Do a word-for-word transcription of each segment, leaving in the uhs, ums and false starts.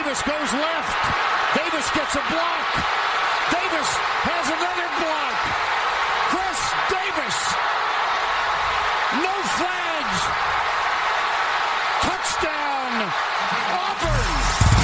Davis goes left. Davis gets a block. Davis has another block. Chris Davis. No flags. Touchdown. Auburn.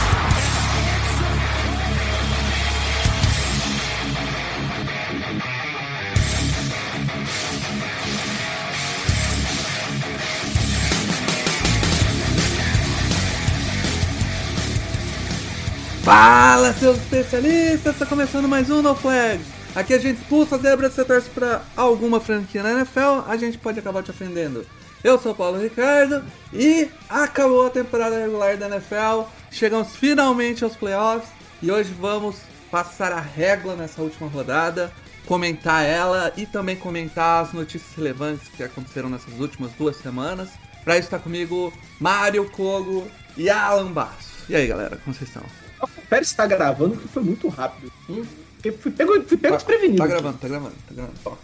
Fala, seus especialistas! Está começando mais um No Flags. Aqui a gente expulsa a zebra se você torce para alguma franquia na N F L, a gente pode acabar te ofendendo. Eu sou o Paulo Ricardo e acabou a temporada regular da N F L. Chegamos finalmente aos playoffs e hoje vamos passar a régua nessa última rodada, comentar ela e também comentar as notícias relevantes que aconteceram nessas últimas duas semanas. Para isso está comigo Mário Kogo e Alan Basso. E aí, galera, como vocês estão? O Pérez está gravando porque foi muito rápido. Hum? Fui pego, fui pego tá, desprevenido. Tá gravando, tá gravando, tá gravando.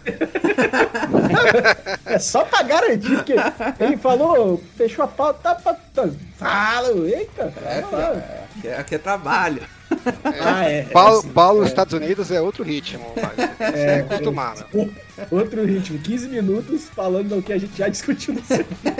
É só pra garantir, porque ele falou, fechou a pauta, tá, tá, fala, eita. É, é, aqui, é, aqui é trabalho. É, ah, é. Paulo, é, Paulo é. nos Estados Unidos é outro ritmo, mas é, é acostumado. É, outro ritmo, quinze minutos falando do que a gente já discutiu no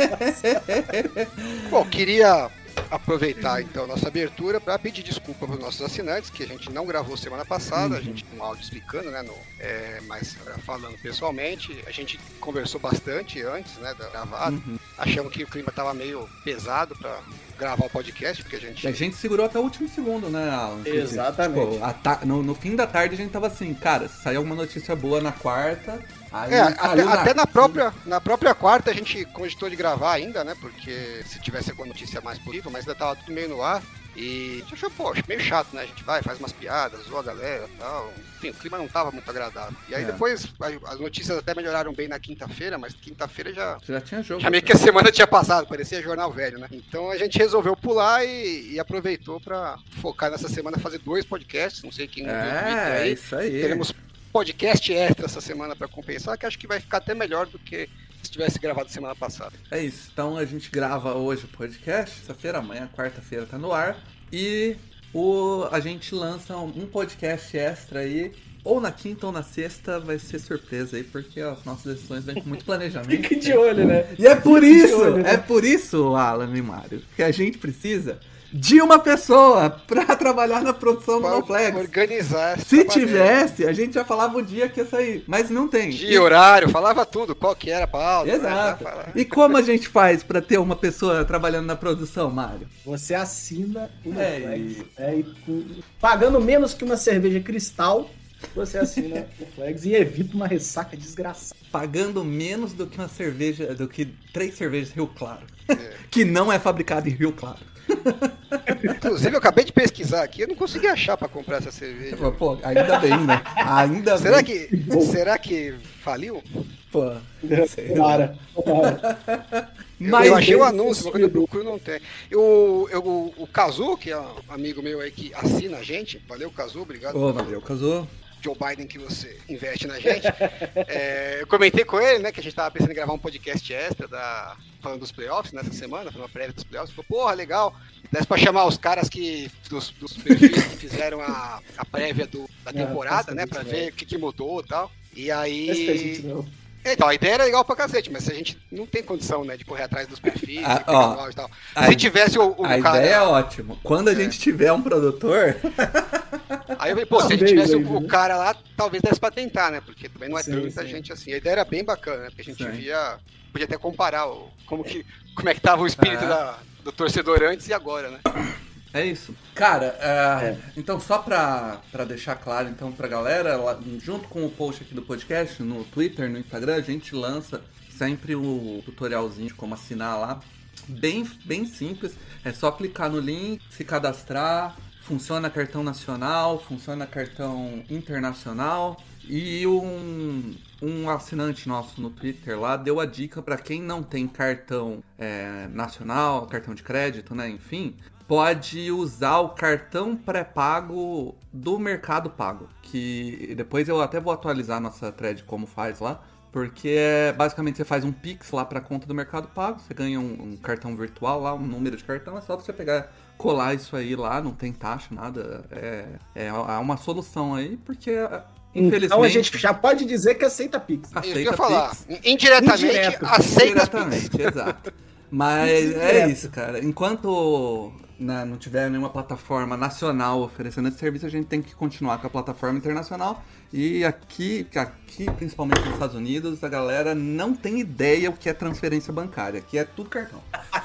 Bom, queria aproveitar então nossa abertura para pedir desculpa para os nossos assinantes, que a gente não gravou semana passada, uhum. A gente com um áudio explicando, né, no, é, mas falando pessoalmente, a gente conversou bastante antes, né, da gravada, uhum. Achamos que o clima estava meio pesado para gravar o podcast, porque a gente... A gente segurou até o último segundo, né, Alan? Exatamente. Tipo, ta... no, no fim da tarde a gente tava assim, cara, se sair alguma notícia boa na quarta... Aí é, até, na... até na própria na própria quarta a gente cogitou de gravar ainda, né? Porque se tivesse alguma notícia mais possível, mas ainda tava tudo meio no ar. E a gente achou, pô, acho meio chato, né? A gente vai, faz umas piadas, zoa a galera e tal. Enfim, o clima não tava muito agradável. E aí é. depois, as notícias até melhoraram bem na quinta-feira, mas quinta-feira já... Já tinha jogo. Já meio que a semana tinha passado, parecia jornal velho, né? Então a gente resolveu pular e, e aproveitou pra focar nessa semana, fazer dois podcasts. Não sei quem viu o vídeo aí. É, isso aí. Teremos podcast extra essa semana para compensar, que acho que vai ficar até melhor do que se tivesse gravado semana passada. É isso, então a gente grava hoje o podcast, sexta-feira, amanhã, quarta-feira tá no ar, e o, a gente lança um podcast extra aí, ou na quinta ou na sexta, vai ser surpresa aí, porque as nossas decisões vêm com muito planejamento. Fique de olho, né? E é por Fique isso, olho, né? é por isso, Alan e Mário, que a gente precisa de uma pessoa pra trabalhar na produção do No Flags. Organizar. Se tivesse, a gente já falava o dia que ia sair, mas não tem. Dia, e horário, falava tudo, qual que era a pauta. Exato. Né? E como a gente faz pra ter uma pessoa trabalhando na produção, Mário? Você assina o No é Flags. É, e, pagando menos que uma cerveja Cristal, você assina o Flags e evita uma ressaca desgraçada. Pagando menos do que uma cerveja, do que três cervejas Rio Claro. É. Que não é fabricado em Rio Claro. Inclusive, eu acabei de pesquisar aqui, eu não consegui achar pra comprar essa cerveja. Pô, ainda bem, né? Ainda será bem. Que, será que faliu? Pô, para. Mas eu achei o um anúncio, uma coisa que eu procuro não tem. Eu, eu, o, o Kazu, que é um amigo meu aí que assina a gente, valeu, Kazu, obrigado. Ô, valeu, Kazu. Joe Biden que você investe na gente. É, eu comentei com ele, né, que a gente tava pensando em gravar um podcast extra da, falando dos playoffs nessa semana, falando uma prévia dos playoffs. Falou, porra, legal. Desse pra chamar os caras que, dos, dos perfis que fizeram a, a prévia do, da temporada, não, né, pra ver o que, que mudou e tal. E aí... Então, a ideia era legal pra cacete, mas a gente não tem condição, né, de correr atrás dos perfis, ah, de ó, e tal. Se tivesse o, o a cara... A ideia é ótima. Quando a é. gente tiver um produtor... Aí eu falei, pô, se a gente tivesse o, o cara lá, talvez desse pra tentar, né, porque também não é sim, tanta sim. gente assim. A ideia era bem bacana, né, porque a gente sim. via... Podia até comparar o, como, que, como é que tava o espírito é. da, do torcedor antes e agora, né. É isso. Cara, uh, é. então só pra, pra deixar claro então pra galera, lá, junto com o post aqui do podcast, no Twitter, no Instagram, a gente lança sempre o tutorialzinho de como assinar lá. Bem, bem simples, é só clicar no link, se cadastrar, funciona cartão nacional, funciona cartão internacional. E um, um assinante nosso no Twitter lá deu a dica pra quem não tem cartão é, nacional, cartão de crédito, né, enfim... pode usar o cartão pré-pago do Mercado Pago, que depois eu até vou atualizar nossa thread como faz lá, Porque é, basicamente você faz um Pix lá pra conta do Mercado Pago, você ganha um, um cartão virtual lá, um número de cartão, é só você pegar, colar isso aí lá, não tem taxa, nada. É, é uma solução aí, porque infelizmente... Então a gente já pode dizer que aceita Pix. Aceita Isso que eu ia falar. Indiretamente, Indireto. aceita Indiretamente, Pix. Exato. Mas é isso, cara. Enquanto né, não tiver nenhuma plataforma nacional oferecendo esse serviço, a gente tem que continuar com a plataforma internacional. E aqui, aqui, principalmente nos Estados Unidos, a galera não tem ideia o que é transferência bancária. Aqui é tudo cartão.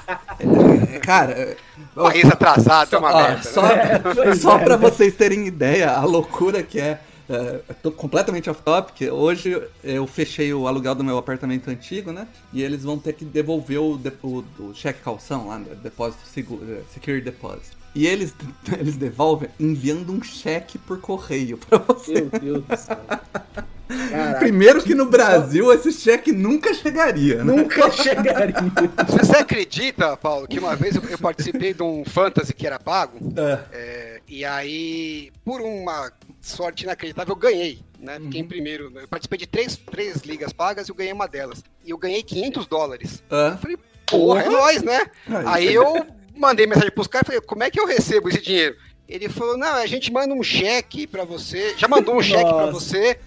É, cara... País atrasado, é uma ó, merda. Só, né? só pra vocês terem ideia, a loucura que é... Uh, tô completamente off topic. Hoje eu fechei o aluguel do meu apartamento antigo, né? E eles vão ter que devolver o, o, o cheque calção lá, né? Depósito seguro, secure deposit. E eles, eles devolvem enviando um cheque por correio pra você. Meu Deus do céu. Caraca, Primeiro que no Brasil esse cheque nunca chegaria, né? Nunca chegaria. Você acredita, Paulo, que uma vez eu, eu participei de um fantasy que era pago? É. É, e aí, por uma sorte inacreditável, eu ganhei, né? Fiquei uhum. em primeiro. Eu participei de três, três ligas pagas e eu ganhei uma delas. E eu ganhei quinhentos dólares. É. Eu falei, porra, é nóis, né? Aí, aí eu mandei mensagem pros caras e falei, como é que eu recebo esse dinheiro? Ele falou, não, a gente manda um cheque pra você. Já mandou um cheque pra você.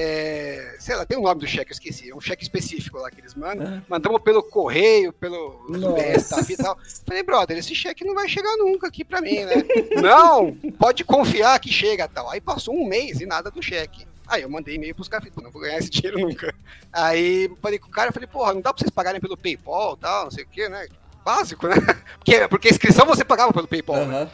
É, sei lá, tem o um nome do cheque, eu esqueci. É um cheque específico lá que eles mandam. É. Mandamos pelo correio, pelo U B S e tal. Falei, brother, esse cheque não vai chegar nunca aqui pra mim, né? Não, pode confiar que chega tal. Aí passou um mês e nada do cheque. Aí eu mandei e-mail pros caras, falei, não vou ganhar esse dinheiro nunca. Aí falei com o cara, falei, porra, não dá pra vocês pagarem pelo PayPal e tal, não sei o que, né? Básico, né? Porque, porque a inscrição você pagava pelo PayPal, uhum. né?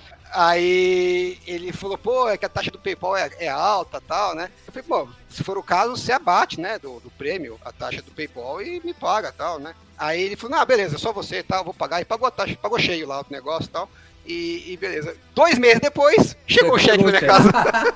Aí ele falou, pô, é que a taxa do PayPal é, é alta e tal, né? Eu falei, pô, se for o caso, você abate, né, do, do prêmio, a taxa do PayPal e me paga e tal, né? Aí ele falou, não, beleza, só você e tal, vou pagar. E pagou a taxa, pagou cheio lá o negócio e tal. E, e beleza. Dois meses depois, chegou o cheque na minha casa.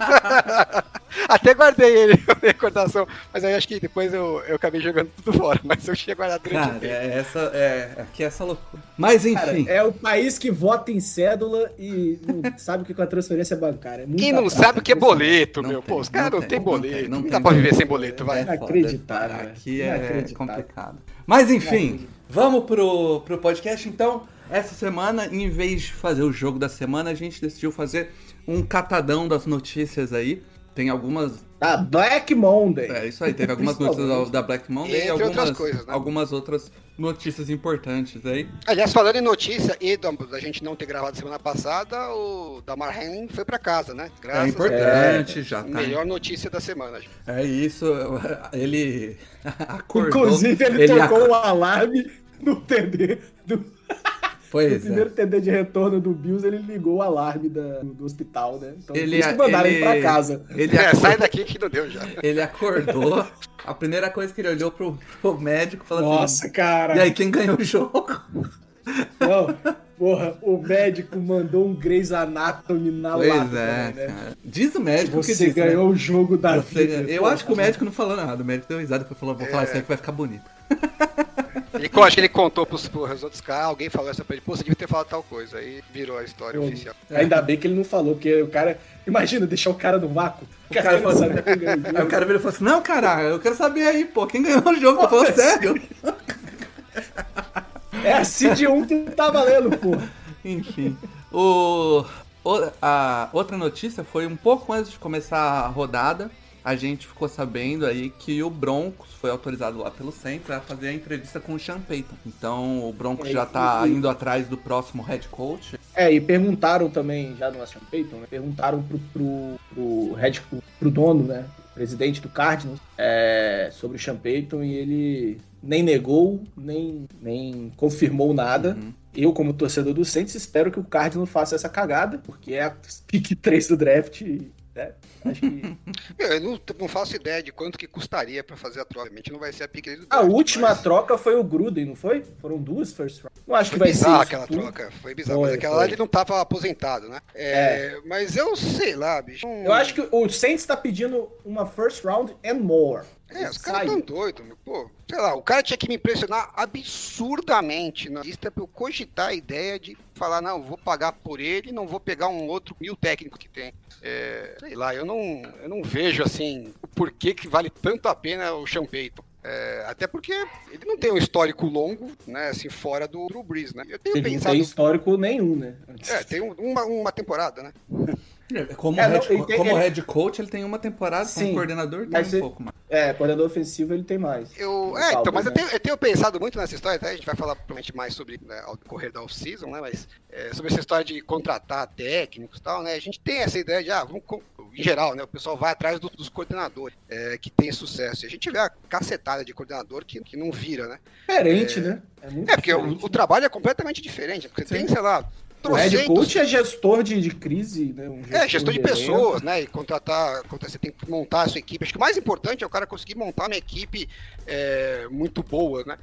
Até guardei ele, a recordação. Mas aí acho que depois eu, eu acabei jogando tudo fora. Mas eu tinha guardado durante Cara, o tempo. É essa, é, aqui é essa loucura. Mas enfim. Cara, é o país que vota em cédula e não sabe o que é a transferência bancária. É Quem não sabe o que é boleto, meu. Tem, Pô, os caras não, não tem boleto. Não, não dá pra viver sem boleto, vai. Inacreditável. Aqui é complicado. Mas enfim, vamos pro, pro podcast então. Essa semana, em vez de fazer o jogo da semana, a gente decidiu fazer um catadão das notícias aí. Tem algumas... Da Black Monday. É, isso aí. Teve algumas notícias da Black Monday e, e algumas outras coisas, né? algumas outras notícias importantes aí. Aliás, falando em notícia e da, da gente não ter gravado semana passada, o Damar Hamlin foi pra casa, né? Graças é importante, a... já tá. Melhor notícia da semana. É isso. Ele acordou. Inclusive, ele, ele tocou ac... o alarme no T D do... Pois no primeiro é. T D de retorno do Bills, ele ligou o alarme da, do hospital, né? Então, ele, por isso que mandaram ele, ele pra casa. Ele é, acordou, sai daqui que não deu já. Ele acordou, a primeira coisa que ele olhou pro, pro médico e falou Nossa, assim... cara! E aí, quem ganhou o jogo? Não, porra, o médico mandou um Grey's Anatomy na pois lata. Pois é, né? cara. Diz o médico Você que diz, ganhou né? o jogo da Você, vida. Eu porra, acho que o médico não falou nada. O médico deu risada e falou, vou é. falar isso aí que vai ficar bonito. Ele, acho que ele contou pros, pros outros caras, alguém falou essa pra ele, pô, você devia ter falado tal coisa, aí virou a história Pô, oficial. Ainda bem que ele não falou, porque o cara, imagina, deixar o cara no vácuo. O cara, cara falou assim, quem ganhou o jogo. Aí o cara virou e falou assim, não, cara, eu quero saber aí, pô, quem ganhou o jogo, tô falando sério. É a Cid um que tá valendo, pô. Enfim, o, a outra notícia foi um pouco antes de começar a rodada. A gente ficou sabendo aí que o Broncos foi autorizado lá pelo Saints a fazer a entrevista com o Sean Payton. Então o Broncos é, já tá e, indo atrás do próximo head coach. É, e perguntaram também, já no Sean Payton, né? Perguntaram pro, pro, pro, head, pro dono, né? Presidente do Cardinals, é, sobre o Sean Payton, e ele nem negou, nem, nem confirmou nada. Uhum. Eu, como torcedor do Saints, espero que o Cardinals faça essa cagada, porque é a pick três do draft. É, acho que... Eu não, não faço ideia de quanto que custaria pra fazer a troca. Realmente não vai ser a pick do draft. A última mas... troca foi o Gruden, não foi? Foram duas first round. Não acho foi que vai bizarro ser aquela tudo. troca. Foi bizarro. Foi, mas aquela foi. Lá ele não tava aposentado, né? É, é. Mas eu sei lá, bicho. Eu acho que o Saints tá pedindo uma first round and more. É, os caras tão doidos, meu. Pô, sei lá, o cara tinha que me impressionar absurdamente na lista pra eu cogitar a ideia de falar, não, vou pagar por ele, não vou pegar um outro mil técnico que tem. É, sei lá, eu não, eu não vejo, assim, o porquê que vale tanto a pena o Sean Payton. É, até porque ele não tem um histórico longo, né, assim, fora do Drew Brees, né? Eu tenho Ele pensado... não tem histórico nenhum, né? É, tem um, uma, uma temporada, né? Como, É, não, head, ele tem- como ele- head coach, ele tem uma temporada, Sim, como coordenador tem mas um ele- pouco mais. É, coordenador ofensivo ele tem mais. Eu, O é, então, Cowboys, mas eu né? tenho, eu tenho pensado muito nessa história, até a gente vai falar provavelmente mais sobre, né, ao decorrer da off-season, né, mas é, sobre essa história de contratar técnicos e tal, né, a gente tem essa ideia de, ah, vamos, com- em geral, né, o pessoal vai atrás do- dos coordenadores é, que tem sucesso, e a gente vê a cacetada de coordenador que, que não vira, né. Diferente, né? É, muito É, porque o, diferente. o trabalho é completamente diferente, porque tem, sei lá, O head trocentos- coach é gestor de, de crise, né? Um É, gestor de elenco. pessoas, né? E contratar, contra- você tem que montar a sua equipe. Acho que o mais importante é o cara conseguir montar uma equipe é, muito boa, né?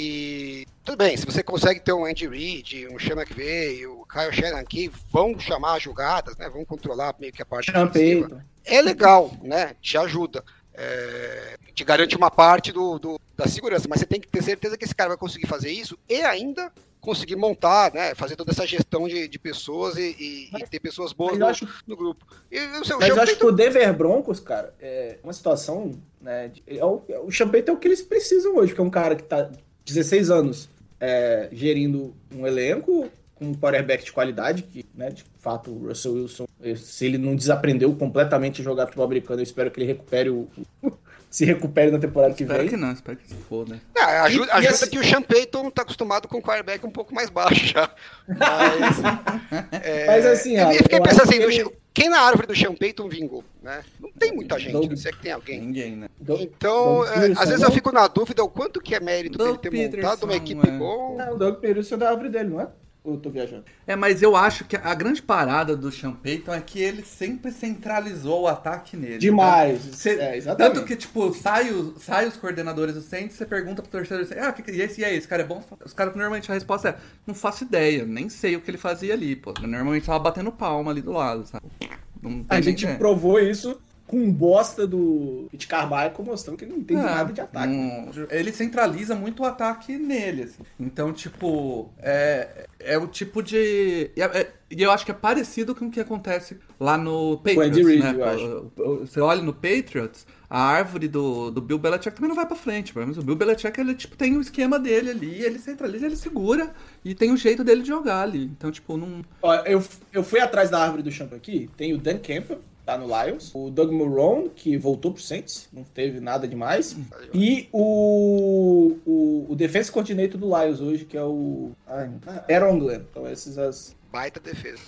E tudo bem, se você consegue ter um Andy Reid, um Sean McVay, o Kyle Shanahan que vão chamar as jogadas, né? Vão controlar meio que a parte Sean ofensiva, Payton. é legal, né? Te ajuda. É, te garante uma parte do, do- da segurança, mas você tem que ter certeza que esse cara vai conseguir fazer isso e ainda conseguir montar, né? Fazer toda essa gestão de, de pessoas e, e- e ter pessoas boas Mas no, eu acho- no grupo. E o seu Mas eu Sean acho que Payton- o Denver Broncos, cara, é uma situação, né? de- é o, o Sean Payton é o que eles precisam hoje, porque é um cara que tá dezesseis anos é, gerindo um elenco com um quarterback de qualidade, que, né, de fato, o Russell Wilson, se ele não desaprendeu completamente a jogar futebol americano, eu espero que ele recupere o. se recupere na temporada que Espero vem. que não, espero que se foda. É, ajuda, E- e ajuda assim- que o Sean Payton tá acostumado com o quarterback um pouco mais baixo já. Mas, é, Mas assim, eu, Alan, eu fiquei eu pensando acho assim, que do ele- Sean- quem na árvore do Sean Payton vingou, né? Não tem muita gente, Doug- não sei que tem alguém. Ninguém, né? Doug- Então, Doug é, Peterson, às vezes não? eu fico na dúvida o quanto que é mérito dele Doug ter Peterson, montado uma equipe é. boa. Não, o Doug Peterson é da árvore dele, não é? Ou eu tô viajando? É, mas eu acho que a grande parada do Sean Payton é que ele sempre centralizou o ataque nele. Demais. Tá? Cê- É, exatamente. Tanto que, tipo, sai os, sai os coordenadores do Saints, você pergunta pro torcedor, assim, ah, que, que- e esse e aí, esse cara é bom? Os caras, normalmente, a resposta é, não faço ideia, nem sei o que ele fazia ali, pô. Normalmente tava batendo palma ali do lado, sabe? Não tem A gente nem ideia. provou isso com um bosta do Pete Carmichael mostrando que ele não entende É, nada de ataque. não- ele centraliza muito o ataque nele, assim. Então, tipo, é, é o tipo de... E é- é- e eu acho que é parecido com o que acontece lá no Patriots, Andy Reid, né? eu acho. Você olha no Patriots, a árvore do, do Bill Belichick também não vai pra frente. Mas o Bill Belichick, ele, tipo, tem o esquema dele ali, ele centraliza, ele segura e tem o jeito dele de jogar ali. Então, tipo, não... Ó, eu, eu fui atrás da árvore do Champ aqui, tem o Dan Campbell, tá no Lions, o Doug Marrone, que voltou pro Saints, não teve nada demais, e o, o, o defense coordinator do Lions hoje, que é o ai, Aaron Glenn. Então esses as... Baita defesa.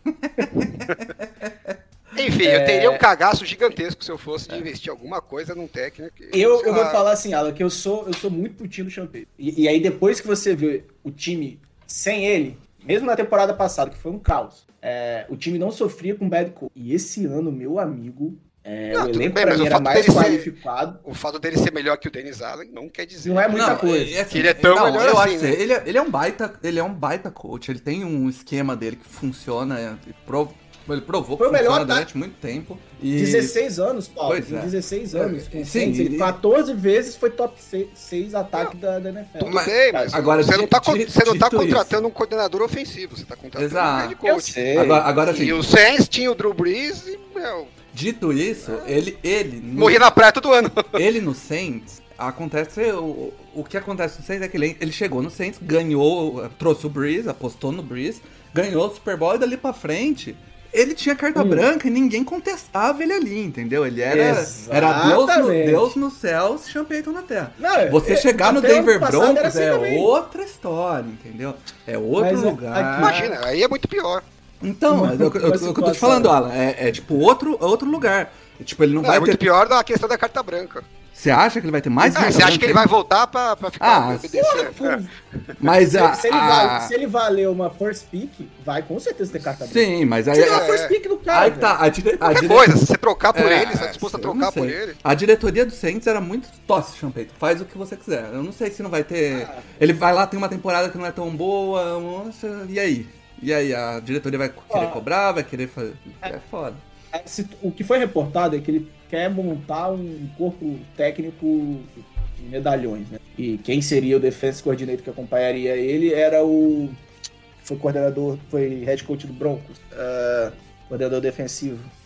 Enfim, eu teria um cagaço gigantesco se eu fosse de investir alguma coisa num técnico. Eu, sei eu vou lá. falar assim, Alan, que eu sou, eu sou muito pro time do Champeiro. E, e aí, depois que você vê o time sem ele, mesmo na temporada passada, que foi um caos, é, o time não sofria com bad coach. E esse ano, meu amigo, é, Não, o tudo elenco bem, pra mas mim o era fato mais dele ser- qualificado. O fato dele ser melhor que o Dennis Allen não quer dizer. Não é muita coisa. é assim, Que ele é tão não, melhor eu assim, acho né? que ele, é, ele é um baita, ele é um baita coach, ele tem um esquema dele que funciona, é, e prov- ele provou que Foi o melhor funciona ataque. durante muito tempo. E... dezesseis anos, Paulo. Pois Em é. dezesseis anos. Com Sim, Saints, ele e- quatorze vezes foi top seis ataque da, da N F L. Tudo Mas- bem, mas agora, você não tá, con- dito- você não tá dito contratando isso. um coordenador ofensivo, você tá contratando Exato. um head Eu coach. sei. Agora, agora assim, E o Saints tinha o Drew Brees e, meu, dito isso, ele, ele, no, morria na praia todo ano. ele no Saints, acontece, o, o que acontece no Saints é que ele, ele chegou no Saints, ganhou, trouxe o Breeze, apostou no Breeze, ganhou o Super Bowl e dali pra frente... Ele tinha carta Hum. branca e ninguém contestava ele ali, entendeu? Ele era, era Deus, no, Exatamente. Deus nos céus, Sean Payton na terra. Não, Você é- chegar no até ano Denver passado era Broncos assim é também. outra história, entendeu? É outro Mas, é, lugar. aqui- Imagina, aí é muito pior. Então, Uma- é o que eu- uma o que eu tô te situação. falando, Alan. É, é tipo outro, outro lugar. Tipo, ele não, Não, vai é muito ter. pior da questão da carta branca. Você acha que ele vai ter mais Ah, carta você acha branca? que ele vai voltar pra, pra ficar Ah, obedecendo? Pô, É. Mas se, a. se ele a- vale, se ele valer uma first pick, vai com certeza ter carta branca. Sim, mas aí. Você deu uma é- first pick do cara. Aí que tá. A, dire... a Qualquer dire- coisa, se você trocar por É, ele, você tá disposto a eu trocar não por sei. ele. A diretoria do Saints era muito tosse, Sean Payton. Faz o que você quiser. Eu não sei se não vai ter. Ah. Ele vai lá, tem uma temporada que não é tão boa. Nossa, e aí? E aí? A diretoria vai querer Ah. cobrar, vai querer fazer. É foda. Se- O que foi reportado é que ele quer montar um corpo técnico de medalhões, né? E quem seria o defense coordinator que acompanharia ele era o... Foi coordenador, foi head coach do Broncos, ah, coordenador defensivo.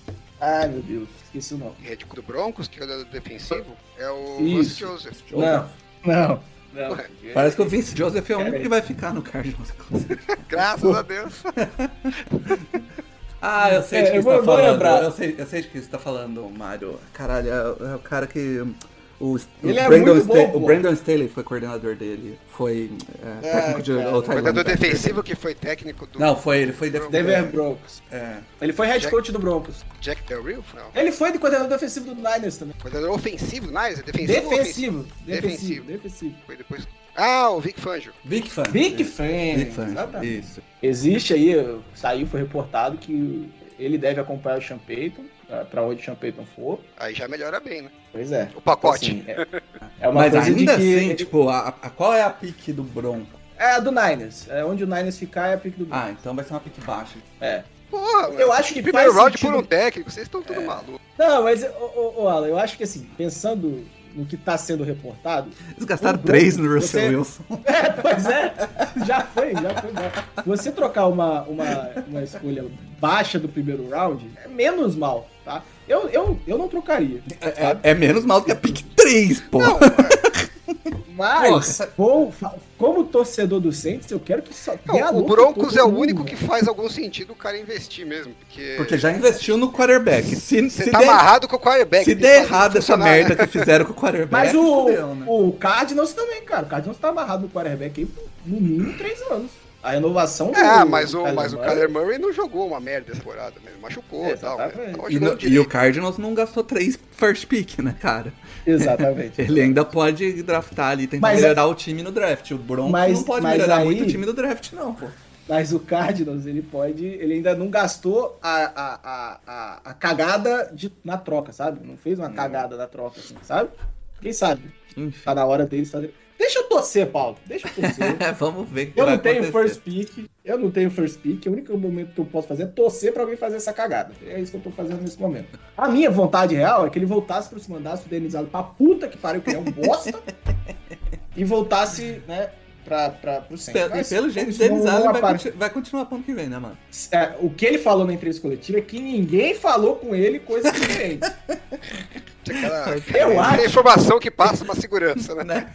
Ai, meu Deus, esqueci o nome. Head do Broncos, que é o defensivo, é o Isso. Vance Joseph. Não, não, não. Parece que o Vince Joseph é o único que vai ficar no Cardinals. Graças a Deus. Ah, eu sei de É, que eu você tá vou- vou falando. lembrar. Eu sei, eu sei de que você tá falando, Mário. Caralho, é, é o cara que. O, o Ele é Brandon muito bom, Sta- pô. o Brandon Staley foi coordenador dele. Foi é, técnico de. cara. ou O tá coordenador jogando, defensivo que foi técnico do Não, foi ele, foi def- Denver Broncos. É. Ele foi head Jack- coach do Broncos. Jack Del Rio? Não. Ele foi de coordenador defensivo do Niners também. Coordenador ofensivo do Niners? É defensivo ou Defensivo. ofensivo? Defensivo. Defensivo. Defensivo. Foi depois... Ah, o Vic Fangio. Vic Fan. Big Fan. Vic Fan. Exatamente. Isso. Existe aí, saiu, foi reportado que ele deve acompanhar o Sean Payton, tá? Pra onde o Sean Payton for. Aí já melhora bem, né? Pois é. O pacote. Assim, é, é uma Mas coisa ainda de que... assim, tipo, a, a- qual é a pique do Bronco? É a do Niners. É onde o Niners ficar é a pick do Broncos. Ah, então vai ser uma pique baixa. É. Porra, Eu acho que primeiro faz round sentido. por um técnico, vocês estão tudo malucos. Não, mas, ô, ô, ô, Alan, eu acho que assim, pensando no que tá sendo reportado... Eles gastaram o três Broncos, no Russell você- Wilson. É, pois é. Já foi, já foi. Já. Você trocar uma, uma, uma escolha baixa do primeiro round é menos mal, tá? Eu, eu, eu não trocaria. É, é menos mal do que a pique três, pô. Não, Mas, vou, fa- como torcedor do Saints, eu quero que só não, dê a o luta Broncos todo é o mundo, único né? que faz algum sentido o cara investir mesmo. Porque, Porque já investiu no quarterback. Se, você se tá der, amarrado com o quarterback. se tem der que fazer errado essa funcionar, merda né? que fizeram com o quarterback, Mas o, fudeu, né? o Cardinals também, cara. O Cardinals tá amarrado no quarterback aí por no mínimo três anos. A renovação do... É, mas o, Kyler mas o Murray- Kyler Murray não jogou uma merda essa temporada mesmo. Machucou e tal. Exatamente. Né? Tava E, jogando no- e direito. o Cardinals não gastou três first pick, né, cara? Exatamente. Ele ainda pode draftar ali, tentar Mas melhorar o time no draft. O Broncos Mas- não pode mas melhorar aí- muito o time no draft, não, pô. Mas o Cardinals, ele pode. Ele ainda não gastou a, a, a, a, a cagada de, na troca, sabe? Não fez uma cagada na troca, assim, sabe? Quem sabe? Enfim. Tá na hora deles fazer. Deixa eu torcer, Paulo. Deixa eu torcer. Vamos ver o que Eu vai não tenho acontecer. first pick. Eu não tenho first pick. O único momento que eu posso fazer é torcer pra alguém fazer essa cagada. É isso que eu tô fazendo nesse momento. A minha vontade real é que ele voltasse pra se mandar sudenizado pra puta que pariu, que ele é um bosta. E voltasse, né, pra, pra, pro centro. Pelo, e Mas, pelo jeito, isso Denis não- não Allen vai, apare- conti- vai continuar pro ano que vem, né, mano? É, o que ele falou na entrevista coletiva é que ninguém falou com ele coisa diferente. Aquela, Eu aquela acho. informação que passa pra segurança, né?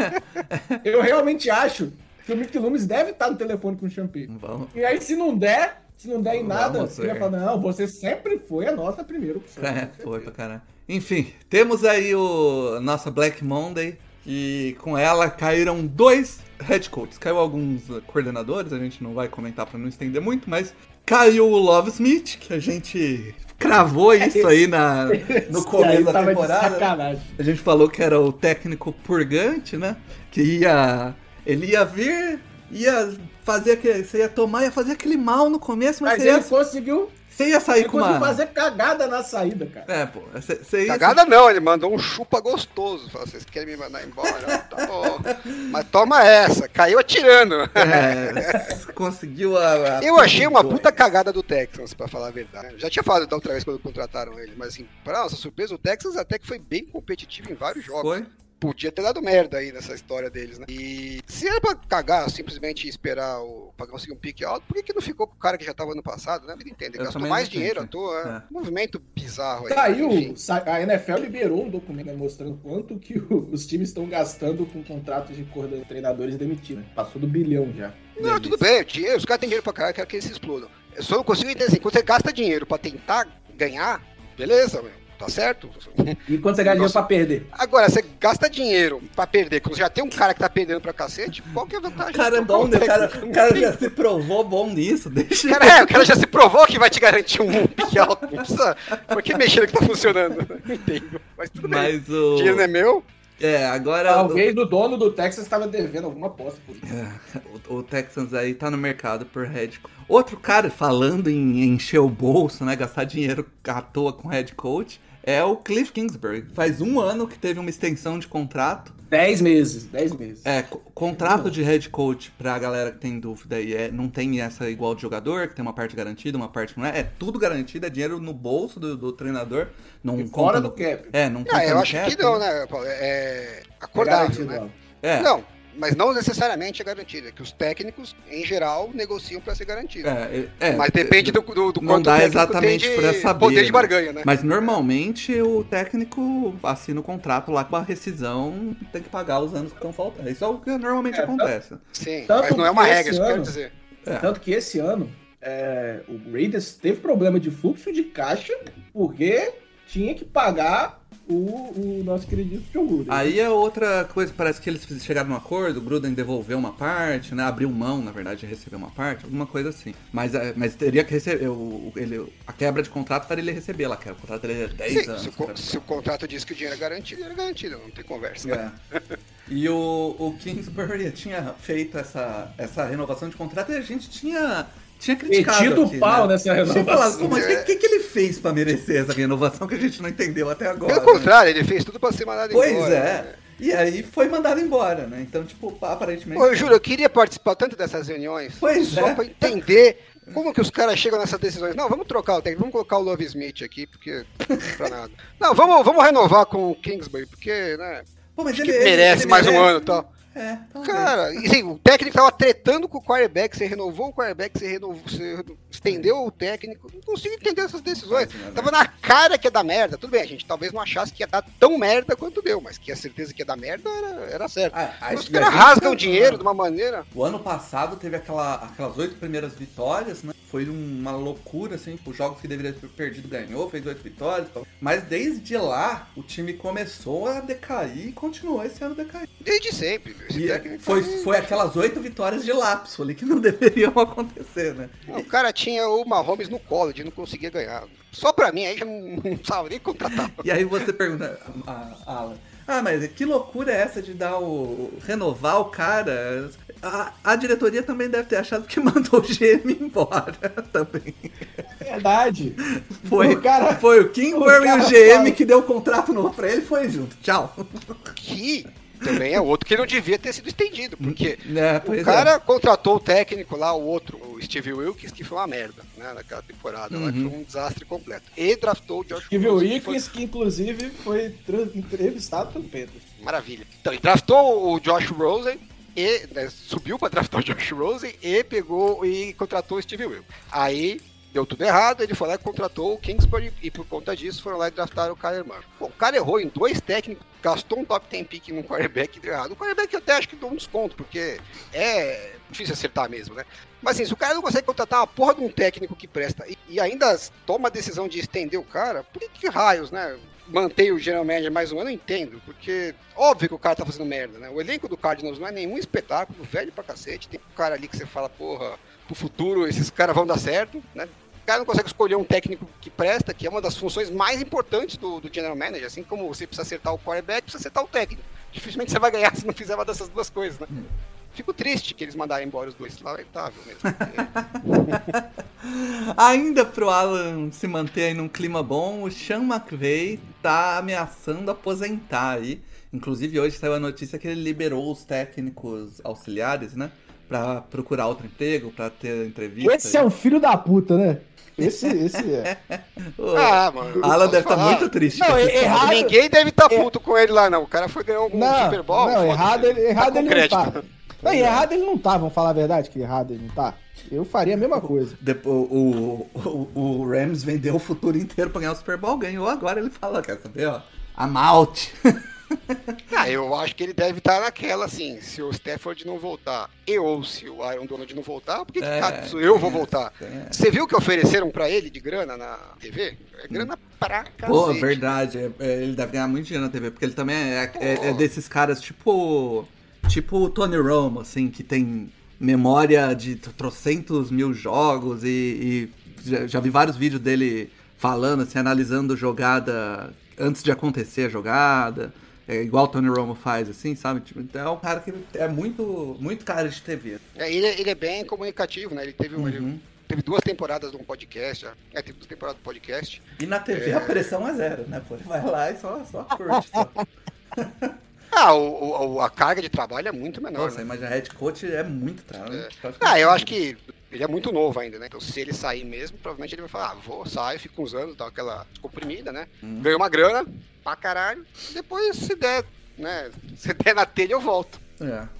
Eu realmente acho que o Mick Loomis deve estar no telefone com o Champagne. Vamos. E aí, se não der, se não der em nada, Vamos ele vai ver. falar, não, você sempre foi a nossa primeira opção. É, foi pra caralho. Enfim, temos aí o nossa Black Monday, e com ela caíram dois head coaches. Caiu alguns uh, coordenadores, a gente não vai comentar pra não estender muito, mas caiu o Love Smith, que a gente cravou isso aí na, no Esse começo aí da tava de temporada. sacanagem. A gente falou que era o técnico purgante, né? Que ia. Ele ia vir, ia fazer aquele. Você ia tomar, ia fazer aquele mal no começo, mas, Mas você, ia, ele conseguiu, você ia sair ele com conseguiu uma. fazer cagada na saída, cara. É, pô. Você, você ia. Cagada não, ele mandou um chupa gostoso. Falou, vocês querem me mandar embora? Tá bom. Mas toma essa, caiu atirando. É, conseguiu a. a Eu achei uma dois. puta cagada do Texans, pra falar a verdade. Já tinha falado da outra vez quando contrataram ele, mas assim, pra nossa surpresa, o Texans até que foi bem competitivo em vários jogos. Foi? Podia ter dado merda aí nessa história deles, né? E se era pra cagar, simplesmente esperar o, pra conseguir um pique alto, por que, que não ficou com o cara que já tava no passado, né? Me entende, Eu gastou também mais não dinheiro à entendi. toa. É. É. Um movimento bizarro aí. Saiu, enfim. sa- a N F L liberou um documento, né, mostrando quanto que o- os times estão gastando com contratos de coordenadores, treinadores demitidos. Passou do bilhão já. Não, tudo bem, dinheiro, os caras têm dinheiro pra caralho, quero que eles se explodam. Eu só não consigo entender assim, quando você gasta dinheiro pra tentar ganhar, beleza, meu, tá certo? E quando você ganha dinheiro Nossa. pra perder? Agora, você gasta dinheiro pra perder, quando já tem um cara que tá perdendo pra cacete, qual que é a vantagem? O cara é bom, né? O cara, o cara já se provou bom nisso. Deixa O cara, é, o cara já se provou que vai te garantir um pique alto. Não precisa. Por que mexer no que tá funcionando? Não entendo. Mas tudo bem. Mas o. Dinheiro não é meu? É, agora. Talvez o dono do Texas estava devendo alguma aposta por isso. É, o, o Texans aí tá no mercado por head coach. Outro cara falando em encher o bolso, né? Gastar dinheiro à toa com head coach. É o Cliff Kingsbury. Faz um ano que teve uma extensão de contrato. Dez meses, dez meses. É, co- contrato de head coach pra galera que tem dúvida aí, é, não tem essa igual de jogador, que tem uma parte garantida, uma parte que não é. É tudo garantido, é dinheiro no bolso do, do treinador. Não E conta fora no- do cap. É, não conta Ah, eu no acho cap, que não, né, Paulo? É É acordável, garantido, né? não. É, Não, mas não necessariamente é garantida, é que os técnicos, em geral, negociam para ser garantido. É, é, mas depende do, do, do não quanto dá o técnico exatamente tem de pra saber, poder de né? barganha, né? Mas normalmente o técnico assina o contrato lá com a rescisão, tem que pagar os anos que estão faltando. Isso é o que normalmente É, acontece. Sim, Tanto mas não é uma que regra, esse isso que eu quero ano- dizer. É. Tanto que esse ano é, o Raiders teve problema de fluxo de caixa porque tinha que pagar o, o nosso querido John Gruden. Aí é outra coisa, parece que eles chegaram num acordo, o Gruden devolveu uma parte, né? Abriu mão, na verdade, de receber uma parte, alguma coisa assim. Mas, é, mas teria que receber. O, ele, a quebra de contrato para ele receber lá, que o contrato dele é dez Sim, anos. se, o, co- se o contrato diz que o dinheiro é garantido, ele é garantido, não tem conversa. Né? É. E o, o Kingsbury tinha feito essa, essa renovação de contrato e a gente tinha, tinha criticado. Metido aqui, o pau né? nessa Tinha renovação. falado, pô, mas o que, que, que ele fez pra merecer essa renovação que a gente não entendeu até agora? Pelo contrário, ele fez tudo pra ser mandado Pois embora. é. né? E aí foi mandado embora, né? Então, tipo, aparentemente. Pô, eu juro, eu queria participar tanto dessas reuniões, Pois só é. pra entender como que os caras chegam nessas decisões. Não, vamos trocar o técnico, vamos colocar o Love Smith aqui, porque não é pra nada. Não, vamos, vamos renovar com o Kingsbury, porque, né, Pô, mas acho ele, que ele- merece ele mais um merece. ano e tal. É, talvez. Cara, e, assim, o técnico tava tretando com o quarterback, você renovou o quarterback, você, renovou, você estendeu o técnico, não consigo entender essas decisões. Mas, né, Tava na cara que ia dar merda. Tudo bem, a gente talvez não achasse que ia dar tão merda quanto deu, mas que a certeza que ia dar merda era, era certo. Ah, Mas acho os que a caras gente rasgam tá- dinheiro de uma maneira. O ano passado teve aquela, aquelas oito primeiras vitórias, né? Foi uma loucura, assim, os jogos que deveria ter perdido ganhou, fez oito vitórias. Tal. Mas desde lá, o time começou a decair e continuou esse ano decaindo. Desde sempre. meu. Esse E técnico foi, aí- foi aquelas oito vitórias de lapso ali que não deveriam acontecer, né? O cara tinha o Mahomes no college e não conseguia ganhar. Só pra mim, aí já não, não precisava nem contratar. E aí você pergunta, a- a- Alan, ah, mas que loucura é essa de dar o. renovar o cara? A, a diretoria também deve ter achado que mandou o G M embora também. Verdade. Foi O cara- foi o Kingsbury o e cara o G M fala- que deu o contrato novo pra ele e foi junto. Tchau. Que também é outro que não devia ter sido estendido, porque É, pois o cara contratou o técnico lá, o outro, o Steve Wilkes, que foi uma merda, né, naquela temporada lá, que foi um desastre completo. E draftou o Josh Steve Rosen, que foi- Wilkins, que inclusive foi tra- entrevistado pelo Pedro. Maravilha. Então, ele draftou o Josh Rosen, e né, subiu pra draftar o Josh Rosen e pegou e contratou o Steve Wilkes. Aí deu tudo errado, ele foi lá e contratou o Kingsbury e por conta disso foram lá e draftaram o Kyler Murray. Bom, o cara errou em dois técnicos, gastou um top dez pick num quarterback e deu errado. O quarterback eu até acho que deu um desconto, porque é difícil acertar mesmo, né? Mas assim, se o cara não consegue contratar uma porra de um técnico que presta e, e ainda toma a decisão de estender o cara, por que, que raios, né? Mantém o general manager mais um ano, eu entendo, porque óbvio que o cara tá fazendo merda, né? O elenco do Cardinals não é nenhum espetáculo, velho pra cacete, tem um cara ali que você fala, porra, pro futuro esses caras vão dar certo, né? O cara não consegue escolher um técnico que presta, que é uma das funções mais importantes do, do general manager, assim como você precisa acertar o quarterback, precisa acertar o técnico. Dificilmente você vai ganhar se não fizer uma dessas duas coisas, né? Fico triste que eles mandarem embora os dois, lamentável mesmo. Ainda pro Alan se manter aí num clima bom, o Sean McVay tá ameaçando aposentar aí. Inclusive hoje saiu a notícia que ele liberou os técnicos auxiliares, né? Pra procurar outro emprego, pra ter entrevista. Esse é um filho da puta, né? Esse, esse é. Ô, Ah, mano. Alan posso deve estar falar? muito triste. Não, com essa é- história. errado. Ninguém deve estar puto com ele lá, não. O cara foi ganhar algum Não, Super Bowl. não, foda-se. errado ele, errado Tá ele com não tá. crédito. Não, e errado ele não tá, vamos falar a verdade, que errado ele não tá. Eu faria a mesma coisa. Depois, o, o, o Rams vendeu o futuro inteiro pra ganhar o Super Bowl, ganhou, agora ele fala, quer saber, ó, I'm out. Ah, eu acho que ele deve estar naquela, assim, se o Stafford não voltar, e ou se o Aaron Donald não voltar, por que, que É, caso eu vou voltar? é. Você viu o que ofereceram pra ele de grana na T V? É grana pra cacete. Pô, verdade, é- é, ele deve ganhar muito dinheiro na T V, porque ele também é, é- é desses caras tipo, tipo o Tony Romo, assim, que tem memória de trocentos mil jogos e, e já, já vi vários vídeos dele falando, assim, analisando jogada antes de acontecer a jogada. É igual o Tony Romo faz, assim, sabe? Tipo, então é um cara que é muito, muito cara de T V. É, ele, é- ele é bem comunicativo, né? Ele teve, um- Uhum. ele teve duas temporadas de um podcast, já. É, teve duas temporadas do podcast. E na T V É. a pressão é zero, né? Pô, ele vai lá e só, só curte. Só. Ah, o, o- a carga de trabalho é muito menor, Nossa, né? mas a head coach é muito trabalho. Ah, eu acho que ele é muito novo ainda, né? Então, se ele sair mesmo, provavelmente ele vai falar, ah, vou, saio, fico uns anos, dá aquela descomprimida, né? Hum. Ganho uma grana pra caralho, e depois, se der, né? Se der na telha, eu volto. É.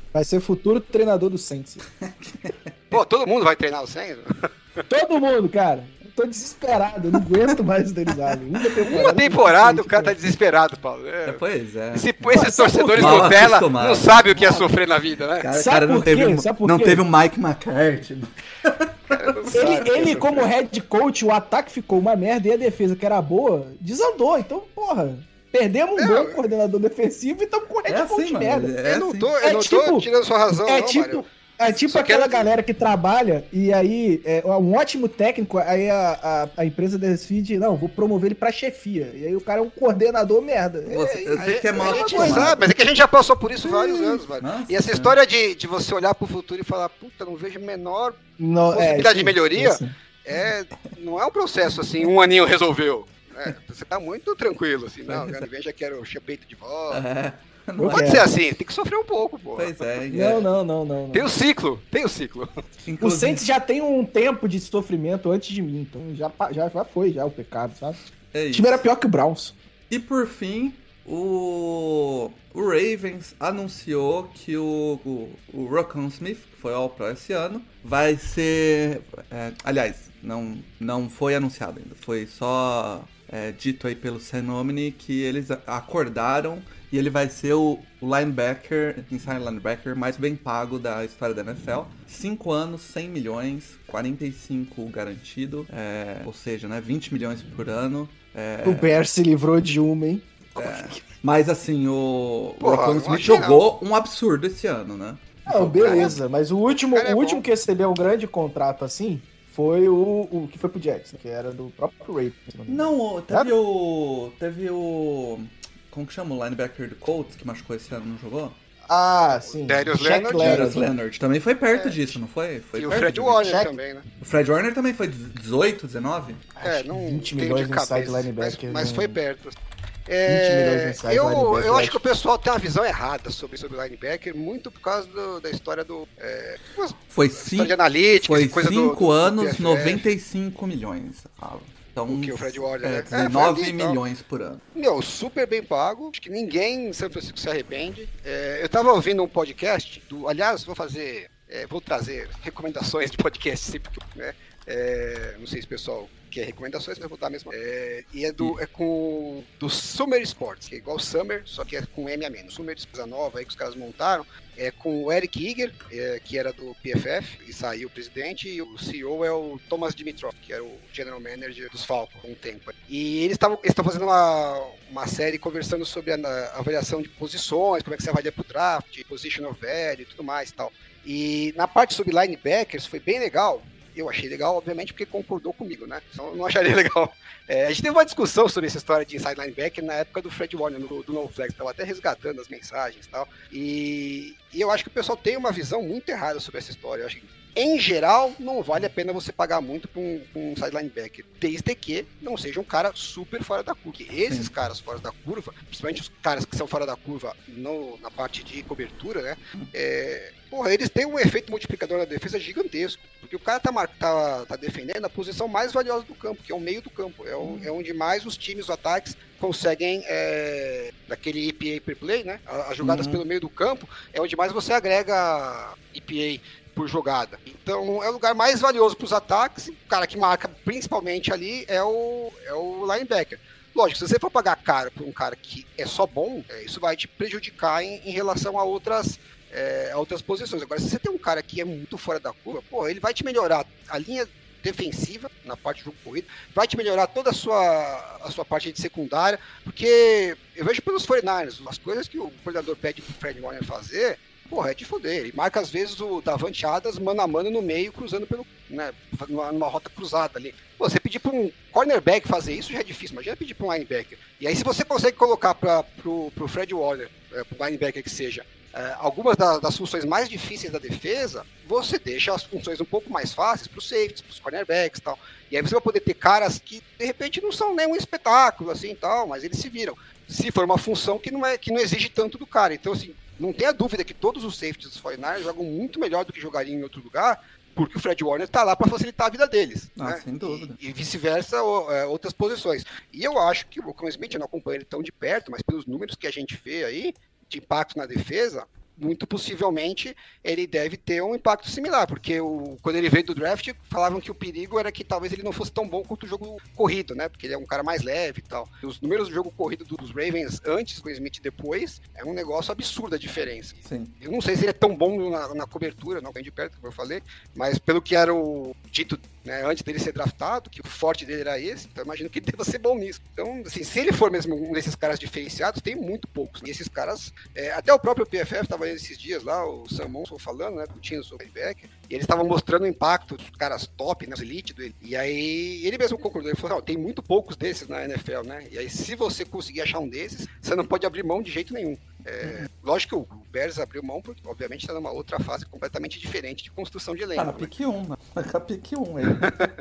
Vai ser futuro treinador do Saints. Pô, todo mundo vai treinar o Saints? Todo mundo, cara. Eu tô desesperado, eu não aguento mais o Denis Allen. Uma temporada, Uma temporada o cara tá desesperado, Paulo. É, pois é. Esse, esses torcedores Mal Nutella acostumado. não sabem o que é sofrer na vida, né? Cara, Sabe cara não por teve, quê? um- Sabe por não quê? teve um Mike McCarthy. Cara, não sabe o Ele, que é ele sofrer. como head coach, o ataque ficou uma merda e a defesa, que era boa, desandou. Então, porra, perdemos um É, bom eu- coordenador defensivo e estamos com o head É coach assim, mano. merda. É Eu não assim. tô, eu É não tipo- tô tirando sua razão, É não, tipo, Mário. é tipo Só aquela quero- galera que trabalha e aí é um ótimo técnico, aí a, a, a empresa decide, não, vou promover ele pra chefia. E aí o cara é um coordenador merda. Você, É, eu A sei gente, que é mal a gente acostumado. sabe, mas é que a gente já passou por isso vários anos, velho. Nossa, E essa cara. história de, de você olhar pro futuro e falar, puta, não vejo a menor não, possibilidade de sim, melhoria, sim. é, não é um processo assim, um aninho resolveu. É, você tá muito tranquilo, assim, não, ano que vem já quero o Chapeito de volta. É, Eu não Não pode quero. ser assim, tem que sofrer um pouco, pô. Pois é. e Não, é. não, não, não. não. Tem o ciclo, tem o ciclo. O Inclusive- Saints já tem um tempo de sofrimento antes de mim, então já, pa- já, já foi já o pecado, sabe? é O isso. time era pior que o Browns. E por fim, o, o Ravens anunciou que o, o, o Roquan Smith, que foi All-Pro esse ano, vai ser... é, aliás, não, não foi anunciado ainda, foi só é, dito aí pelo Sam Omni que eles a- acordaram e ele vai ser o, o linebacker, inside linebacker mais bem pago da história da N F L. cinco anos, cem milhões, quarenta e cinco garantido, é, ou seja, né, vinte milhões por ano. É, O Bears se livrou de uma, hein? mas assim, o Porra, Roquan não Smith achei, jogou um absurdo esse ano, né? Não, beleza, mas o último, cara é o último bom. que recebeu um grande contrato assim foi o, o que foi pro Jackson, que era do próprio Ravens. se não me engano. Não, o- teve o. Teve o. Como que chama o linebacker do Colts que machucou esse ano, não jogou? Ah, sim. Darius Shaq Leonard. Darius Leonard. Também foi perto disso, não foi? Foi E o perto Fred disso. Warner Shaq. também, né? O Fred Warner também foi dezoito, dezenove? É, não vinte tenho milhões de no inside cabeça, linebacker, Mas, mas não- foi perto. vinte É, milhões no inside eu, linebacker, eu acho acho. que o pessoal tem uma visão errada sobre, sobre o linebacker, muito por causa do- da história do. É, umas- Foi história de cinco, analítica, foi coisa do- cinco do- do anos, P F F. noventa e cinco milhões. Fala. Então, O que, o Fred Warner, é, né? É, dezenove foi ali, então. milhões por ano. Meu, super bem pago. Acho que ninguém em São Francisco se arrepende. É, eu tava ouvindo um podcast do. Aliás, vou fazer. é, vou trazer recomendações de podcast sempre que eu. Né, é, não sei se o pessoal quer recomendações, mas eu vou dar mesmo. É, e é, do, é com. Do Summer Sports, que é igual Summer, só que é com M a menos. Summer Sports, a nova aí que os caras montaram. É com o Eric Eager, é, que era do P F F, e saiu o presidente, e o C E O é o Thomas Dimitrov, que era o General Manager dos Falcons há um tempo. E eles estavam eles fazendo uma, uma série conversando sobre a, a avaliação de posições, como é que você avalia pro draft, positional value e tudo mais e tal. E na parte sobre linebackers foi bem legal. Eu achei legal, obviamente, porque concordou comigo, né? Então eu não acharia legal. É, a gente teve uma discussão sobre essa história de inside linebacker na época do Fred Warner, no, do No Flex, estava até resgatando as mensagens e tal. E, e eu acho que o pessoal tem uma visão muito errada sobre essa história. Eu acho que, em geral, não vale a pena você pagar muito para um, pra um inside linebacker, desde que não seja um cara super fora da curva. Porque esses Sim. caras fora da curva, principalmente os caras que são fora da curva no, na parte de cobertura, né? É, porra, eles têm um efeito multiplicador na defesa gigantesco. Porque o cara tá, mar- tá, tá defendendo a posição mais valiosa do campo, que é o meio do campo. É, o- é onde mais os times, os ataques, conseguem, é, daquele E P A per play, né? A- As jogadas Uhum. pelo meio do campo, é onde mais você agrega E P A por jogada. Então é o lugar mais valioso para os ataques. O cara que marca principalmente ali é o, é o linebacker. Lógico, se você for pagar caro por um cara que é só bom, é, isso vai te prejudicar em, em relação a outras, é, a outras posições. Agora, se você tem um cara que é muito fora da curva, pô, ele vai te melhorar a linha defensiva na parte do jogo corrido, vai te melhorar toda a sua, a sua parte de secundária, porque eu vejo pelos forty-niners, as coisas que o coordenador pede pro Fred Warner fazer, porra, é de foder. Ele marca às vezes o Davante Adams mano a mano no meio, cruzando pelo, né, numa, numa rota cruzada ali. Pô, você pedir para um cornerback fazer isso já é difícil, imagina pedir para um linebacker. E aí se você consegue colocar para pro, pro Fred Warner, é, pro linebacker que seja, é, algumas da, das funções mais difíceis da defesa, você deixa as funções um pouco mais fáceis para os safeties, para os cornerbacks e tal. E aí você vai poder ter caras que de repente não são nem um espetáculo assim tal, mas eles se viram. Se for uma função que não, é, que não exige tanto do cara. Então assim, não tenha dúvida que todos os safeties dos forty-niners jogam muito melhor do que jogariam em outro lugar, porque o Fred Warner está lá para facilitar a vida deles. Ah, né? sem dúvida. E, e vice-versa, ou, é, outras posições. E eu acho que o Roquan Smith, eu não acompanho ele tão de perto, mas pelos números que a gente vê aí, de impacto na defesa, muito possivelmente ele deve ter um impacto similar, porque o, quando ele veio do draft, falavam que o perigo era que talvez ele não fosse tão bom quanto o jogo corrido, né? Porque ele é um cara mais leve e tal. Os números do jogo corrido dos Ravens antes com o Smith e depois é um negócio absurdo a diferença. Sim. Eu não sei se ele é tão bom na, na cobertura, não bem de perto, como eu falei, mas pelo que era o dito, né, antes dele ser draftado, que o forte dele era esse, então eu imagino que ele deva ser bom nisso. Então, assim, se ele for mesmo um desses caras diferenciados, tem muito poucos. E esses caras, é, até o próprio P F F estava esses dias lá, o Sam Monson falando, né, discutindo sobre o linebacker, e eles estavam mostrando o impacto dos caras top, né, os elite dele. E aí, ele mesmo concordou, ele falou, não, tem muito poucos desses na N F L, né, e aí se você conseguir achar um desses, você não pode abrir mão de jeito nenhum. É, lógico que o Bears abriu mão, porque obviamente está numa outra fase completamente diferente de construção de elenco. Tá na né? pick um, né? Na pick um aí.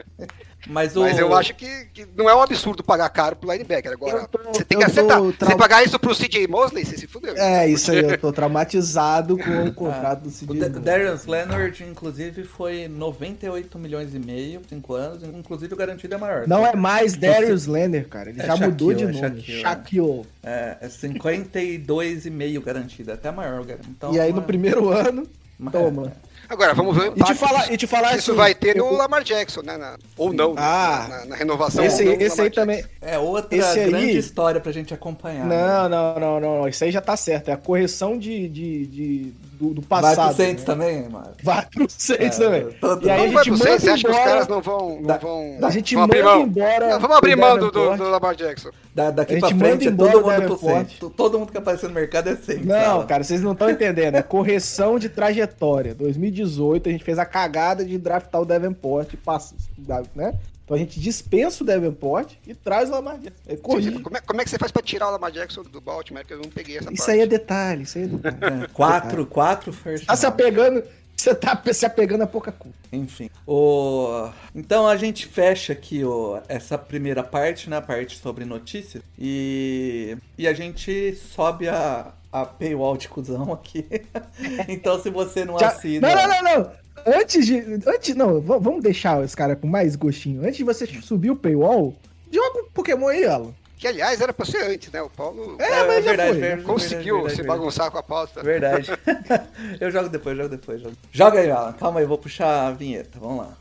Mas, o... Mas eu acho que, que não é um absurdo pagar caro pro linebacker. Agora, tô, você tem que acertar. Você trau... pagar isso pro C J Mosley, você se fudeu. É, isso aí, eu tô traumatizado com o contrato do C J Mosley. O Darius Leonard, inclusive, foi noventa e oito milhões e meio, cinco anos, inclusive o garantido é maior. Não é mais Darius Leonard, cara, ele é já Shaquille, mudou de é nome. Shaquille. Shaquille. É, é cinquenta e dois e meio garantido, é até maior. Então, e aí no é... primeiro ano, Mas, toma. É. Agora, vamos ver o impacto e te falar, e te falar isso assim, vai ter no eu... Lamar Jackson, né? Na... Ou não, ah, na, na renovação. Esse, não, esse aí também. É outra esse grande aí... história pra gente acompanhar. Não, né? não, não, não, não. Isso aí já tá certo. É a correção de, de, de, do, do passado. Vai pro Saints né? também, mano. Vai pro Saints é, também. Todo... E aí não a gente manda Você acha que os embora... caras não vão. Não da, vão a gente vão manda mão. embora. Não, vamos abrir mão do, do, do Lamar Jackson. Da, daqui a pra gente frente é manda todo mundo pro Saints. Todo mundo que apareceu no mercado é Saints. Não, fala. cara, vocês não estão entendendo. É correção de trajetória. dois mil e dezoito a gente fez a cagada de draftar o Davenport, passa, né? Então a gente dispensa o Davenport e traz o Lamar Jackson. É Sim, como, é, como é que você faz pra tirar o Lamar Jackson do Baltimore? Que eu não peguei essa isso parte. Aí é detalhe, isso aí é detalhe. É, quatro, quatro first. Tá se apegando, você tá se apegando a pouca coisa. Enfim. O... Então a gente fecha aqui o... essa primeira parte, né? A parte sobre notícias. E, e a gente sobe a, a paywall de cuzão aqui. Então se você não Já... assina... Não, não, não, não. Antes de. Antes, não, vamos deixar esse cara com mais gostinho. Antes de você subir o paywall, joga um Pokémon aí, Alan. Que, aliás, era pra ser antes, né? O Paulo é, é mas já verdade, foi. verdade, conseguiu verdade, se verdade. bagunçar com a pauta. Verdade. Eu jogo depois, jogo depois. Jogo. Joga aí, Alan. Calma aí, eu vou puxar a vinheta. Vamos lá.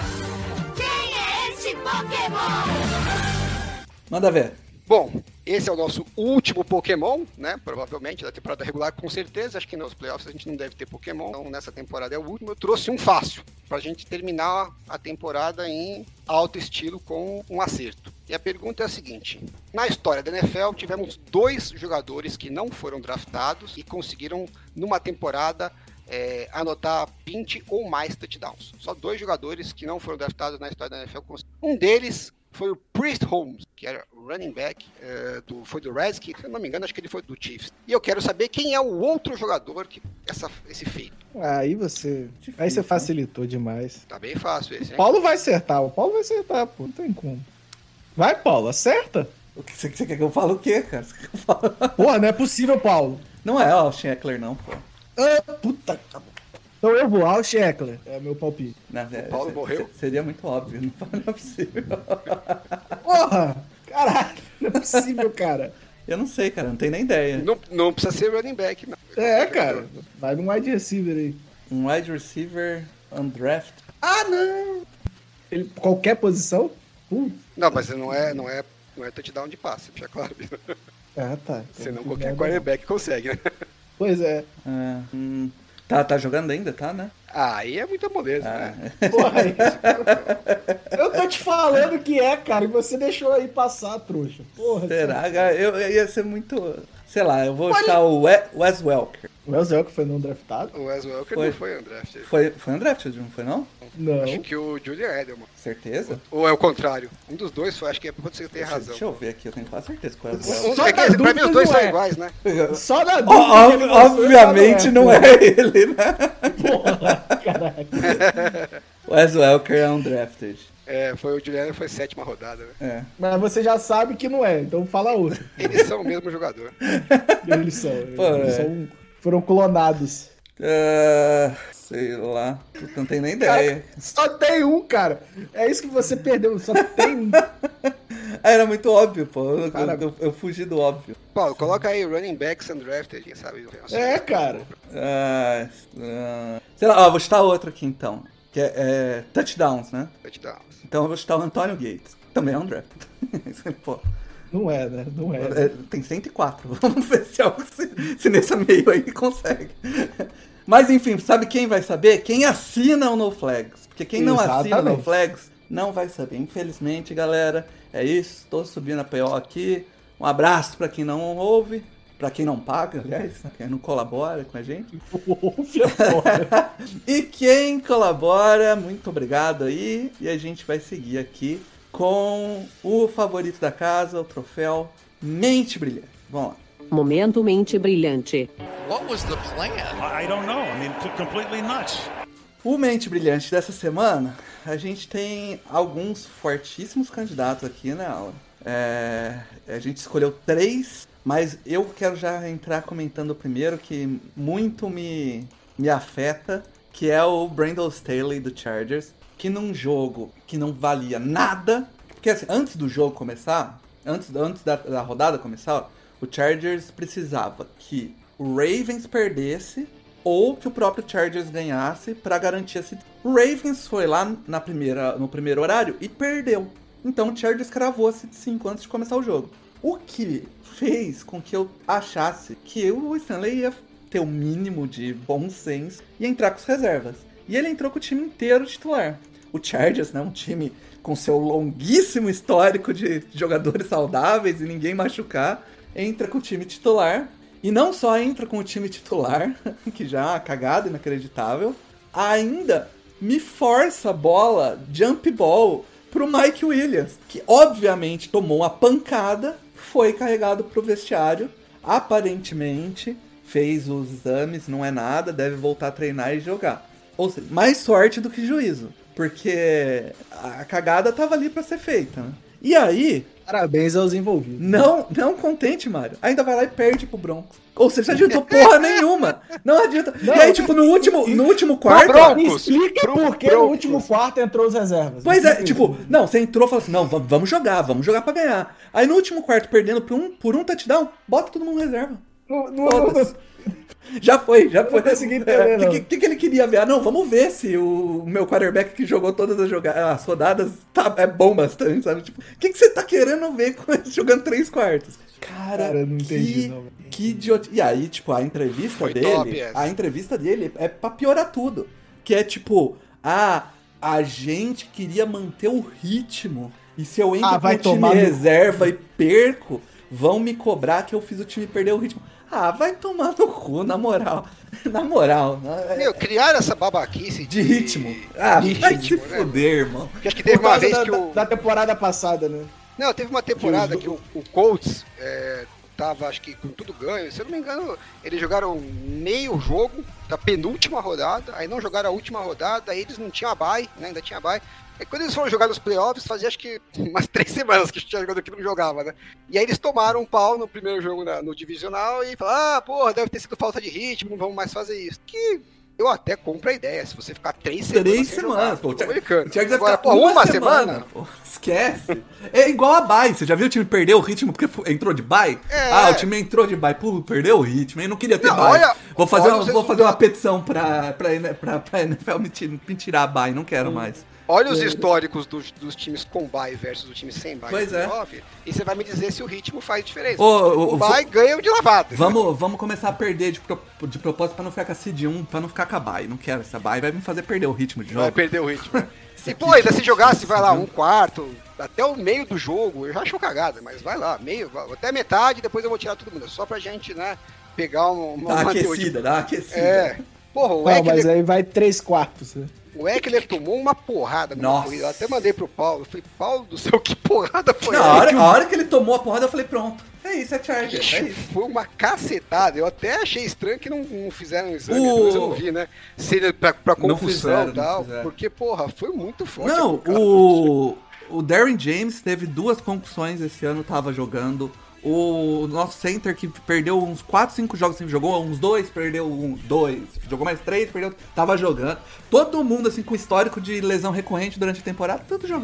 Quem é esse Pokémon? Manda ver. Bom, esse é o nosso último Pokémon, né? Provavelmente, da temporada regular, com certeza. Acho que nos playoffs a gente não deve ter Pokémon. Então, nessa temporada é o último. Eu trouxe um fácil, pra gente terminar a temporada em alto estilo com um acerto. E a pergunta é a seguinte. Na história da N F L, tivemos dois jogadores que não foram draftados e conseguiram, numa temporada, é, anotar vinte ou mais touchdowns. Só dois jogadores que não foram draftados na história da N F L. Um deles foi o Priest Holmes, que era running back, uh, do, foi do Redskins, se eu não me engano, acho que ele foi do Chiefs. E eu quero saber quem é o outro jogador que essa, esse feito. Aí você. Difícil, aí você facilitou demais. Tá bem fácil esse, hein? O Paulo vai acertar, o Paulo vai acertar, pô. Não tem como. Vai, Paulo, acerta. O que você, você quer que eu fale o quê, cara? Você quer que eu fale? Porra, não é possível, Paulo. Não é o Austin Eckler, não, pô. Ah, puta que pariu. Então eu vou, Austin Eckler. É meu palpite. Não, é, o Paulo é, morreu? Seria muito óbvio, não é possível. Porra! Caralho, não é possível, cara. Eu não sei, cara, não tenho nem ideia. Não, não precisa ser running back, não. É, cara. Vai num wide receiver aí. Um wide receiver undrafted. Ah, não! Ele, qualquer posição? Uh. Não, mas não é, não é, não é touchdown de passe, deixa claro. Ah, tá. Senão qualquer quarterback consegue, né? Pois é. É, hum, tá, tá jogando ainda, tá, né? Ah, aí é muita moleza, Ah, né? Porra, aí. Eu tô te falando que é, cara, e você deixou aí passar, trouxa. Porra. Será, cara? Eu, eu ia ser muito... Sei lá, eu vou achar o We- Wes Welker. O Wes Welker foi não draftado? O Wes Welker Foi. não foi undrafted. Foi, foi undrafted, não foi, não? Não. Acho que o Julian Edelman. Certeza? Ou é o contrário? Um dos dois foi, acho que é, pode ser que tenha Deixa, razão. deixa eu ver aqui, eu tenho quase certeza qual é o Um, Welker. Só é que, na pra mim dúvida os dois não são é. iguais, né? Só na Ó, dúvida. ó, que ele mostrou, obviamente tá, não é ele, né? Porra, caralho. Wes Welker é undrafted. É, foi o Julian, foi sétima rodada, né? É. Mas você já sabe que não é, então fala outro. Eles são o mesmo jogador. Eles são. Pô, eles é. são foram clonados. Uh, sei lá, puta, não tenho nem ideia. Cara, só tem um, cara. É isso que você perdeu, só tem um. Era muito óbvio, pô. Eu, Cara, eu, eu fugi do óbvio. Paulo, coloca aí running backs undrafted, quem sabe? É, cara. Ah, ah, sei lá, ó, vou chutar outro aqui então. Que é, é touchdowns, né? Touchdowns. Então eu vou chutar o Antônio Gates. Também é um draft. Pô, Não é, né? Não é. é, tem cento e quatro. Vamos ver se, algo, se, se nesse meio aí consegue. Mas enfim, sabe quem vai saber? Quem assina o NoFlags. Porque quem não assina o Exatamente. NoFlags não vai saber. Infelizmente, galera, é isso. Estou subindo a P O aqui. Um abraço pra quem não ouve. Pra quem não paga, aliás, quem não colabora com a gente. Ouve a porra. E quem colabora, muito obrigado aí. E a gente vai seguir aqui com o favorito da casa, o troféu Mente Brilhante. Vamos lá. Momento Mente Brilhante. What was the plan? I I don't know. I mean, completely nuts. O Mente Brilhante dessa semana, a gente tem alguns fortíssimos candidatos aqui, né, Alan? É, a gente escolheu três, mas eu quero já entrar comentando o primeiro que muito me, me afeta, que é o Brandon Staley do Chargers, que num jogo que não valia nada, porque assim, antes do jogo começar, antes, antes da, da rodada começar, o Chargers precisava que o Ravens perdesse ou que o próprio Chargers ganhasse para garantir esse... O Ravens foi lá na primeira, no primeiro horário e perdeu. Então o Chargers cravou esse cinco antes de começar o jogo. O que fez com que eu achasse que o Stanley ia ter o mínimo de bom senso e entrar com as reservas. E ele entrou com o time inteiro titular. O Chargers, né, um time com seu longuíssimo histórico de jogadores saudáveis e ninguém machucar, entra com o time titular. E não só entra com o time titular, que já é uma cagada inacreditável, ainda me força a bola, jump ball, pro Mike Williams, que obviamente tomou uma pancada, foi carregado pro vestiário, aparentemente fez os exames, não é nada, deve voltar a treinar e jogar. Ou seja, mais sorte do que juízo, porque a cagada tava ali pra ser feita, né? E aí... Parabéns aos envolvidos. Não, não contente, Mário. Ainda vai lá e perde pro Broncos. Ou seja, não adiantou porra nenhuma. Não adianta. Não, e aí, tipo, no último, no último quarto... Broncos. Me explica Pro- por que Broncos. no último quarto entrou os reservas. Pois é, Explica tipo, isso. não, você entrou e falou assim, não, vamos vamos jogar, vamos jogar pra ganhar. Aí no último quarto, perdendo por um, por um touchdown, bota todo mundo em reserva. Não, não, Foda-se. Já foi, já foi. não consegui entender, O não. que, que, que ele queria ver? Ah, não, vamos ver se o meu quarterback que jogou todas as, joga- as rodadas tá, é bom bastante, sabe? Tipo, o que, que você tá querendo ver com ele jogando três quartos? Cara, Cara, eu não que, entendi, não. que idiota. E aí, tipo, a entrevista Foi dele, top essa. a entrevista dele é pra piorar tudo. Que é tipo, ah, a gente queria manter o ritmo. E se eu entro Ah, com vai o time tomar no- reserva e perco, vão me cobrar que eu fiz o time perder o ritmo. Ah, vai tomar no cu, na moral. Na moral. né? Meu, criaram essa babaquice De ritmo. Ah, de vai ritmo, se né? fuder, irmão. Porque acho que teve Por uma causa vez da, que o... da temporada passada, né? Não, teve uma temporada que o, o Colts é, tava, acho que com tudo ganho. Se eu não me engano, eles jogaram meio jogo da penúltima rodada, aí não jogaram a última rodada, aí eles não tinham a bye, né? Ainda tinha a bye. Aí quando eles foram jogar nos playoffs, fazia acho que umas três semanas que a gente tinha jogado aqui e não jogava, né? E aí eles tomaram um pau no primeiro jogo na- no divisional e falaram, ah, porra, deve ter sido falta de ritmo, não vamos mais fazer isso. Que eu até compro a ideia, se você ficar três semanas Três sem semanas, jogar pô. futebol americano. Tinha que Agora, ficar pô, uma semana? pô. Esquece. É igual a bye. Você já viu o time perder o ritmo porque fu- entrou de bye? É. Ah, o time entrou de bye. Pô, perdeu o ritmo. Eu não queria ter Não, bye. olha- vou fazer, olha uma, os vou fazer uma resultados. petição pra, pra, pra, pra N F L me ti- me tirar a bye. Não quero mais. Olha os históricos dos, dos times com bye versus o time sem bye. Pois no é. playoff, e você vai me dizer se o ritmo faz diferença. Ô, ô, o ô, bye ganha de lavada. Vamos, vamos começar a perder de, pro- de propósito pra não ficar com a seed um, pra não ficar com a bye. Não quero essa bye. Vai me fazer perder o ritmo de Vai jogo. perder o ritmo. né? Isso E aqui, pô, ainda se gente, jogasse, vai lá, isso um quarto, até o meio do jogo, eu já acho cagada, mas vai lá, meio, até metade, depois eu vou tirar todo mundo. Só pra gente, né, pegar uma, uma Dá uma uma teoria. aquecida, dá uma aquecida. É. Porra, o Não, mas Eckler, aí vai três quartos, né? o Eckler tomou uma porrada numa Nossa. corrida. Eu até mandei pro Paulo. Eu falei, Paulo do céu, que porrada foi Na essa? hora, a hora que ele tomou a porrada, eu falei, pronto. É isso, é Chargers, é Bicho, isso. foi uma cacetada. Eu até achei estranho que não, não fizeram um exame, O- depois eu não vi, né? Se ele pra, pra Não confusão fizeram, e tal. não fizeram. Porque, porra, foi muito forte. Não, a pancada. o, o Darren James teve duas concussões esse ano, tava jogando. O nosso center que perdeu uns quatro, cinco jogos, assim, jogou uns dois, perdeu um, dois, jogou mais três, perdeu, tava jogando. Todo mundo, assim, com histórico de lesão recorrente durante a temporada, tudo jogando.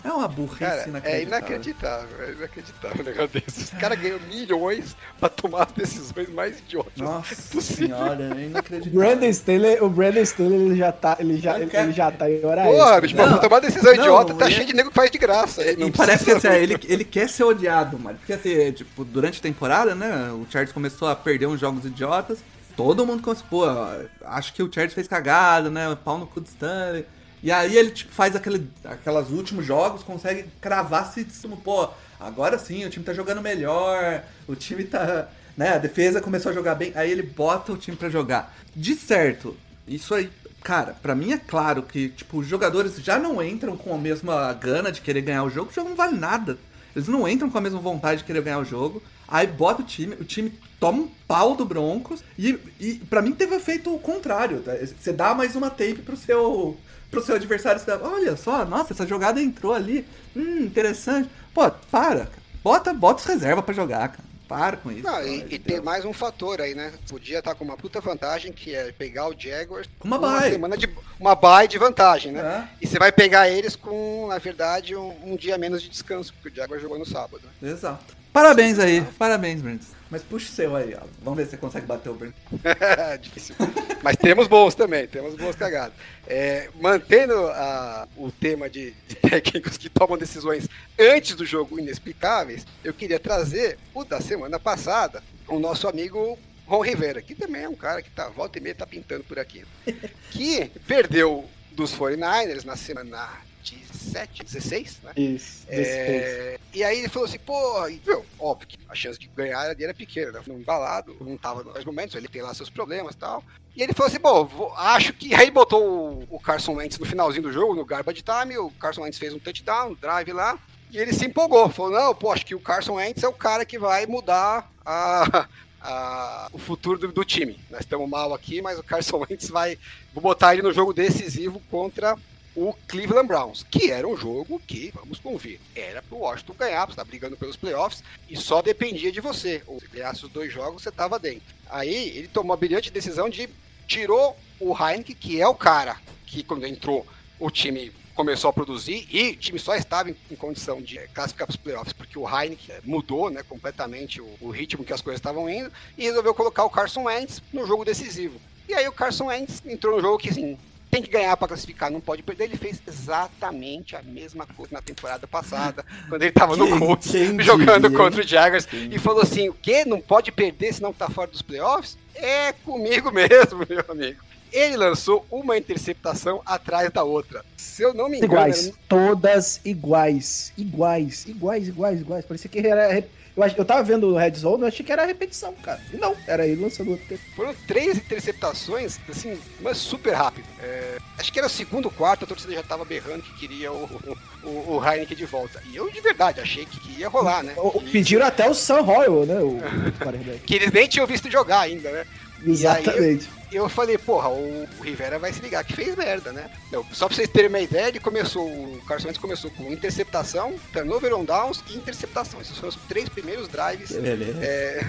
É uma burrice Cara, é inacreditável. inacreditável, é inacreditável o negócio desse. Os caras ganham milhões pra tomar as decisões mais idiotas Nossa possível. senhora, é O inacreditável. Brandon Staley, o Brandon Staley, ele já tá, ele já, ele, ele já tá em hora Porra, extra. bicho, Não, pra tomar decisão não, idiota, tá e- cheio de nego que faz de graça. E Não parece que precisa- assim, ele, ele quer ser odiado, mano. Porque assim, tipo, durante a temporada, né, o Chargers começou a perder uns jogos idiotas. Todo mundo começou, pô, acho que o Chargers fez cagada, né, pau no cu do Stanley. E aí ele, tipo, faz aquele, aquelas últimos jogos, consegue cravar-se, pô, agora sim, o time tá jogando melhor, o time tá, né, a defesa começou a jogar bem, aí ele bota o time pra jogar. De certo, isso aí, cara, pra mim é claro que, tipo, os jogadores já não entram com a mesma gana de querer ganhar o jogo, o jogo não vale nada. Eles não entram com a mesma vontade de querer ganhar o jogo, aí bota o time, o time toma um pau do Broncos, e, e pra mim teve feito o contrário, tá? Você dá mais uma tape pro seu... pro seu adversário, você dá, olha só, nossa, essa jogada entrou ali, hum, interessante. Pô, para, cara. Bota, bota os reservas pra jogar, cara. Para com isso. Não, pelo e, amor de e tem Deus. mais um fator aí, né? Podia estar com uma puta vantagem, que é pegar o Jaguars Com uma bye. semana de uma bye de vantagem, né? É. E você vai pegar eles com, na verdade, um, um dia menos de descanso, porque o Jaguars jogou no sábado. Né? Exato. Parabéns aí, parabéns, Brent. Mas puxa o seu aí, ó. Vamos ver se você consegue bater o Brent. Difícil. Mas temos bons também, temos bons cagados. É, mantendo a, o tema de, de técnicos que tomam decisões antes do jogo inexplicáveis, eu queria trazer o da semana passada, o nosso amigo Ron Rivera, que também é um cara que tá, volta e meia tá pintando por aqui, que perdeu dos quarenta e nine ers na semana dezessete, dezesseis, né? Isso, É, e aí ele falou assim, pô, e, meu, óbvio que a chance de ganhar era, era pequena, né? Não embalado, não tava nos momentos, ele tem lá seus problemas e tal. E ele falou assim, pô, vou, acho que... Aí botou o, o Carson Wentz no finalzinho do jogo, no garbage time, o Carson Wentz fez um touchdown, drive lá, e ele se empolgou, falou, não, pô, acho que o Carson Wentz é o cara que vai mudar a... A, o futuro do, do time. Nós estamos mal aqui, mas o Carson Wentz vai... Vou botar ele no jogo decisivo contra o Cleveland Browns, que era um jogo que, vamos convir, era pro Washington ganhar, você tá brigando pelos playoffs, e só dependia de você. Ou se ganhasse os dois jogos, você tava dentro. Aí, ele tomou a brilhante decisão de tirou o Heineken, que é o cara que, quando entrou, o time começou a produzir, e o time só estava em, em condição de é, classificar para os playoffs, porque o Heineken é, mudou, né, completamente o, o ritmo que as coisas estavam indo, e resolveu colocar o Carson Wentz no jogo decisivo. E aí o Carson Wentz entrou no jogo que, assim, tem que ganhar para classificar, não pode perder. Ele fez exatamente a mesma coisa na temporada passada, quando ele estava no Colts, jogando diria, contra o Jaguars, quem? E falou assim, o quê? Não pode perder senão tá fora dos playoffs? É comigo mesmo, meu amigo. Ele lançou uma interceptação atrás da outra. Se eu não me engano... Iguais, era... todas iguais, iguais, iguais, iguais, iguais. Parecia que era... Eu, ach... eu tava vendo o Red Zone, eu achei que era repetição, cara. E não, era ele lançando outro. Foram três interceptações, assim, mas super rápido. É... Acho que era o segundo quarto, a torcida já tava berrando que queria o, o, o Heineken de volta. E eu, de verdade, achei que ia rolar, né? O, que... Pediram até o Sam Hoyle, né? O... que eles nem tinham visto jogar ainda, né? Exatamente. Eu, eu falei, porra, o, o Rivera vai se ligar que fez merda, né? Eu, só pra vocês terem uma ideia, ele começou, o Carson Wentz começou com interceptação, turnover on downs e interceptação. Esses foram os três primeiros drives. Beleza. É,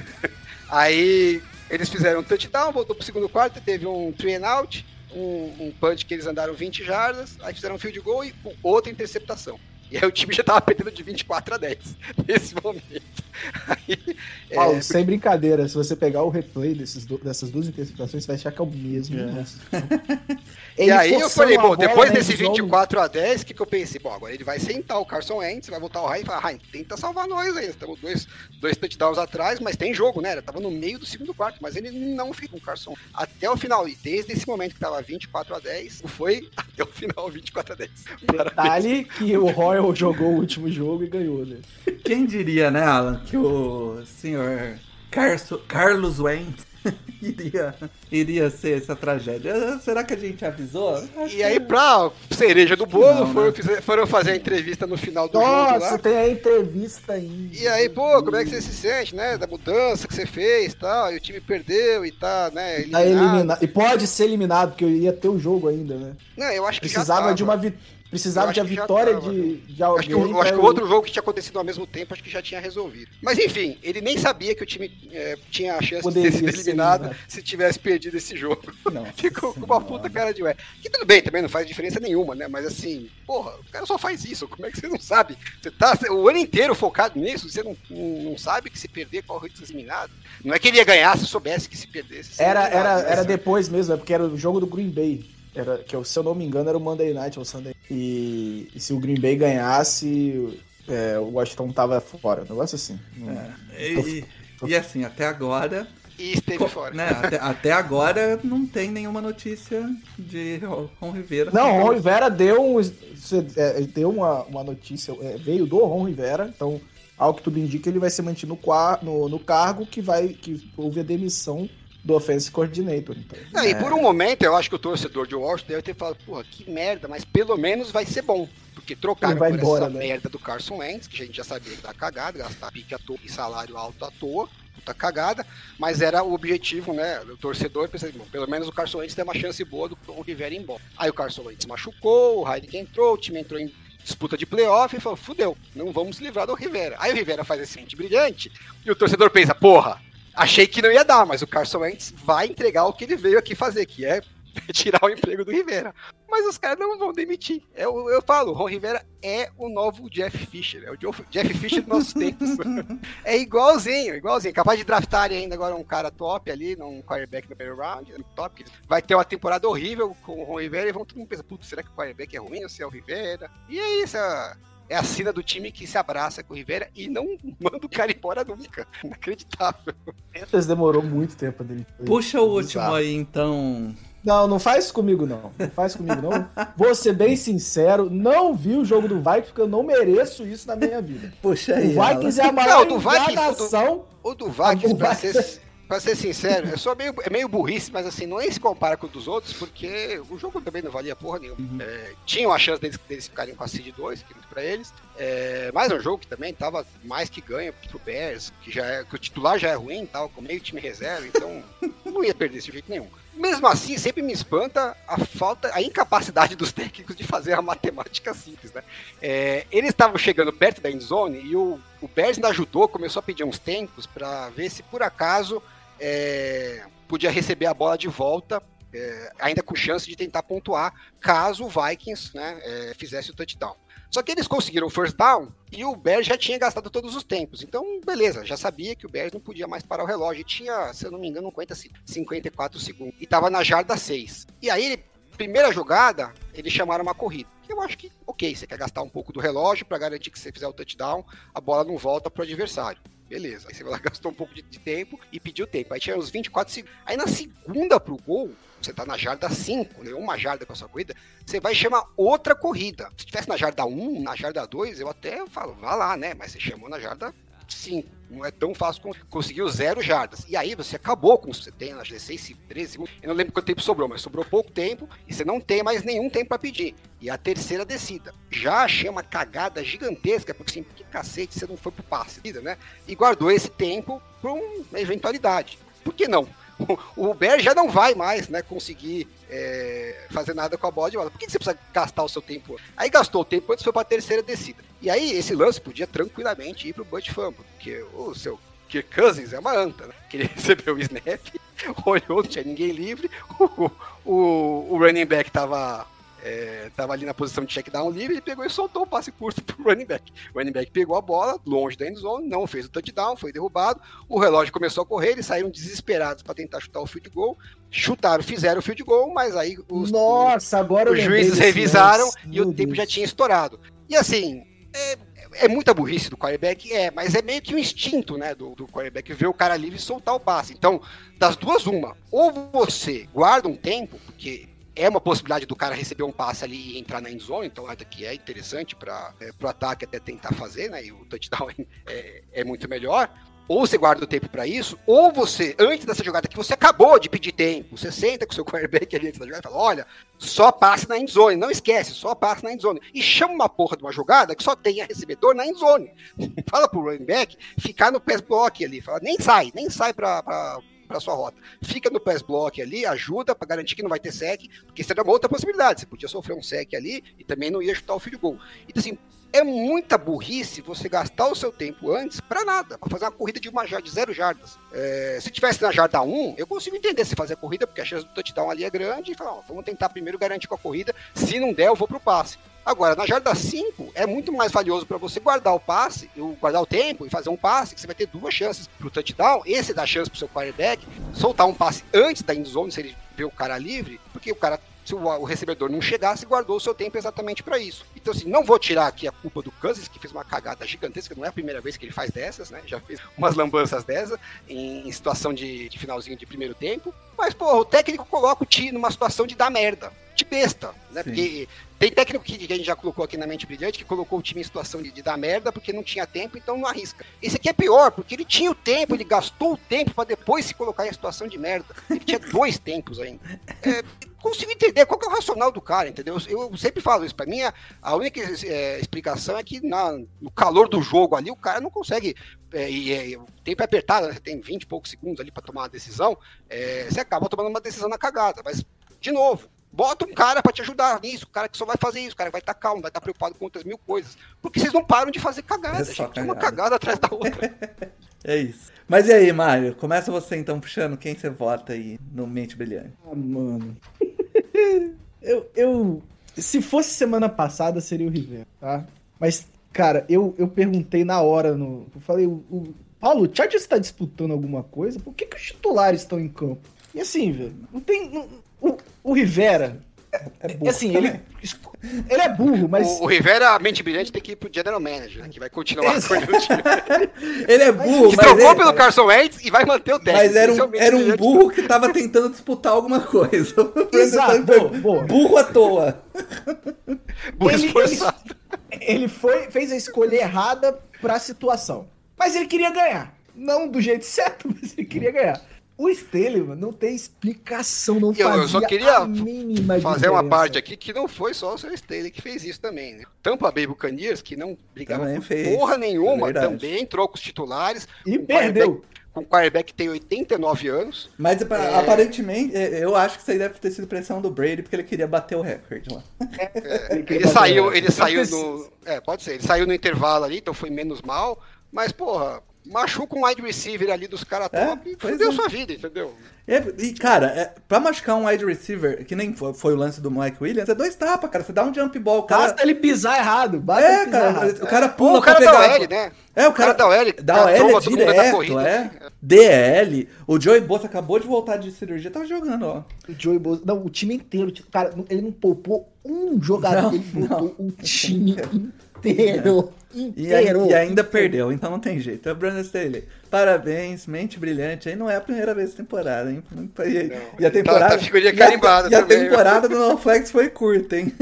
aí eles fizeram um touchdown, voltou pro segundo quarto, teve um three and out, um, um punch que eles andaram vinte jardas, aí fizeram um field goal e outra interceptação. E aí o time já tava perdendo de vinte e quatro a dez nesse momento. Aí, Paulo, é... sem brincadeira, se você pegar o replay desses do, dessas duas interceptações, você vai achar que é o mesmo. É. E aí eu falei, bom, depois desse vinte e quatro a dez, o que, que eu pensei? Bom, agora ele vai sentar o Carson Wentz, vai voltar o Ryan e falar, Ryan, tenta salvar nós aí. Estamos dois, dois touchdowns atrás, mas tem jogo, né? Ele tava no meio do segundo quarto, mas ele não ficou com o Carson até o final. E desde esse momento que tava vinte e quatro a dez, foi até o final vinte e quatro a dez. Detalhe que o Royal jogou o último jogo e ganhou, né? Quem diria, né, Alan, que o senhor Carso, Carlos Wentz iria, iria ser essa tragédia? Será que a gente avisou? Acho e aí, pra cereja do bolo, não, foram, né? fizer, foram fazer a entrevista no final do Nossa, jogo lá. Nossa, tem a entrevista ainda. E aí, pô, como é que você se sente, né? Da mudança que você fez e tal, e o time perdeu e tá, né? Eliminado. Tá eliminado. E pode ser eliminado, porque ia ter o jogo ainda, né? Não, eu acho que Precisava já de uma vitória. Precisava de a vitória tava, de, de alguém. Acho que, o, acho que o outro jogo que tinha acontecido ao mesmo tempo, acho que já tinha resolvido. Mas enfim, ele nem sabia que o time é, tinha a chance Poderia de ter sido eliminado ser, se tivesse perdido esse jogo. Não, Ficou com uma puta cara de ué. Que tudo bem, também não faz diferença nenhuma, né? Mas assim, porra, o cara só faz isso. Como é que você não sabe? Você tá o ano inteiro focado nisso, você não, não, não sabe que se perder, corre de ser eliminado. Não é que ele ia ganhar se soubesse que se perdesse. Era, era, era depois mesmo, é porque era o jogo do Green Bay. Era, que eu, se eu não me engano, era o Monday Night ou Sunday. E, e se o Green Bay ganhasse, é, o Washington tava fora. Um negócio assim. É, e, tô... e assim, até agora. E esteve co- fora. Né, até, até agora não tem nenhuma notícia de Ron Rivera. Não, Ron Rivera deu, um, deu uma, uma notícia, veio do Ron Rivera, então, ao que tudo indica, ele vai ser mantido no, no, no cargo que vai que houve a demissão do Offensive Coordinator. Então. Não, é. E por um momento, eu acho que o torcedor de Washington deve ter falado, porra, que merda, mas pelo menos vai ser bom. Porque trocaram por embora, essa né? merda do Carson Wentz, que a gente já sabia que tá cagado, gastar pique à toa e salário alto à toa, puta cagada, mas era o objetivo, né? O torcedor pensou, bom, pelo menos o Carson Wentz tem uma chance boa do Ron Rivera ir embora. Aí o Carson Wentz machucou, o Heineken entrou, o time entrou em disputa de playoff e falou, fudeu, não vamos livrar do Rivera. Aí o Rivera faz esse mente brilhante e o torcedor pensa, porra, achei que não ia dar, mas o Carson Wentz vai entregar o que ele veio aqui fazer, que é tirar o emprego do Rivera. Mas os caras não vão demitir. Eu, eu falo, o Ron Rivera é o novo Jeff Fisher. É o Jeff Fisher dos nossos tempos. É igualzinho, igualzinho. Capaz de draftar ainda agora um cara top ali, um quarterback no primeiro round, top. Vai ter uma temporada horrível com o Ron Rivera e vão todo mundo pensar, putz, será que o quarterback é ruim ou se é o Rivera? E é isso, é... É a sina do time que se abraça com o Rivera e não manda o cara embora nunca. Inacreditável. Panthers demorou muito tempo dele. Puxa o último aí, então. Não, não faz comigo, não. Não faz comigo, não. Vou ser bem sincero, não vi o jogo do Vikings porque eu não mereço isso na minha vida. Puxa aí. O Vikings ela. é a maior não, enganação. O do, o do Vikings, pra ser... Pra ser sincero, é só meio, é meio burrice, mas assim, não é se compara com o dos outros, porque o jogo também não valia porra nenhuma. Uhum. É, tinham a chance deles, deles ficarem com a Seed dois, que é muito pra eles, é, mas é um jogo que também tava mais que ganho pro Bears, que, já é, que o titular já é ruim, tava com meio time reserva, então não ia perder desse jeito nenhum. Mesmo assim, sempre me espanta a falta, a incapacidade dos técnicos de fazer a matemática simples, né? É, eles estavam chegando perto da endzone e o, o Bears ainda ajudou, começou a pedir uns tempos para ver se por acaso é, podia receber a bola de volta, é, ainda com chance de tentar pontuar, caso o Vikings, né, é, fizesse o touchdown. Só que eles conseguiram o first down e o Bears já tinha gastado todos os tempos. Então, beleza, já sabia que o Bears não podia mais parar o relógio. E tinha, se eu não me engano, cinquenta e quatro segundos. E tava na jarda seis. E aí, ele, primeira jogada, eles chamaram uma corrida. Eu acho que, ok, você quer gastar um pouco do relógio para garantir que se você fizer o touchdown, a bola não volta pro adversário. Beleza, aí você gastou um pouco de, de tempo e pediu tempo. Aí tinha uns vinte e quatro segundos. Aí na segunda pro gol, você tá na jarda cinco, né? Uma jarda com a sua corrida, você vai chamar outra corrida. Se tivesse na jarda um, na jarda dois, eu até falo, vá lá, né? Mas você chamou na jarda cinco. Não é tão fácil conseguir zero jardas. E aí você acabou com o que você tem nas dezesseis, treze segundos. Eu não lembro quanto tempo sobrou, mas sobrou pouco tempo e você não tem mais nenhum tempo para pedir. E a terceira descida. Já achei uma cagada gigantesca, porque assim, que cacete, você não foi pro passe, né? E guardou esse tempo para uma eventualidade. Por que não? O Bears já não vai mais, né, conseguir é, fazer nada com a bola de bola. Por que você precisa gastar o seu tempo? Aí gastou o tempo antes, foi para a terceira descida. E aí esse lance podia tranquilamente ir para o Butch Fumble, porque o seu Kirk Cousins é uma anta, né? Que ele recebeu o snap, olhou, não tinha ninguém livre, o, o, o running back tava... É, tava ali na posição de check down livre, ele pegou e soltou o passe curto pro running back. O running back pegou a bola, longe da endzone, não fez o touchdown, foi derrubado, o relógio começou a correr, eles saíram desesperados para tentar chutar o field goal, chutaram, fizeram o field goal, mas aí os, Nossa, agora os juízes revisaram e o tempo já tinha estourado. E assim, é, é muita burrice do quarterback, é, mas é meio que um instinto, né, do, do quarterback ver o cara livre e soltar o passe. Então, das duas, uma, ou você guarda um tempo, porque é uma possibilidade do cara receber um passe ali e entrar na endzone, então acho que é interessante para é, o ataque até tentar fazer, né? E o touchdown é, é muito melhor. Ou você guarda o tempo para isso, ou você, antes dessa jogada que você acabou de pedir tempo, você senta com o seu quarterback ali antes da jogada e fala, olha, só passe na endzone, não esquece, só passe na endzone. E chama uma porra de uma jogada que só tenha recebedor na endzone. Fala pro running back ficar no pass block ali, fala, nem sai, nem sai para para sua rota. Fica no pass block ali, ajuda para garantir que não vai ter sec, porque isso era uma outra possibilidade. Você podia sofrer um sec ali e também não ia chutar o field goal. Então, assim, é muita burrice você gastar o seu tempo antes para nada, para fazer uma corrida de uma jarda, de zero jardas. É, se tivesse na jarda um, eu consigo entender se fazer a corrida, porque a chance do touchdown ali é grande, e falar, ó, vamos tentar primeiro garantir com a corrida, se não der, eu vou pro passe. Agora, na jarda cinco, é muito mais valioso para você guardar o passe, guardar o tempo e fazer um passe, que você vai ter duas chances pro touchdown. Esse dá chance pro seu quarterback soltar um passe antes da end zone, se ele vê o cara livre, porque o cara, se o, o recebedor não chegasse, guardou o seu tempo exatamente para isso. Então, assim, não vou tirar aqui a culpa do Cousins, que fez uma cagada gigantesca, não é a primeira vez que ele faz dessas, né? Já fez umas lambanças dessas em, em situação de, de finalzinho de primeiro tempo. Mas, pô, o técnico coloca o time numa situação de dar merda, de besta, né? Sim. Porque tem técnico que, que a gente já colocou aqui na Mente Brilhante, que colocou o time em situação de, de dar merda porque não tinha tempo, então não arrisca. Esse aqui é pior, porque ele tinha o tempo, ele gastou o tempo para depois se colocar em situação de merda. Ele tinha dois tempos ainda. É, consigo entender qual que é o racional do cara, entendeu? Eu, eu sempre falo isso, para mim a, a única é, explicação é que na, no calor do jogo ali, o cara não consegue, é, e, é, o tempo é apertado, né? Você tem vinte e poucos segundos ali para tomar uma decisão, é, você acaba tomando uma decisão na cagada, mas, de novo, bota um cara pra te ajudar nisso, o cara que só vai fazer isso, o cara vai estar calmo, vai estar preocupado com outras mil coisas. Porque vocês não param de fazer cagada, é gente. Cagada. Uma cagada atrás da outra. É isso. Mas e aí, Mário? Começa você então puxando quem você vota aí no Mente Brilhante. Ah, mano. eu, eu... Se fosse semana passada, seria o Rivera, tá? Mas, cara, eu, eu perguntei na hora, no, eu falei, o, o Paulo, o Chargers está disputando alguma coisa? Por que, que os titulares estão em campo? E assim, velho, não tem... Não, O, o Rivera, é, é burro, assim, ele, ele é burro, mas... O, o Rivera, a Mente Brilhante, tem que ir pro General Manager, né, que vai continuar com o time. Ele é burro, que mas... trocou ele... pelo Carson Wentz e vai manter o técnico. Mas era um, é era um burro que tava tentando disputar alguma coisa. Exato, boa, boa. Burro à toa. Burro ele, esforçado. Ele, ele foi, fez a escolha errada pra situação. Mas ele queria ganhar. Não do jeito certo, mas ele queria ganhar. O Staley, mano, não tem explicação, não fazia eu, eu só queria a mínima fazer diferença. uma parte aqui que não foi só o seu Staley que fez isso também, né? Tampa Bay Buccaneers, que não brigava também por fez. porra nenhuma, É também entrou com os titulares. E com perdeu. Com o quarterback que tem oitenta e nove anos. Mas é... aparentemente, eu acho que isso aí deve ter sido pressão do Brady, porque ele queria bater o recorde lá. É, ele, ele saiu, ele saiu no... É, pode ser, ele saiu no intervalo ali, então foi menos mal, mas, porra... Machuca um wide receiver ali dos caras é, top e fudeu é. sua vida, entendeu? E, e cara, é, pra machucar um wide receiver, que nem foi, foi o lance do Mike Williams, é dois tapas, cara. Você dá um jump ball, cara... Basta ele pisar errado. Basta é, ele pisar cara, errado. o cara pula o cara pra pegar... da O L, né? É, o cara, o cara da O L. Da O L é direto, corrida, é. D L. O Joey Bosa acabou de voltar de cirurgia, tava jogando, ó. O Joey Bosa... Não, o time inteiro. Cara, ele não poupou um jogador, não, ele botou não. o time inteiro. E, e ainda perdeu, então não tem jeito. É Brandon Staley. Parabéns, Mente Brilhante. Aí não é a primeira vez da temporada, hein? E, não, e a temporada. Tá, tá figurinha carimbada e a, também, e a temporada do NoFlex foi curta, hein?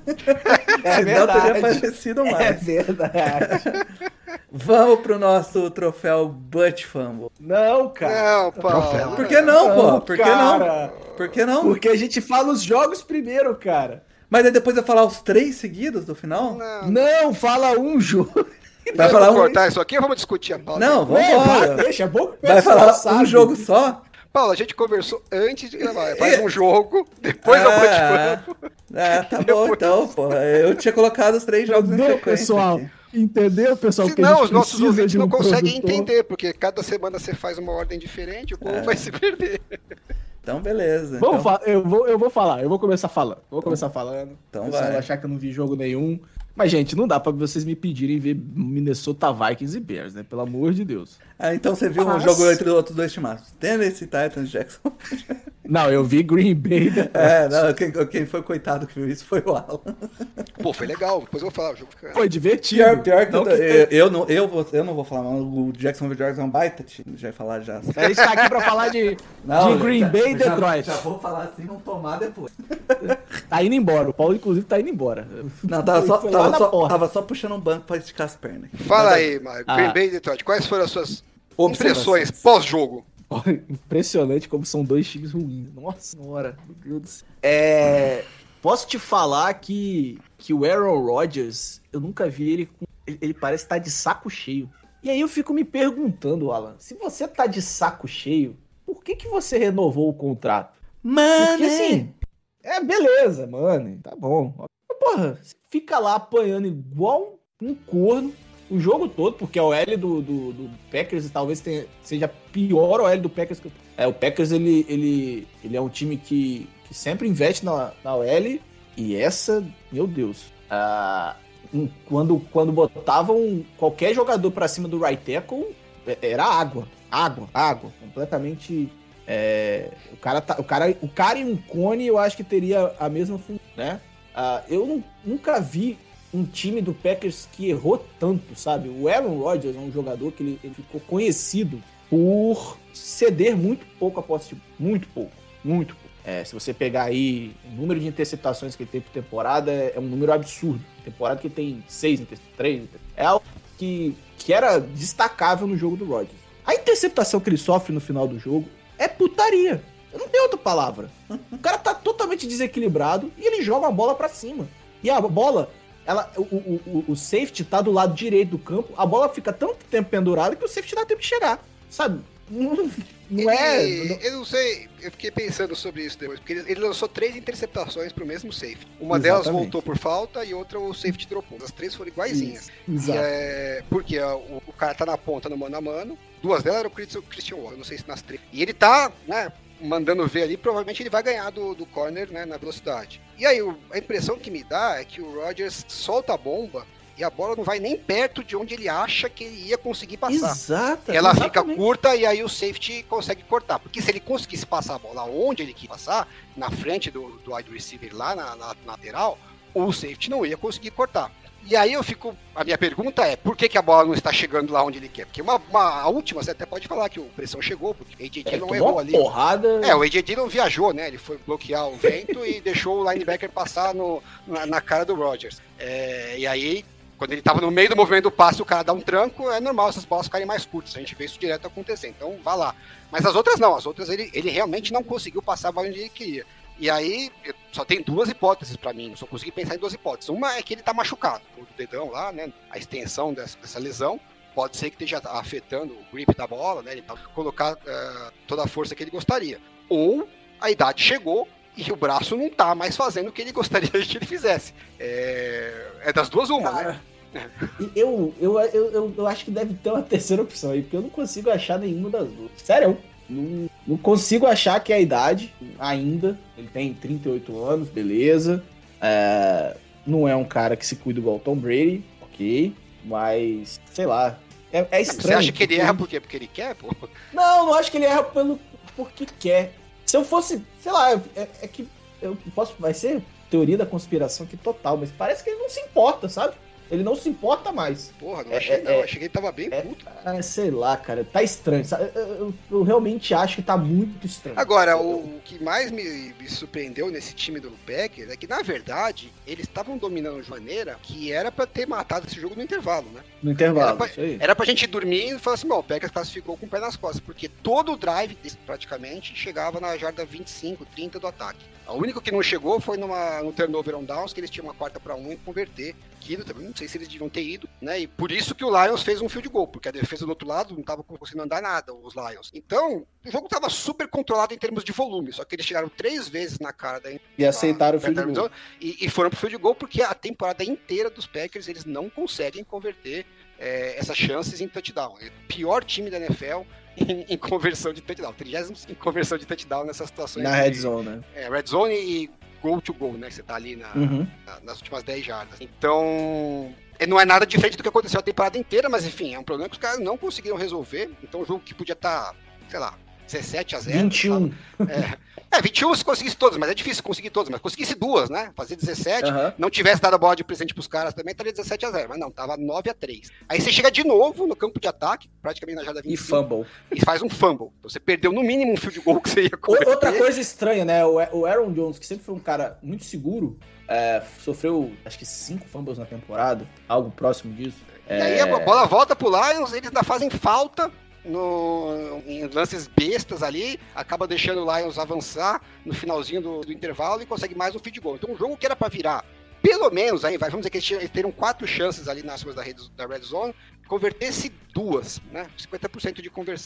É Senão verdade. teria aparecido mais. É verdade. Vamos pro nosso troféu Butt Fumble. Não, cara. Não, Paulo. Por que não, pô? Não, Por que cara. não? Por que não? Porque a gente fala os jogos primeiro, cara. Mas aí depois eu falar os três seguidos do final? Não, Não, fala um jogo. Vai vamos falar um... cortar isso aqui ou vamos discutir a pauta? Não, vamos É, vai, embora. deixa, é bom que o Vai pessoal falar sabe. um jogo só? Paulo, a gente conversou antes de gravar. Faz um jogo, depois eu vou te Ah, ah, tá bom então, pô. Eu tinha colocado os três jogos em Entendeu, sequência pessoal? aqui. Entendeu, pessoal? que a Senão, gente os nossos precisa ouvintes de um não conseguem produtor. entender, porque cada semana você faz uma ordem diferente, o povo É. vai se perder. Então, beleza. Vamos então, fa- eu, vou, eu vou falar, eu vou começar falando. Vou começar falando. então O pessoal vai. vai achar que eu não vi jogo nenhum. Mas, gente, não dá pra vocês me pedirem ver Minnesota Vikings e Bears, né? Pelo amor de Deus. Ah, então você viu um Mas- jogo entre os outros dois timaços. Tennessee Titans Jackson. Não, eu vi Green Bay. Né? É, não, quem, quem foi coitado que viu isso foi o Alan. Pô, foi legal, depois eu vou falar, o jogo fica... Foi divertido. Pior, pior que, Não eu, eu, eu, não, eu, vou, eu não vou falar, mas o Jacksonville Jaguars é um baita time. Já ia falar já. A gente tá aqui pra falar de, Não, de Green já- Bay e já- Detroit. Já, vou falar assim, não tomar depois. Tá indo embora. O Paulo, inclusive, tá indo embora. Não, tava Foi- só, foi lá tava na só, porta. tava só puxando um banco pra esticar as pernas. Fala aí, Marco. Ah. Green Bay e Detroit, quais foram as suas Observações. impressões pós-jogo? Impressionante como são dois times ruins. Nossa senhora, meu Deus do céu. É, posso te falar que, que o Aaron Rodgers, eu nunca vi ele com... Ele, ele parece estar de saco cheio. E aí eu fico me perguntando, Alan, se você tá de saco cheio, por que que você renovou o contrato? Mano, Porque assim, é beleza, mano, tá bom. Porra, você fica lá apanhando igual um corno o jogo todo, porque a O L do, do, do Packers talvez tenha, seja a pior O L do Packers. Que, é, o Packers, ele, ele, ele é um time que, que sempre investe na, na O L, e essa, meu Deus, ah, quando, quando botavam qualquer jogador pra cima do right tackle, era água, água, água, completamente... É, o, cara tá, o, cara, o cara em um cone eu acho que teria a mesma função, né? Ah, eu não, nunca vi um time do Packers que errou tanto, sabe? O Aaron Rodgers é um jogador que ele, ele ficou conhecido por ceder muito pouco a posse, muito pouco, muito pouco. É, se você pegar aí o número de interceptações que ele tem por temporada, é, é um número absurdo. Temporada que tem seis, três, é algo que, que era destacável no jogo do Rodgers. A interceptação que ele sofre no final do jogo é putaria. Eu não tenho outra palavra. O cara tá totalmente desequilibrado e ele joga a bola pra cima. E a bola, ela, o, o, o, o safety tá do lado direito do campo, a bola fica tanto tempo pendurada que o safety dá tempo de chegar, sabe? Não, não ele, é... Não... Eu não sei, eu fiquei pensando sobre isso depois, porque ele, ele lançou três interceptações pro mesmo safety. Uma Exatamente. delas voltou por falta e outra o safety dropou. As três foram iguaizinhas. Isso, e é, porque ó, o, o cara tá na ponta no mano a mano, duas delas eram o Christian Wall, não sei se nas três. E ele tá, né, mandando ver ali, provavelmente ele vai ganhar do, do corner, né, na velocidade. E aí, o, a impressão que me dá é que o Rodgers solta a bomba e a bola não vai nem perto de onde ele acha que ele ia conseguir passar. Exato. Ela exatamente. fica curta e aí o safety consegue cortar. Porque se ele conseguisse passar a bola onde ele quis passar, na frente do, do wide receiver lá na, na, na lateral, o safety não ia conseguir cortar. E aí eu fico, a minha pergunta é, por que, que a bola não está chegando lá onde ele quer? Porque uma, uma, a última, você até pode falar que o pressão chegou, porque o A J Dillon é, errou ali. Porrada. É, o A J Dillon viajou, né? Ele foi bloquear o vento e deixou o linebacker passar no, na, na cara do Rodgers. É, e aí, quando ele estava no meio do movimento do passe, o cara dá um tranco, é normal essas bolas ficarem mais curtas. A gente vê isso direto acontecer, então vá lá. Mas as outras não, as outras ele, ele realmente não conseguiu passar a bola onde ele queria. E aí, só tem duas hipóteses pra mim, só consegui pensar em duas hipóteses. Uma é que ele tá machucado, o dedão lá, né, a extensão dessa, dessa lesão, pode ser que esteja afetando o grip da bola, né, ele tá colocar uh, toda a força que ele gostaria. Ou a idade chegou e o braço não tá mais fazendo o que ele gostaria que ele fizesse. É, é das duas uma, Cara, né? Eu, eu, eu, eu, eu acho que deve ter uma terceira opção aí, porque eu não consigo achar nenhuma das duas. Sério, não, não consigo achar que é a idade ainda. Ele tem trinta e oito anos, beleza. É, não é um cara que se cuida igual o Tom Brady, ok. Mas, sei lá, é, é estranho. Você acha que ele porque... erra por quê? Porque ele quer, pô? Não, não acho que ele erra pelo, porque quer. Se eu fosse, sei lá, é, é que eu posso, vai ser teoria da conspiração aqui total, mas parece que ele não se importa, sabe? Ele não se importa mais. Porra, não É, achei é, não, é, achei que ele tava bem é, puto. é, sei lá, cara, tá estranho. Sabe? Eu, eu, eu realmente acho que tá muito estranho. Agora, o, o que mais me, me surpreendeu nesse time do Packers é que, na verdade, eles estavam dominando de maneira que era pra ter matado esse jogo no intervalo, né? No intervalo, Era pra, isso aí. era pra gente dormir e falar assim, bom, o Packers classificou com o pé nas costas, porque todo o drive, praticamente, chegava na jarda vinte e cinco, trinta do ataque. O único que não chegou foi numa, no turnover on downs, que eles tinham uma quarta para um e converter. Aquilo também, não sei se eles deviam ter ido, né? E por isso que o Lions fez um field goal, porque a defesa do outro lado não estava conseguindo andar nada, os Lions. Então, o jogo estava super controlado em termos de volume, só que eles chegaram três vezes na cara da... E aceitaram o da, field goal. E, e foram pro field goal porque a temporada inteira dos Packers, eles não conseguem converter é, essas chances em touchdown. É o pior time da N F L em, em conversão de touchdown. trigésimo em conversão de touchdown nessas situações. Na de, red zone, né? É, red zone e goal to goal, né? Você tá ali na, Uhum. na, nas últimas dez jardas. Então, não é nada diferente do que aconteceu a temporada inteira, mas enfim, é um problema que os caras não conseguiram resolver. Então, o jogo que podia estar, tá, sei lá, dezessete a zero. vinte e um. É, é, vinte e um se conseguisse todas, mas é difícil conseguir todas, mas conseguisse duas, né? Fazer dezessete, Uhum. não tivesse dado a bola de presente pros caras também, estaria dezessete a zero, mas não, tava nove a três. Aí você chega de novo no campo de ataque, praticamente na jarda vinte e cinco. E fumble. E faz um fumble. Então, você perdeu no mínimo um field goal que você ia converter. Outra coisa estranha, né? O Aaron Jones, que sempre foi um cara muito seguro, é, sofreu, acho que cinco fumbles na temporada, algo próximo disso. E aí a bola volta pro Lions, eles ainda fazem falta no, em lances bestas ali, acaba deixando o Lions avançar no finalzinho do, do intervalo e consegue mais um field goal. Então um jogo que era pra virar, pelo menos, aí, vai, vamos dizer que eles, tinham, eles teriam quatro chances ali nas ruas da, da Red Zone, convertesse duas, né? cinquenta por cento de conversão.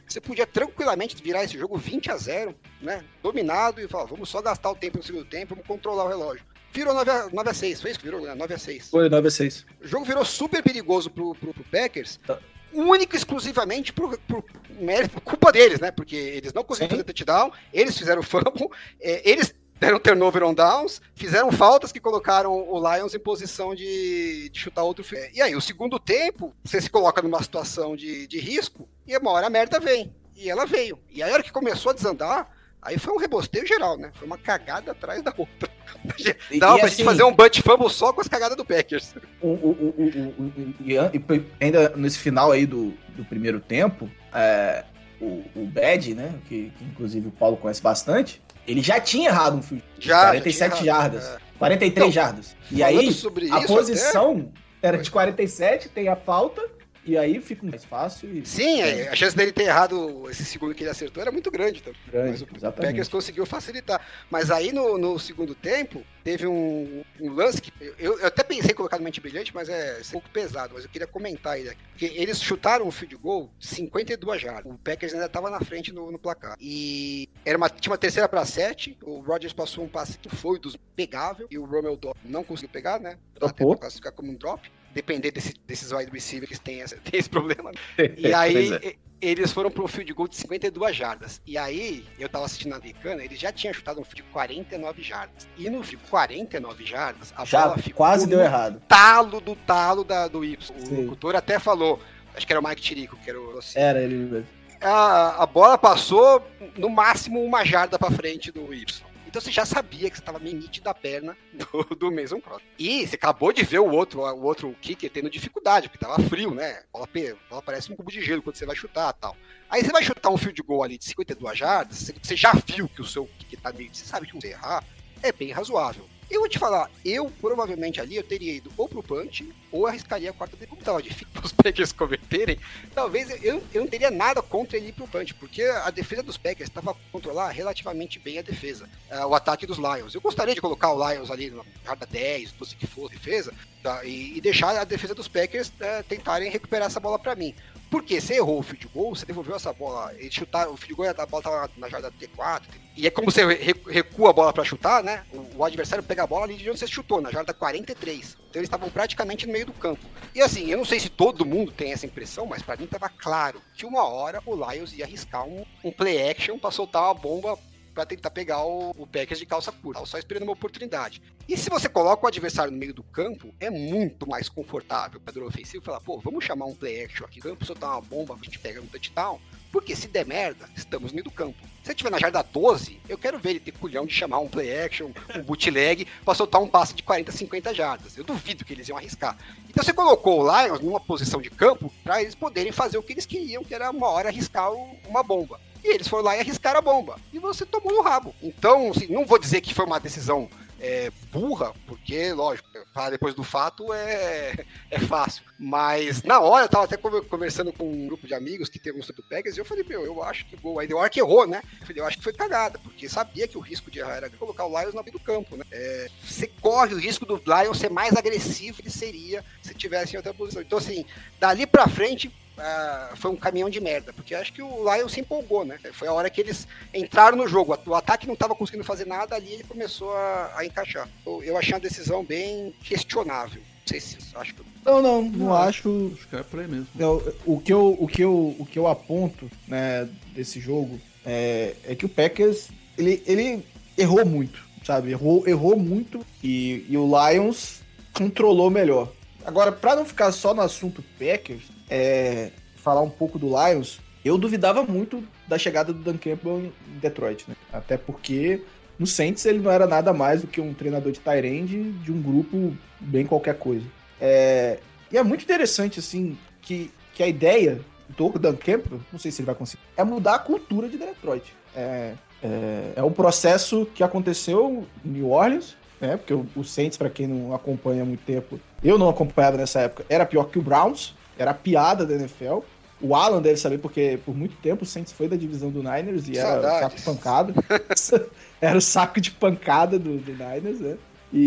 você podia tranquilamente virar esse jogo vinte a zero, né? Dominado e falar, vamos só gastar o tempo no segundo tempo, vamos controlar o relógio. Virou nove a seis, foi isso que virou? Né? nove a seis. Foi nove a seis. O jogo virou super perigoso pro, pro, pro Packers, tá. Único e exclusivamente por, por, mérito, por culpa deles, né? Porque eles não conseguiram fazer touchdown, eles fizeram fumble, é, eles deram turnover on downs, fizeram faltas que colocaram o Lions em posição de, de chutar outro filme. E aí, o segundo tempo, você se coloca numa situação de, de risco, e uma hora a merda vem. E ela veio. E aí, a hora que começou a desandar, aí foi um rebosteio geral, né? Foi uma cagada atrás da outra. E, Dava e pra assim, gente fazer um butt fumble só com as cagadas do Packers. O, o, o, o, o, e ainda nesse final aí do, do primeiro tempo, é, o, o Bad, né? Que, que inclusive o Paulo conhece bastante, ele já tinha errado um field goal de quarenta e sete jardas. É. quarenta e três então, jardas. E aí, a posição até... era de quarenta e sete, tem a falta. E aí fica mais fácil. E... Sim, é. A chance dele ter erro esse segundo que ele acertou era muito grande. Então. grande mas o exatamente. Packers conseguiu facilitar. Mas aí no, no segundo tempo, teve um, um lance que eu, eu até pensei em colocar no Mente Brilhante, mas é um pouco pesado. Mas eu queria comentar ele aqui. Porque eles chutaram um field goal de cinquenta e duas jardas. O Packers ainda estava na frente no, no placar. E era uma, tinha uma terceira para sete. O Rodgers passou um passe que foi dos pegável. E o Romeo Dobbs não conseguiu pegar, né? Dropou. Pra classificar como um drop. Depender desse, desses wide receivers que têm, essa, tem esse problema. E aí, é. eles foram pro field goal de cinquenta e duas jardas. E aí, eu tava assistindo na americana, ele já tinha chutado um field de quarenta e nove jardas. E no field quarenta e nove jardas, a já bola ficou quase deu errado. Talo do talo da, do Y. O Sim. locutor até falou, acho que era o Mike Tirico, que era o... Assim, era ele mesmo. A, a bola passou, no máximo, uma jarda pra frente do Y. Então você já sabia que você estava minite da perna do, do Mason Crosby. E você acabou de ver o outro, o outro kicker tendo dificuldade, porque tava frio, né? A bola, a bola parece um cubo de gelo quando você vai chutar e tal. Aí você vai chutar um field goal ali de cinquenta e duas jardas, você já viu que o seu kicker tá meio... Você sabe que você errar é bem razoável. Eu vou te falar, eu provavelmente ali eu teria ido ou pro punch ou arriscaria a quarta dele. Como tava difícil os Packers converterem, talvez eu, eu não teria nada contra ele ir pro punch, porque a defesa dos Packers estava a controlar relativamente bem a defesa, uh, o ataque dos Lions. Eu gostaria de colocar o Lions ali na jarda dez, doze que for defesa, tá, e, e deixar a defesa dos Packers uh, tentarem recuperar essa bola para mim. Porque você errou o field goal, você devolveu essa bola, ele chutar, o field goal, a bola tava na jarda T quatro, e é como você recua a bola para chutar, né? O, o adversário pega a bola ali de onde você chutou, na jarda quarenta e três. Então eles estavam praticamente no meio do campo. E assim, eu não sei se todo mundo tem essa impressão, mas para mim tava claro que uma hora o Lions ia arriscar um, um play action para soltar uma bomba para tentar pegar o, o Packers de calça curta. Tava só esperando uma oportunidade. E se você coloca o adversário no meio do campo, é muito mais confortável para o ofensivo falar, pô, vamos chamar um play action aqui no campo, soltar uma bomba, a gente pega um touchdown, porque se der merda, estamos no meio do campo. Se ele estiver na jarda doze, eu quero ver ele ter culhão de chamar um play action, um bootleg, para soltar um passe de quarenta, cinquenta jardas. Eu duvido que eles iam arriscar. Então você colocou o Lions numa posição de campo para eles poderem fazer o que eles queriam, que era uma hora arriscar uma bomba. E eles foram lá e arriscaram a bomba. E você tomou no rabo. Então, assim, não vou dizer que foi uma decisão é, burra, porque, lógico, falar depois do fato é, é fácil. Mas, na hora, eu tava até conversando com um grupo de amigos que tem um do Packers, e eu falei, meu, eu acho que gol. Aí deu hora que errou, né? Eu falei, eu acho que foi cagada, porque sabia que o risco de errar era colocar o Lions na beira do campo, né? É, você corre o risco do Lions ser mais agressivo que ele seria se tivesse em outra posição. Então, assim, dali pra frente, Uh, foi um caminhão de merda, porque acho que o Lions se empolgou, né? Foi a hora que eles entraram no jogo, o ataque não estava conseguindo fazer nada, ali ele começou a, a encaixar. Eu, eu achei uma decisão bem questionável. Não sei se acho que... Não, não, não, não acho. Acho que é por aí mesmo. Eu, o, que eu, o, que eu, o que eu aponto, né, desse jogo é, é que o Packers ele, ele errou muito, sabe? Errou, errou muito e, e o Lions controlou melhor. Agora, para não ficar só no assunto Packers, é, falar um pouco do Lions, eu duvidava muito da chegada do Dan Campbell em Detroit, né? Até porque no Saints ele não era nada mais do que um treinador de tight end de um grupo bem qualquer coisa. É, e é muito interessante, assim, que, que a ideia do Dan Campbell, não sei se ele vai conseguir, é mudar a cultura de Detroit. É, é, é um processo que aconteceu em New Orleans, né? Porque o, o Saints, para quem não acompanha há muito tempo, eu não acompanhava nessa época, era pior que o Browns, era a piada da N F L. O Alan deve saber, porque por muito tempo o Saints foi da divisão do Niners e era o saco de pancada. Era o saco de pancada do, do Niners, né?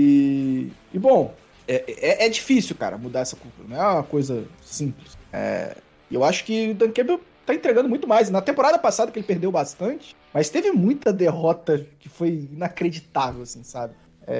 E, e bom, é, é, é difícil, cara, mudar essa cultura. Não é uma coisa simples. É, eu acho que o Dan Campbell tá entregando muito mais. Na temporada passada que ele perdeu bastante, mas teve muita derrota que foi inacreditável, assim, sabe?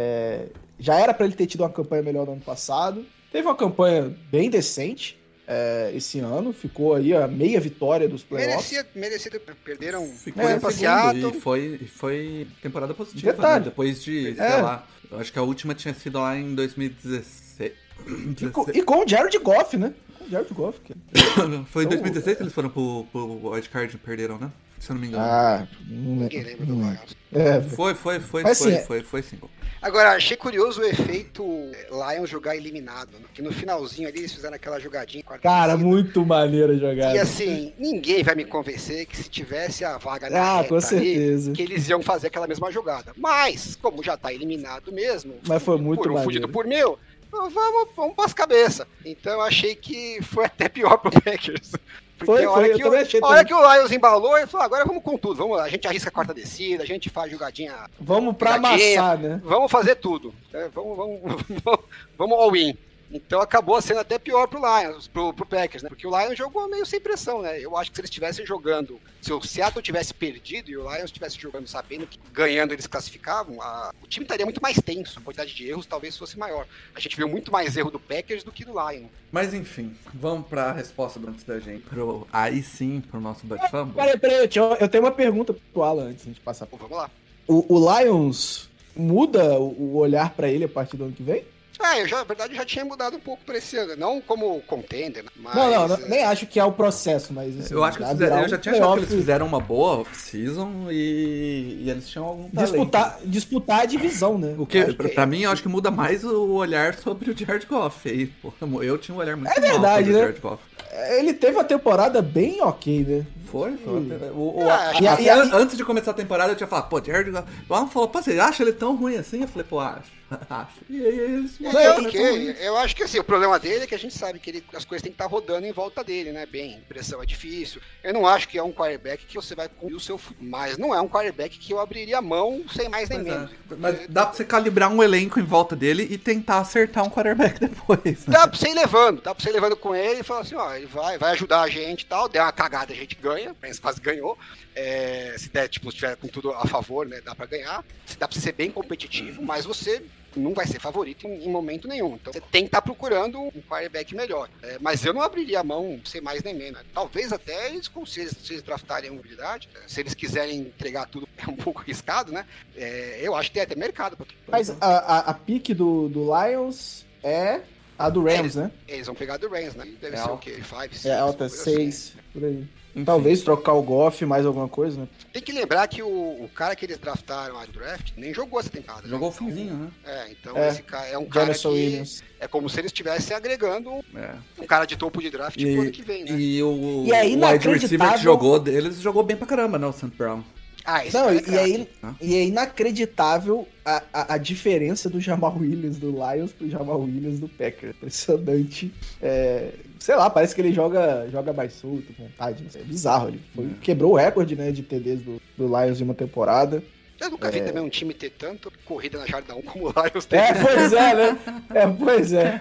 É, já era pra ele ter tido uma campanha melhor no ano passado. Teve uma campanha bem decente é, esse ano. Ficou aí a meia vitória dos playoffs. Merecia, merecia. Perderam Ficou É, em foi segundo, e foi, foi temporada positiva, Detalhe. né? Depois de, sei É. lá, eu acho que a última tinha sido lá em dois mil e dezesseis. E com, e com o Jared Goff, né? Com o Jared Goff. Que... Foi em Então, dois mil e dezesseis que eles foram pro, pro wildcard e perderam, né? Se eu não me engano. Ah, não Ninguém lembro. lembra do Lions. É, Foi, foi, foi, Mas, foi, assim, foi, foi, sim. Agora, achei curioso o efeito Lions jogar eliminado, né? Que no finalzinho ali eles fizeram aquela jogadinha. quarta cara, descida. muito maneira a jogada. E assim, ninguém vai me convencer que se tivesse a vaga na Ah, reta com ali, certeza. que eles iam fazer aquela mesma jogada. Mas, como já tá eliminado mesmo, Mas foi muito por um maneiro. fudido por mil, então vamos, vamos pras cabeças. Então eu achei que foi até pior pro Packers. Porque Foi, a hora, foi, eu que, também o, achei a hora também. que o Lions embalou, ele falou, agora vamos com tudo, vamos lá, a gente arrisca a quarta descida, a gente faz jogadinha, Vamos pra jogadinha, amassar, né? vamos fazer tudo, né? vamos, vamos, vamos, vamos all in. Então acabou sendo até pior pro Lions, pro, pro Packers, né? Porque o Lions jogou meio sem pressão, né? Eu acho que se eles estivessem jogando, se o Seattle tivesse perdido e o Lions estivesse jogando sabendo que ganhando eles classificavam, a, o time estaria muito mais tenso, a quantidade de erros talvez fosse maior. A gente viu muito mais erro do Packers do que do Lions. Mas enfim, vamos pra resposta do antes da gente. Pro, aí sim, pro nosso Butt Fumble. Peraí, peraí, eu, tinha- eu tenho uma pergunta pro Alan antes de a gente passar. Pô, vamos lá. O, o Lions muda o, o olhar pra ele a partir do ano que vem? Ah, eu já, na verdade, já tinha mudado um pouco pra esse ano. Não como contender, né? Mas, não, não, não, é, nem acho que é o processo, mas assim, Eu acho que eles virar fizeram, eu um já tinha achado que eles playoff, fizeram uma boa off-season e, e eles tinham algum talento. disputar, disputar a divisão, né? O que, Acho pra, pra mim, eu acho que muda mais o olhar sobre o Jared Goff. Aí, pô, eu tinha um olhar muito É mal verdade, sobre né? o Jared Goff. Ele teve uma temporada bem ok, né? Foi, foi. Hum. O, o, Ah, a- e a- até e a- an- antes de começar a temporada, eu tinha falado, pô, Jared Goff. O Alan falou, pô, você acha ele tão ruim assim? Eu falei, pô, acho. Acho. E aí eles É, mostraram, né, ok. tão ruim. Eu acho que assim, o problema dele é que a gente sabe que ele, as coisas têm que estar rodando em volta dele, né? Bem, pressão é difícil. Eu não acho que é um quarterback que você vai cumprir o seu futuro. Mas não é um quarterback que eu abriria a mão sem mais nem Pois é. menos. Mas dá pra você calibrar um elenco em volta dele e tentar acertar um quarterback depois. Né? Dá pra você ir levando, dá pra você ir levando com ele e falar assim, ó, ele vai, vai ajudar a gente e tal, der uma cagada, a gente ganha, mas quase ganhou. É, se der, tipo, se tiver com tudo a favor, né, dá pra ganhar. Dá pra você ser bem competitivo, mas você não vai ser favorito em, em momento nenhum. Então você tem que estar procurando um quarterback melhor. É, mas eu não abriria a mão sem mais nem menos. Talvez até eles, se eles, se eles draftarem a mobilidade, se eles quiserem entregar tudo, é um pouco arriscado, né? É, eu acho que tem até mercado. Pra... Mas a, a, a pique do, do Lions é a do Rams, né? Eles vão pegar do Rams, né? Deve É ser o alta. quê? cinco, É alta seis, coisa assim. seis, por aí. Enfim. Talvez trocar o Goff, mais alguma coisa, né? Tem que lembrar que o, o cara que eles draftaram no draft nem jogou essa temporada. né? Jogou o Então, finzinho, né? É, então É. esse cara é um cara Jameson que Williams. é como se eles estivessem agregando É. um cara de topo de draft pro ano que vem, né? E o, E é o wide receiver inacreditável- que jogou deles jogou bem pra caramba, né? O Saint Brown. Ah, esse Não, cara e, é e, craque. é, in- e é inacreditável a, a, a diferença do Jamal Williams do Lions pro Jamal Williams do Packers. Impressionante. É, sei lá, parece que ele joga, joga mais solto, com vontade. Não sei, é bizarro. Ele foi- quebrou o recorde, né, de T Ds do, do Lions em uma temporada. Eu nunca vi também um time ter tanto corrida na jarda um como o Lions tem. É, pois é, né? É, pois é.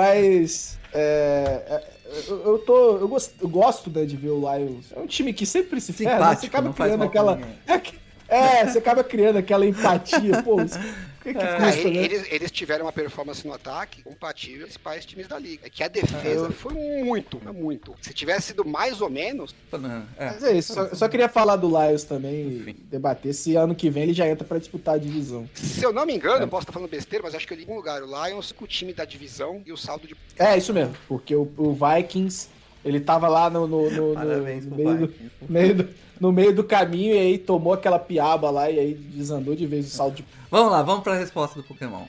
Mas. É, é, eu, eu tô. Eu gosto, eu gosto né, de ver o Lions. É um time que sempre se ferra, né? Você Simpático, acaba não faz criando mal pra aquela. ninguém. É, que- é, você acaba criando aquela empatia. Pô, isso- o que, que Ah, custa, ele- né? eles, eles tiveram uma performance no ataque compatível com os principais times da liga. É que a defesa eu- foi muito, mas muito. Se tivesse sido mais ou menos, É. Mas é isso, só, eu só queria falar do Lions também Enfim. e debater se ano que vem ele já entra pra disputar a divisão. se eu não me engano, eu posso estar falando besteira, mas acho que eu li em algum lugar. O Lions com o time da divisão e o saldo de. É, isso mesmo, porque o, o Vikings, ele tava lá no, no, no- no- Parabéns no pro meio, do, Vikings. meio do- no meio do caminho e aí tomou aquela piaba lá e aí desandou de vez o saldo de... Vamos lá, vamos pra resposta do Pokémon.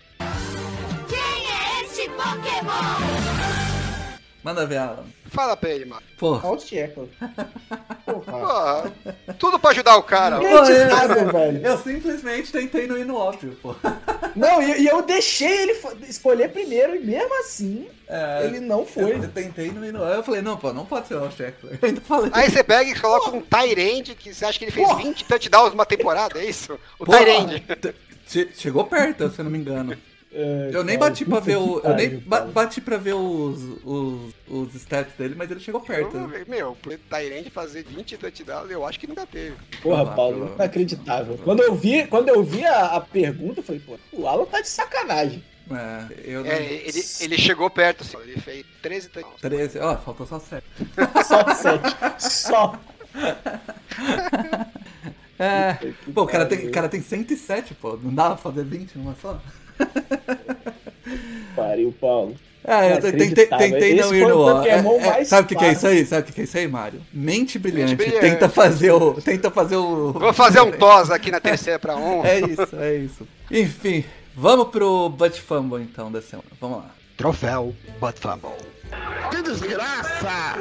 Quem é esse Pokémon? Manda ver, Alan. Fala pra ele, mano. Pô, Olha o Checo. Porra. Porra, tudo pra ajudar o cara. Pô, Inacreditável, velho. eu simplesmente tentei não ir no óbvio, pô. Não, e, e eu deixei ele fo- escolher primeiro e mesmo assim É, ele não foi. Eu, eu tentei não ir no óbvio. Eu falei, não, pô, não pode ser o Sheckler. Eu ainda falei. Aí você pega e coloca um Tyrande que você acha que ele fez Porra. vinte touchdowns numa temporada, é isso? O Pô, Tyrande. t- che- Chegou perto, se eu não me engano. É, Eu nem cara, bati pra puta ver que o. Eu pariu, nem ba- Paulo. bati pra ver os, os, os stats dele, mas ele chegou perto. Eu- Meu, pro Tyrande fazer vinte touchdowns, eu acho que nunca teve. Porra, Provável, Paulo, provável. inacreditável. Quando eu vi, quando eu vi a, a pergunta, eu falei, pô, o Alan tá de sacanagem. É, eu não. É, ele, ele chegou perto, assim, ele fez treze touchdowns. treze. Ó, faltou só sete. Só sete. Só. É. Puta que Pô, o cara tem, pariu. o cara tem cento e sete, pô. Não dá pra fazer vinte numa só? Pariu, Paulo. É, eu tentei, tentei não Esse ir foi no o ó. Pokémon É, é, mais sabe o que, que é isso fácil. aí? Sabe o que, que é isso aí, Mário? Mente brilhante. brilhante. Tenta fazer o. Tenta fazer o. Vou fazer um tos aqui na terceira pra um. É isso, é isso. Enfim, vamos pro Butt Fumble então da semana. Vamos lá. Troféu Butt Fumble. Que desgraça!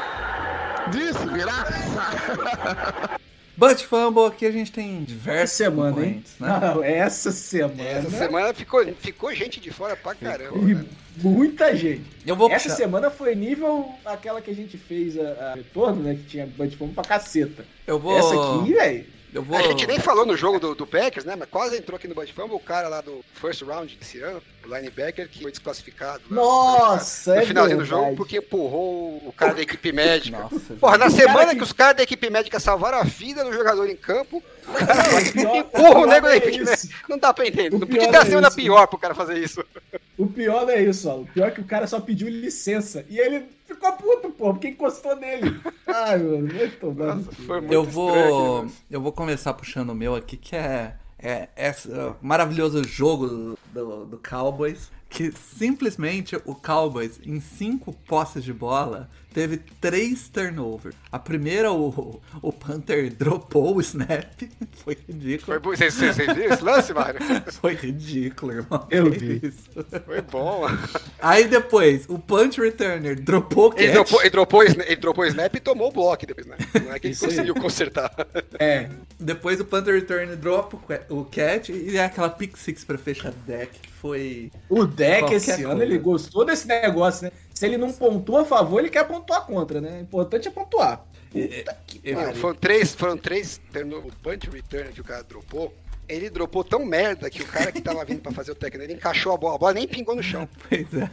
Desgraça! Butt Fumble, aqui a gente tem Essa diversos semana, hein? concorrentes, né? Não, essa semana. Essa semana ficou, ficou gente de fora pra caramba. E né? muita gente. Eu vou Essa puxar. semana foi nível aquela que a gente fez a, a retorno, né? Que tinha Bud Fumble pra caceta. Eu vou. Essa aqui, velho. Eu vou. A gente nem falou no jogo do, do Packers, né? Mas quase entrou aqui no Butt Fumble o cara lá do first round desse ano, o linebacker, que foi desclassificado. né? Nossa, No é finalzinho do verdade. jogo, porque empurrou o cara da equipe médica. Nossa, Porra, na O semana cara que... que- os caras da equipe médica salvaram a vida do jogador em campo, o cara Não, o pior- empurra o pior nego da é equipe isso. médica. Não dá pra entender. O Não pior podia ter a é semana isso. pior pro cara fazer isso. O pior não é isso, ó. O pior é que o cara só pediu licença. E ele ficou puto, pô, porque encostou nele. Ai, mano, vai tomar. Nossa, foi muito Eu estranho vou. aquilo. Eu vou começar puxando o meu aqui, que é. É esse uh, maravilhoso jogo do, do Cowboys. Que simplesmente o Cowboys, em cinco posses de bola, teve três turnovers. A primeira, o, o Panther dropou o snap. Foi ridículo. Foi bom. Vocês vocês- vocês viram esse lance, Mário? Foi ridículo, irmão. Eu Que vi. isso. Foi bom. Aí depois, o punch returner dropou o catch. Ele dropou, ele, dropou, o sna- ele dropou o snap e tomou o bloco depois, né? Não é que ele Isso aí. conseguiu consertar. É. Depois o punter returner dropa o ca- o catch e é aquela pick six pra fechar deck, que foi... O deck Qualquer esse ano, coisa. ele gostou desse negócio, né? Se ele não pontua a favor, ele quer pontuar contra, né? O importante é pontuar. Puta que Eu- pariu. Foram três, foram três turno- o punch return que o cara dropou. Ele dropou tão merda que o cara que tava vindo pra fazer o técnico, ele encaixou a bola, a bola nem pingou no chão. Pois é.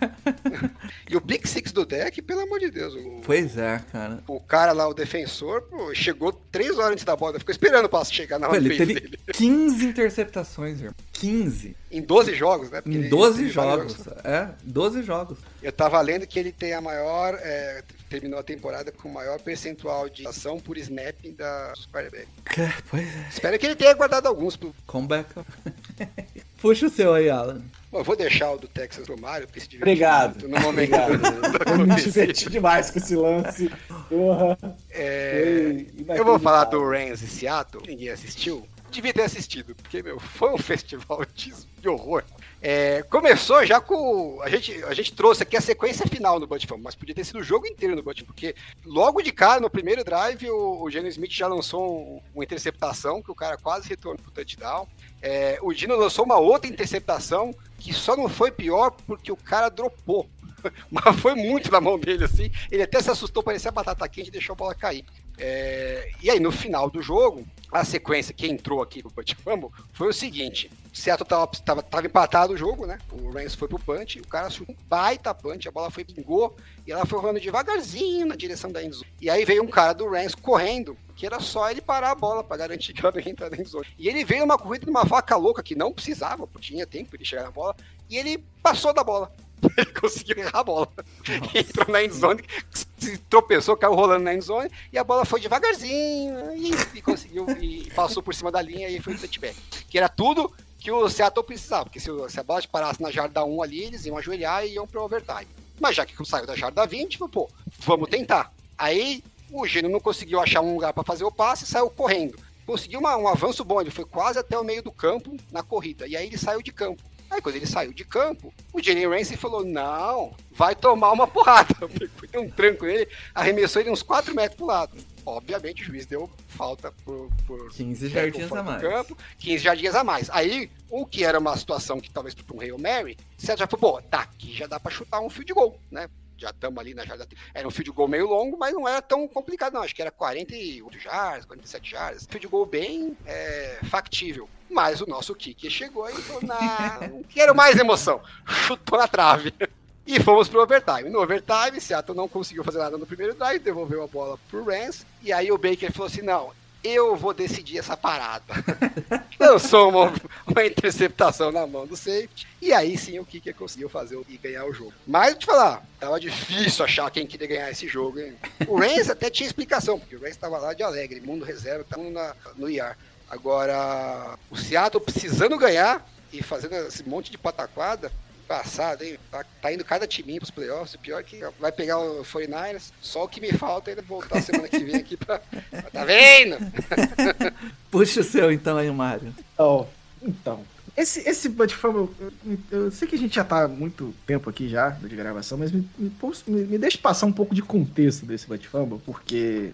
E o pick six do deck, pelo amor de Deus, o, Pois é, cara. o cara lá, o defensor, pô, chegou três horas antes da bola, ficou esperando o passo chegar na Pô, hora ele do teve dele. quinze interceptações, irmão. quinze. Em doze jogos, né? Porque Em ele- doze ele vários jogos. É, doze jogos. Eu tava lendo que ele tem a maior. é, terminou a temporada com o maior percentual de ação por snap da quarterback. Que- Pois é. Espero que ele tenha guardado alguns. Pro... Comeback. Puxa o seu aí, Alan. Bom, eu vou deixar o do Texas pro Mário, porque se divertiu Obrigado. muito no momento. Obrigado. Eu me diverti demais com esse lance. Porra. É, Foi eu vou falar inacreditável. do Rams e Seattle. Ninguém assistiu. Devia ter assistido, porque, meu, foi um festival de, de horror. É, começou já com. A gente, a gente trouxe aqui a sequência final no Butt Fumble, mas podia ter sido o jogo inteiro no Butt Fumble, porque logo de cara, no primeiro drive, o, o Geno Smith já lançou um, uma interceptação, que o cara quase retornou pro touchdown. É, o Gino lançou uma outra interceptação, que só não foi pior porque o cara dropou. Mas foi muito na mão dele, assim. Ele até se assustou, parecia batata quente e deixou a bola cair. É, e aí, no final do jogo, a sequência que entrou aqui pro Butt Fumble foi o seguinte: o Seattle tava, tava, tava empatado o jogo, né? O Rams foi pro punch, o cara chutou um baita punch, a bola foi pingou e ela foi rolando devagarzinho na direção da endzone. E aí veio um cara do Rams correndo, que era só ele parar a bola pra garantir que ela não ia entrar na endzone. E ele veio numa corrida numa vaca louca que não precisava, tinha tempo de chegar na bola, e ele passou da bola. Ele conseguiu errar a bola. Entrou na endzone, se tropeçou, caiu rolando na endzone, e a bola foi devagarzinho e, e conseguiu, e passou por cima da linha e foi o touchback. Que era tudo que o Seattle precisava, porque se, o, se a bola parasse na jarda um ali, eles iam ajoelhar e iam pro overtime. Mas já que saiu da jarda vinte, falou, pô, vamos tentar. Aí o Geno não conseguiu achar um lugar para fazer o passe e saiu correndo. Conseguiu uma, um avanço bom, ele foi quase até o meio do campo na corrida, e aí ele saiu de campo. Aí quando ele saiu de campo, o Jalen Ramsey falou, não, vai tomar uma porrada. Deu um tranco nele, arremessou ele uns quatro metros pro lado. Obviamente o juiz deu falta por... por quinze jardinhas fora a do mais. Campo, quinze jardinhas a mais. Aí, o que era uma situação que talvez para um Hail Mary, você já falou, pô, tá aqui já dá pra chutar um field goal, né? já estamos ali na jarda. Era um field goal meio longo, mas não era tão complicado, não. Acho que era quarenta e oito jardas, quarenta e sete jardas. Field goal bem é, factível. Mas o nosso kicker chegou aí e falou: nah, não quero mais emoção. Chutou na trave. E fomos pro overtime. No overtime, Seattle não conseguiu fazer nada no primeiro drive, devolveu a bola pro Rams. E aí o Baker falou assim: não, eu vou decidir essa parada. Lançou uma, uma interceptação na mão do safety. E aí sim o kicker conseguiu fazer e ganhar o jogo. Mas, vou te falar, tava difícil achar quem queria ganhar esse jogo, hein? O Rams até tinha explicação, porque o Rams tava lá de alegre, mundo reserva, tava na, no I R. Agora, o Seattle precisando ganhar e fazendo esse monte de pataquada, passado, hein? Tá, tá indo cada timinho pros playoffs. O pior é que vai pegar o quarenta e nine ers. Só o que me falta é ele voltar semana que vem aqui pra... Tá vendo? Puxa o seu então aí, Mário. Oh, então, esse, esse Butt Fumble, eu, eu sei que a gente já tá há muito tempo aqui já de gravação, mas me, me, me, me deixa passar um pouco de contexto desse Butt Fumble, porque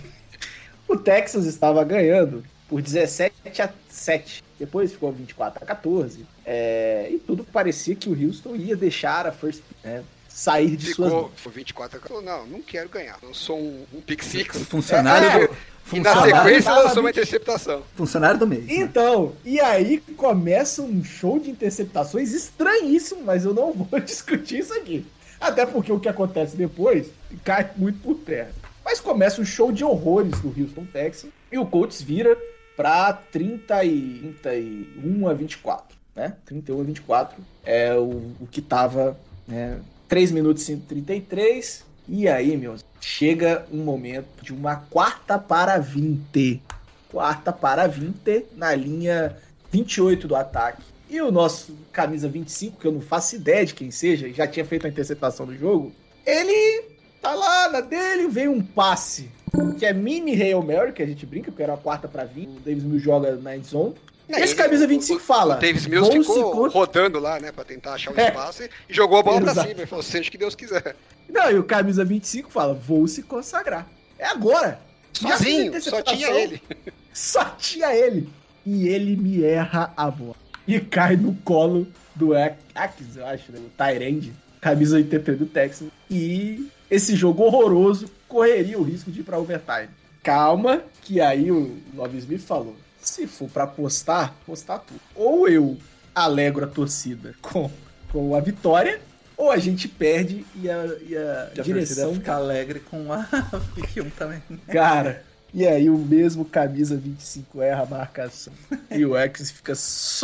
o Texans estava ganhando por dezessete a sete. Depois ficou vinte e quatro a quatorze. É, e tudo parecia que o Houston ia deixar a first né, sair de ficou, suas mãos. Ficou vinte e quatro a quatorze. Não, não quero ganhar. Eu sou um, um pick six. Funcionário É, do... E na Funcionário, sequência tava lançou uma vinte interceptação. funcionário do mês. Né? Então, e aí começa um show de interceptações estranhíssimo, mas eu não vou discutir isso aqui. Até porque o que acontece depois cai muito por terra. Mas começa um show de horrores do Houston Texans e o Colts vira para trinta e um a vinte e quatro, né? trinta e um a vinte e quatro é o, o que tava, né? três minutos e trinta e três. E aí, meus, chega um momento de uma quarta para vinte. Quarta para vinte na linha vinte e oito do ataque. E o nosso camisa vinte e cinco, que eu não faço ideia de quem seja, já tinha feito a interceptação do jogo, ele tá lá na dele, veio um passe que é mini Hail Mary, que a gente brinca, porque era uma quarta para vinte. O Davis Mills joga na end zone. E esse camisa vinte e cinco o, fala... O Davis Mills ficou contra... rodando lá, né, pra tentar achar um É. espaço e jogou a bola Exato. pra cima. Ele falou, seja o que Deus quiser. Não, e o camisa vinte e cinco fala, vou se consagrar. É agora. Já fez a Sozinho, só interceptação. tinha ele. Só tinha ele. E ele me erra a bola. E cai no colo do Atkins, eu acho, né? O Tyrande, camisa oitenta e oito do Texas. E esse jogo horroroso correria o risco de ir pra overtime. Calma, que aí o Love Smith falou, se for pra postar, postar tudo. Ou eu alegro a torcida com, com a vitória, ou a gente perde e a, e a E a direção... fica alegre com a pick um também. Cara, e aí o mesmo camisa vinte e cinco erra a marcação. E o X fica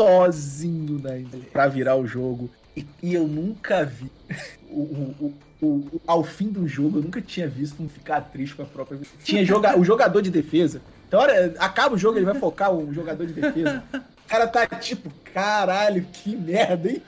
sozinho na end pra virar o jogo. E, e eu nunca vi... O, o, o, o, ao fim do jogo, eu nunca tinha visto um ficar triste com a própria vida. Tinha joga, o jogador de defesa. Então, olha, acaba o jogo, ele vai focar o jogador de defesa. O cara tá tipo, caralho, que merda, hein?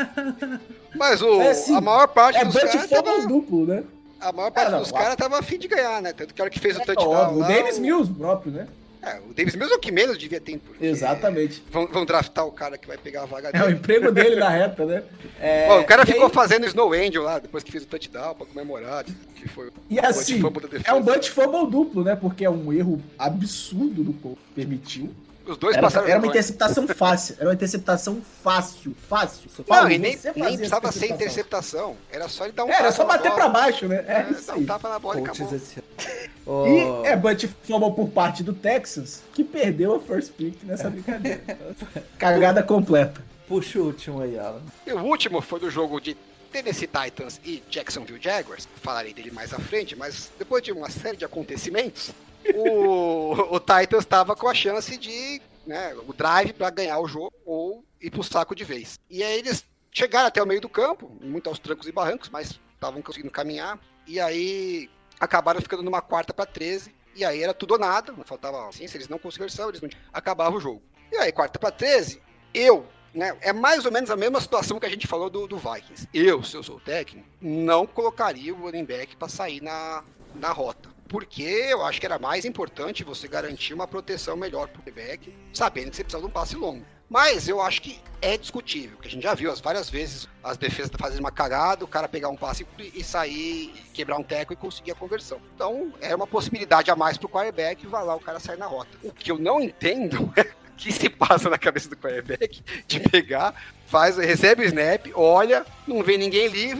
Mas o, É assim, a maior parte É dos bunch caras fumble tava, duplo, né? a maior parte É, não, dos a- caras tava afim de ganhar, né? Tanto que a hora que fez o É, touchdown óbvio, lá, o Davis o- Mills próprio, né? É, o Davis Mills é o que menos devia ter. Porque Exatamente. Vão, vão draftar o cara que vai pegar a vaga É o dele. emprego dele na reta, né? É, Bom, o cara e ficou aí- fazendo Snow Angel lá, depois que fez o touchdown, pra comemorar, que foi o E assim, fumble da defesa. é um bunch fumble duplo, né? Porque é um erro absurdo do Colts. Permitiu. Os dois Era, passaram era uma vergonha. interceptação fácil. Era uma interceptação fácil. Fácil. Não, Paulo, e nem, você nem fazia precisava essa ser interceptação. Era só ele dar um É, era tapa só na bater bola. pra baixo, né? É, É, isso dar aí. um tapa na bola e Colts acabou. esse ano. E Ô, é bunch fumble por parte do Texas, que perdeu a first pick nessa brincadeira. Cagada completa. Puxa o último aí, Alan. E o último foi do jogo de Tennessee Titans e Jacksonville Jaguars. Falarei dele mais à frente, mas depois de uma série de acontecimentos, o, o Titans estava com a chance de, né, o drive para ganhar o jogo ou ir pro saco de vez. E aí eles chegaram até o meio do campo, muito aos trancos e barrancos, mas estavam conseguindo caminhar. E aí acabaram ficando numa quarta para treze. E aí era tudo ou nada, não faltava assim, se eles não conseguissem, eles não acabava o jogo. E aí, quarta para treze, eu, né, é mais ou menos a mesma situação que a gente falou do, do Vikings. Eu, se eu sou o técnico, não colocaria o running back para sair na, na rota. Porque eu acho que era mais importante você garantir uma proteção melhor pro running back, sabendo que você precisa de um passe longo. Mas eu acho que é discutível, porque a gente já viu as várias vezes as defesas fazendo uma cagada, o cara pegar um passe e sair, quebrar um teco e conseguir a conversão. Então, é uma possibilidade a mais pro quarterback e vai lá o cara sair na rota. O que eu não entendo é o que se passa na cabeça do quarterback de pegar, faz, recebe o snap, olha, não vê ninguém livre,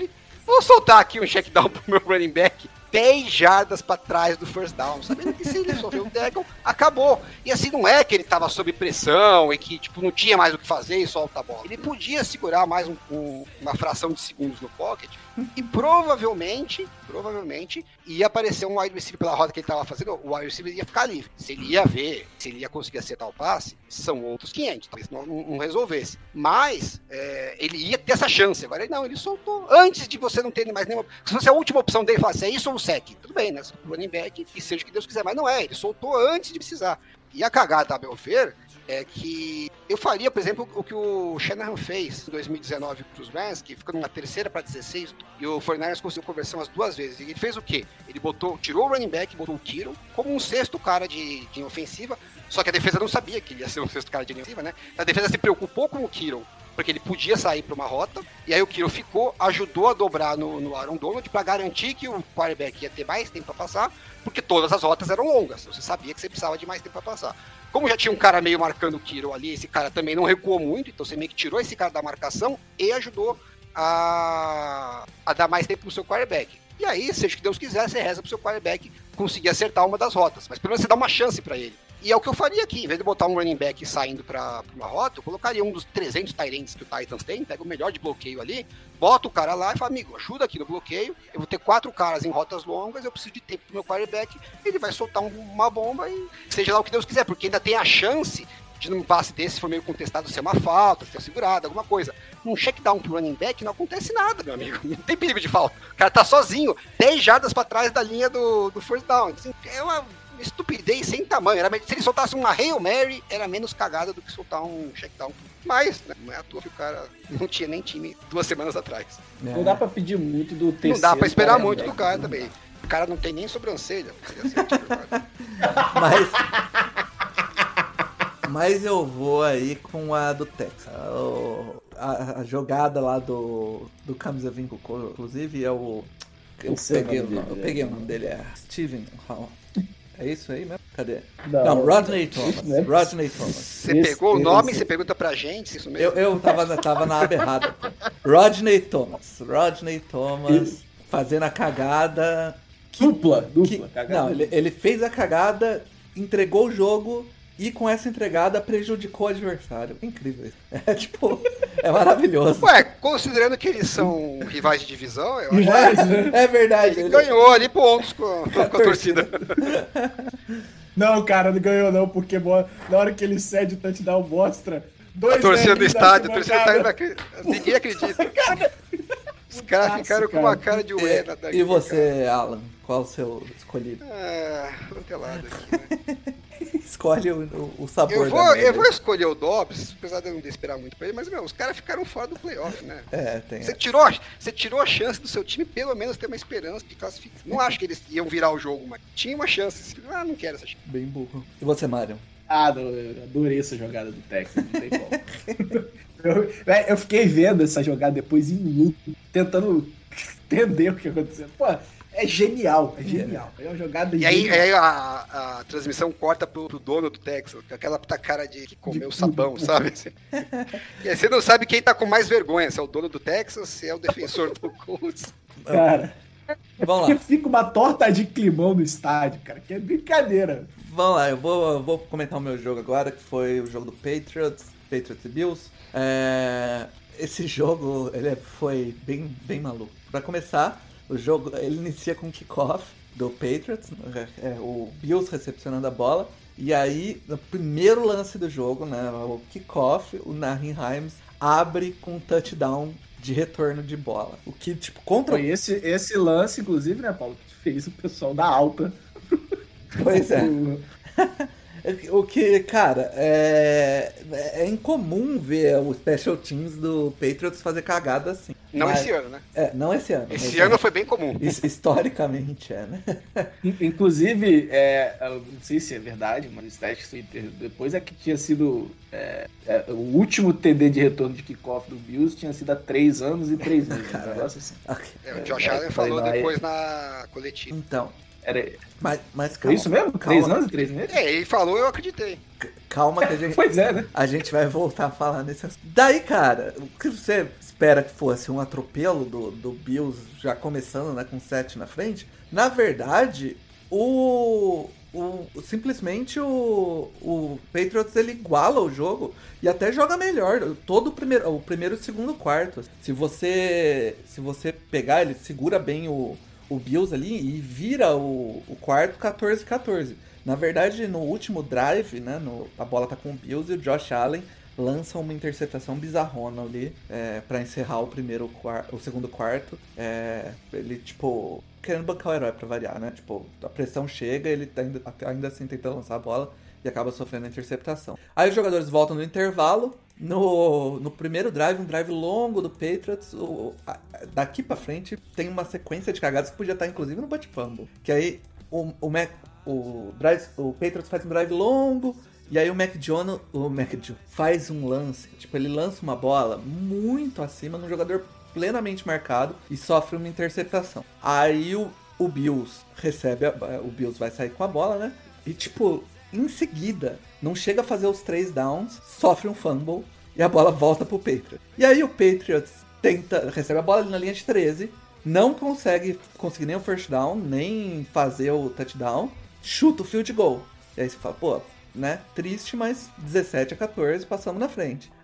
vou soltar aqui um check down pro meu running back dez jardas pra trás do first down, sabendo que se ele sofreu um tackle, acabou. E assim, não é que ele tava sob pressão e que, tipo, não tinha mais o que fazer e solta a bola. Ele podia segurar mais um, um, uma fração de segundos no pocket e provavelmente, provavelmente, ia aparecer um wide receiver pela rota que ele tava fazendo, o wide receiver ia ficar livre. Se ele ia ver, se ele ia conseguir acertar o passe, são outros quinhentos, talvez não, não resolvesse. Mas, é, ele ia ter essa chance. Agora, não, ele soltou antes de você não ter mais nenhuma... Se fosse a última opção dele, falasse, é isso ou o sec? Tudo bem, né? Running back, e seja o que Deus quiser. Mas não é, ele soltou antes de precisar. E a cagada, a meu ver, é que eu faria, por exemplo, o que o Shanahan fez em dois mil e dezenove para os Rams, que ficou numa terceira para dezesseis, e o forty-niners conseguiu conversão as duas vezes. E ele fez o quê? Ele botou, tirou o running back, botou o Kiro como um sexto cara de, de ofensiva, só que a defesa não sabia que ele ia ser um sexto cara de ofensiva, né? A defesa se preocupou com o Kiro, porque ele podia sair para uma rota, e aí o Kiro ficou, ajudou a dobrar no, no Aaron Donald para garantir que o quarterback ia ter mais tempo para passar, porque todas as rotas eram longas, você sabia que você precisava de mais tempo para passar. Como já tinha um cara meio marcando o Kiro ali, esse cara também não recuou muito, então você meio que tirou esse cara da marcação e ajudou a, a dar mais tempo pro seu quarterback. E aí, seja o que Deus quiser, você reza pro seu quarterback conseguir acertar uma das rotas, mas pelo menos você dá uma chance para ele. E é o que eu faria aqui, em vez de botar um running back saindo para uma rota, eu colocaria um dos trezentos tight ends que o Titans tem, pega o melhor de bloqueio ali, bota o cara lá e fala, amigo, ajuda aqui no bloqueio, eu vou ter quatro caras em rotas longas, eu preciso de tempo pro meu quarterback, ele vai soltar um, uma bomba e seja lá o que Deus quiser, porque ainda tem a chance de num passe desse, se for meio contestado, ser uma falta, ser segurado, alguma coisa. Num check down pro running back não acontece nada, meu amigo, não tem perigo de falta. O cara tá sozinho, dez jardas para trás da linha do, do first down, assim, é uma estupidez sem tamanho. Era, se ele soltasse uma Hail Mary, era menos cagada do que soltar um check-down. Mas, né, não é à toa que o cara não tinha nem time duas semanas atrás. É. Não dá pra pedir muito do terceiro. Não dá pra esperar cara, muito do cara né? também. O cara não tem nem sobrancelha. Mas... Mas eu vou aí com a do Texas. A, a jogada lá do, do Camisa Vinco, inclusive, é o... Eu peguei, o nome, eu peguei o nome dele, é Steven Hall. É isso aí mesmo? Cadê? Não, não Rodney Thomas. Né? Rodney Thomas. Você pegou o nome e você pergunta pra gente isso mesmo? Eu, eu tava, tava na aba errada. Pô. Rodney Thomas. Rodney Thomas fazendo a cagada. Que, dupla, dupla. Que, cagada. Não, ele, ele fez a cagada, entregou o jogo e com essa entregada prejudicou o adversário. Incrível isso. É tipo, é maravilhoso. Ué, considerando que eles são rivais de divisão, eu acho que é, é verdade. Ele, ele ganhou ali pontos com, com a, a torcida. Não, cara, não ganhou não, porque na hora que ele cede o touchdown mostra dois a torcida do estádio, a torcida do estádio, ninguém acredita. Os caras ficaram com uma cara de ué. E, e você, cara. Alan, qual o seu escolhido? Ah, antelado aqui, né? Escolhe o, o, o sabor eu vou, da eu vou escolher o Dobbs, apesar de eu não esperar muito pra ele, mas, meu, os caras ficaram fora do playoff, né? É, tem. Você tirou, você tirou a chance do seu time, pelo menos, ter uma esperança de classificar. Não acho que eles iam virar o jogo, mas tinha uma chance. Ah, não quero essa chance. Bem burro. E você, Mário? Ah, eu adorei essa jogada do Texas, não tem como. eu, eu fiquei vendo essa jogada depois em luto, tentando entender o que aconteceu. Pô, é genial, é genial. É uma jogada E aí, aí a, a transmissão corta pro, pro dono do Texas, com aquela puta cara de que comeu de sabão, tudo, sabe? E aí você não sabe quem tá com mais vergonha, se é o dono do Texas, se é o defensor do Colts. Cara, vamos lá. Fica uma torta de climão no estádio, cara, que é brincadeira. Vamos lá, eu vou, eu vou comentar o meu jogo agora, que foi o jogo do Patriots, Patriots e Bills. É, esse jogo, ele foi bem, bem maluco. Pra começar, o jogo, ele inicia com o kickoff do Patriots, é, o Bills recepcionando a bola, e aí, no primeiro lance do jogo, né, o kickoff, o Nyheim Hines abre com um touchdown de retorno de bola. O que, tipo, contra... Foi esse, esse lance, inclusive, né, Paulo, que fez o pessoal da alta. Pois é. O que, cara, é, é incomum ver o Special Teams do Patriots fazer cagada assim. Não mas, esse ano, né? É, não esse ano. Esse ano foi bem comum. Historicamente é, né? Inclusive, é, eu não sei se é verdade, mas depois é que tinha sido é, é, o último T D de retorno de kickoff do Bills tinha sido há três anos e três meses. Cara, um negócio assim. Okay. É, o Josh Allen falou depois na coletiva. Então... Era... Mas, mas calma. Foi isso mesmo? Calma. Três anos e três meses? É, ele falou, eu acreditei. Calma que a gente... Pois é, né? A gente vai voltar a falar nesse assunto. Daí, cara, o que você espera que fosse um atropelo do, do Bills já começando, né, com sete na frente, na verdade, o, o simplesmente o, o Patriots ele iguala o jogo e até joga melhor. Todo o primeiro, o primeiro e o segundo quarto. Se você, se você pegar, ele segura bem o, o Bills ali e vira o, o quarto quatorze a quatorze. Na verdade, no último drive, né, no, a bola tá com o Bills e o Josh Allen lança uma interceptação bizarrona ali é, pra encerrar o primeiro o segundo quarto. É, ele, tipo, querendo bancar o herói pra variar, né? Tipo, a pressão chega, ele tá ainda, ainda assim tenta lançar a bola e acaba sofrendo a interceptação. Aí os jogadores voltam no intervalo. No, no primeiro drive, um drive longo do Patriots, o, a, daqui pra frente tem uma sequência de cagadas que podia estar inclusive no Butt Fumble. Que aí o, o, Mac, o, drive, o Patriots faz um drive longo. E aí o Mac Jones, o Mac Jones faz um lance, tipo, ele lança uma bola muito acima num jogador plenamente marcado e sofre uma interceptação. Aí o, o Bills recebe, a, o Bills vai sair com a bola, né? E tipo, em seguida, não chega a fazer os três downs, sofre um fumble e a bola volta pro Patriots. E aí o Patriots tenta, recebe a bola ali na linha de treze, não consegue conseguir nem o first down, nem fazer o touchdown, chuta o field goal. E aí você fala, pô, né? Triste, mas dezessete a quatorze, passamos na frente.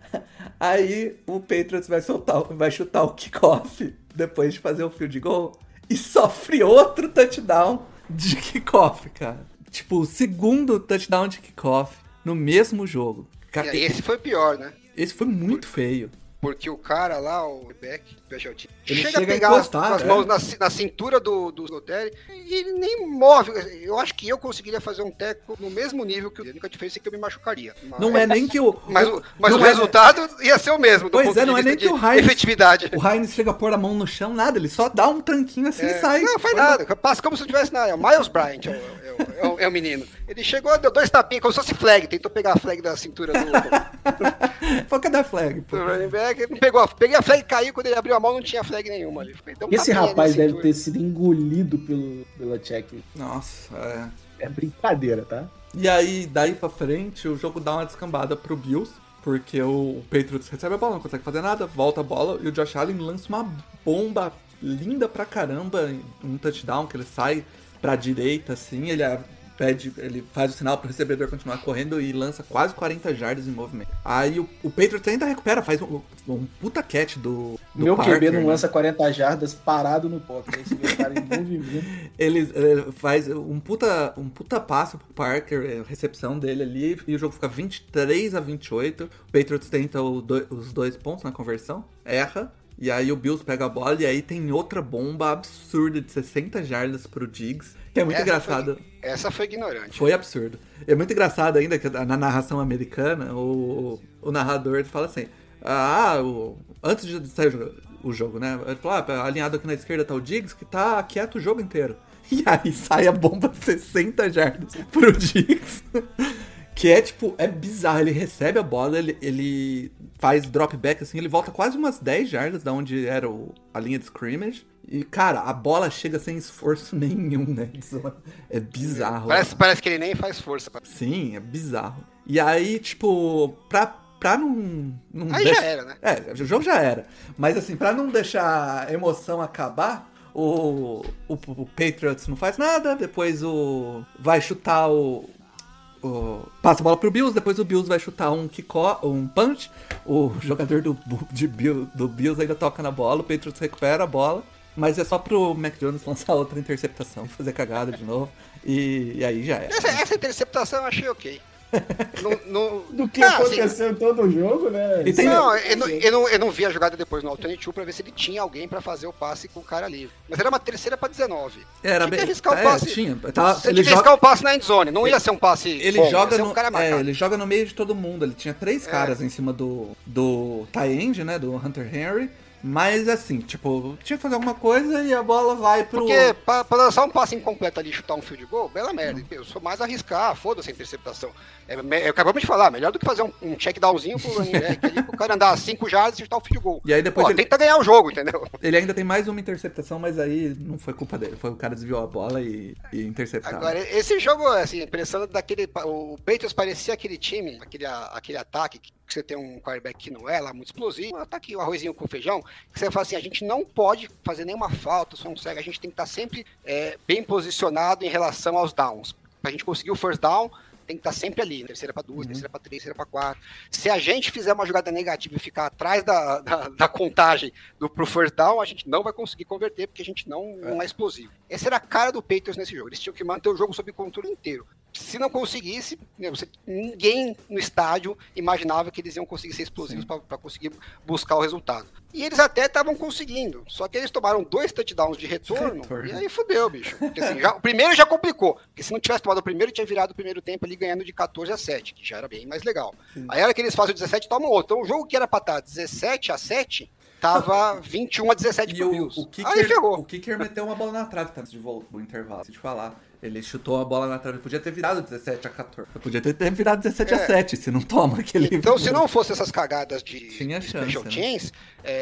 Aí o Patriots vai soltar, vai chutar o kickoff depois de fazer o field goal e sofre outro touchdown de kickoff, cara. Tipo, o segundo touchdown de kickoff no mesmo jogo. E aí, esse foi pior, né? Esse foi muito feio. Porque o cara lá, o Beck, special team, ele chega, chega a pegar a encostar, as, as mãos na, na cintura do, do Lotelli e ele nem move. Eu acho que eu conseguiria fazer um teco no mesmo nível que o. A única diferença é que eu me machucaria. Mas, não é nem que o. Mas, o, mas o é, resultado ia ser o mesmo. Do pois ponto é, não de é nem de que o Heinz. Efetividade. O Heinz chega a pôr a mão no chão, nada. Ele só dá um tranquinho assim é, e sai. Não, faz nada. Passa como se não tivesse nada. É o Miles Bryant, é o, é, o, é, o, é o menino. Ele chegou, deu dois tapinhas, como se fosse flag. Tentou pegar a flag da cintura do. Falou, cadê a flag? Do running back, ele pegou a Peguei a flag, caiu, quando ele abriu a mão não tinha flag nenhuma ali. Um Esse rapaz deve ter sido engolido pelo, pela check. Nossa, é... É brincadeira, tá? E aí, daí pra frente, o jogo dá uma descambada pro Bills, porque o Patriots recebe a bola, não consegue fazer nada, volta a bola, e o Josh Allen lança uma bomba linda pra caramba, um touchdown, que ele sai pra direita, assim, ele... Pede, ele faz o sinal pro recebedor continuar correndo e lança quase quarenta jardas em movimento. Aí o, o Patriots ainda recupera, faz um, um puta catch do, do Meu Parker, Q B não né? lança quarenta jardas parado no pocket, aí você vê o cara em movimento. Ele, ele faz um puta, um puta passo pro Parker, a recepção dele ali, e o jogo fica vinte e três a vinte e oito. O Patriots tenta o do, os dois pontos na conversão, erra. E aí o Bills pega a bola e aí tem outra bomba absurda de sessenta jardas pro Diggs, que é muito essa engraçado. Foi, essa foi ignorante. Foi absurdo. É muito engraçado ainda que na narração americana, o, o narrador fala assim, ah, o, antes de sair o jogo, o jogo, né? Ele fala, ah, alinhado aqui na esquerda tá o Diggs, que tá quieto o jogo inteiro. E aí sai a bomba de sessenta jardas pro Diggs. Que é, tipo, é bizarro. Ele recebe a bola, ele, ele faz drop back, assim, ele volta quase umas dez jardas da onde era o, a linha de scrimmage. E, cara, a bola chega sem esforço nenhum, né? É bizarro. Parece, parece que ele nem faz força. Pra... Sim, é bizarro. E aí, tipo, pra, pra não... não aí deixa... já era, né? É, o jogo já era. Mas, assim, pra não deixar a emoção acabar... O, o, o Patriots não faz nada, depois o vai chutar o, o passa a bola pro Bills, depois o Bills vai chutar um kickoff, um punch, o jogador do, de Bill, do Bills ainda toca na bola, o Patriots recupera a bola, mas é só pro Mac Jones lançar outra interceptação, fazer cagada de novo, e, e aí já é. Essa, essa interceptação eu achei ok. No, no... Do que ah, aconteceu assim, em todo o jogo, né? E tem... Não, eu não, eu, não, eu não vi a jogada depois no Alternate Two pra ver se ele tinha alguém pra fazer o passe com o cara livre. Mas era uma terceira pra dezenove. Era tinha bem... que arriscar o é, passe. Tinha. Tava... Você ele tinha que joga... arriscar o passe na endzone. Não ia ser um passe ele bom, joga ia ser no... um cara é, ele joga no meio de todo mundo. Ele tinha três é. caras em cima do, do tie-end, né? Do Hunter Henry. Mas assim, tipo, tinha que fazer alguma coisa e a bola vai pro... Porque pra, pra lançar um passe incompleto ali e chutar um field goal, bela merda. Eu sou mais arriscar, foda-se a interceptação. É, é, acabamos de falar, melhor do que fazer um, um check downzinho pro running back ali, pro cara andar cinco jardas e chutar o field goal. E aí depois Pô, ele... tenta ganhar o jogo, entendeu? Ele ainda tem mais uma interceptação, mas aí não foi culpa dele. Foi o cara desviou a bola e, e interceptaram. Agora, esse jogo, assim, a impressão daquele... O Patriots parecia aquele time, aquele, aquele ataque que você tem um quarterback que não é lá muito explosivo, tá aqui o arrozinho com feijão, que você fala assim, a gente não pode fazer nenhuma falta, só não segue, a gente tem que estar sempre é, bem posicionado em relação aos downs. Pra gente conseguir o first down, tem que estar sempre ali, terceira para duas, uhum. terceira para três, terceira para quatro. Se a gente fizer uma jogada negativa e ficar atrás da, da, da contagem do pro first down, a gente não vai conseguir converter, porque a gente não é, não é explosivo. Essa era a cara do Patriots nesse jogo. Eles tinham que manter o jogo sob controle inteiro. Se não conseguisse, né, você, ninguém no estádio imaginava que eles iam conseguir ser explosivos para conseguir buscar o resultado. E eles até estavam conseguindo, só que eles tomaram dois touchdowns de retorno, retorno. E aí fudeu, bicho. Porque, assim, já, o primeiro já complicou, porque se não tivesse tomado o primeiro, tinha virado o primeiro tempo ali ganhando de catorze a sete, que já era bem mais legal. Sim. Aí a hora que eles fazem o dezessete, tomam outro. Então o jogo que era para estar dezessete a sete... tava vinte e um a dezessete pro Bills. O, o Kicker, aí ferrou. O Kicker meteu uma bola na trave antes de voltar pro intervalo, se te falar. Ele chutou a bola na trave, podia ter virado dezessete a catorze. Podia ter, ter virado dezessete a sete, se não toma aquele... Então, se não fosse essas cagadas de, Tinha de chance, special né? teams,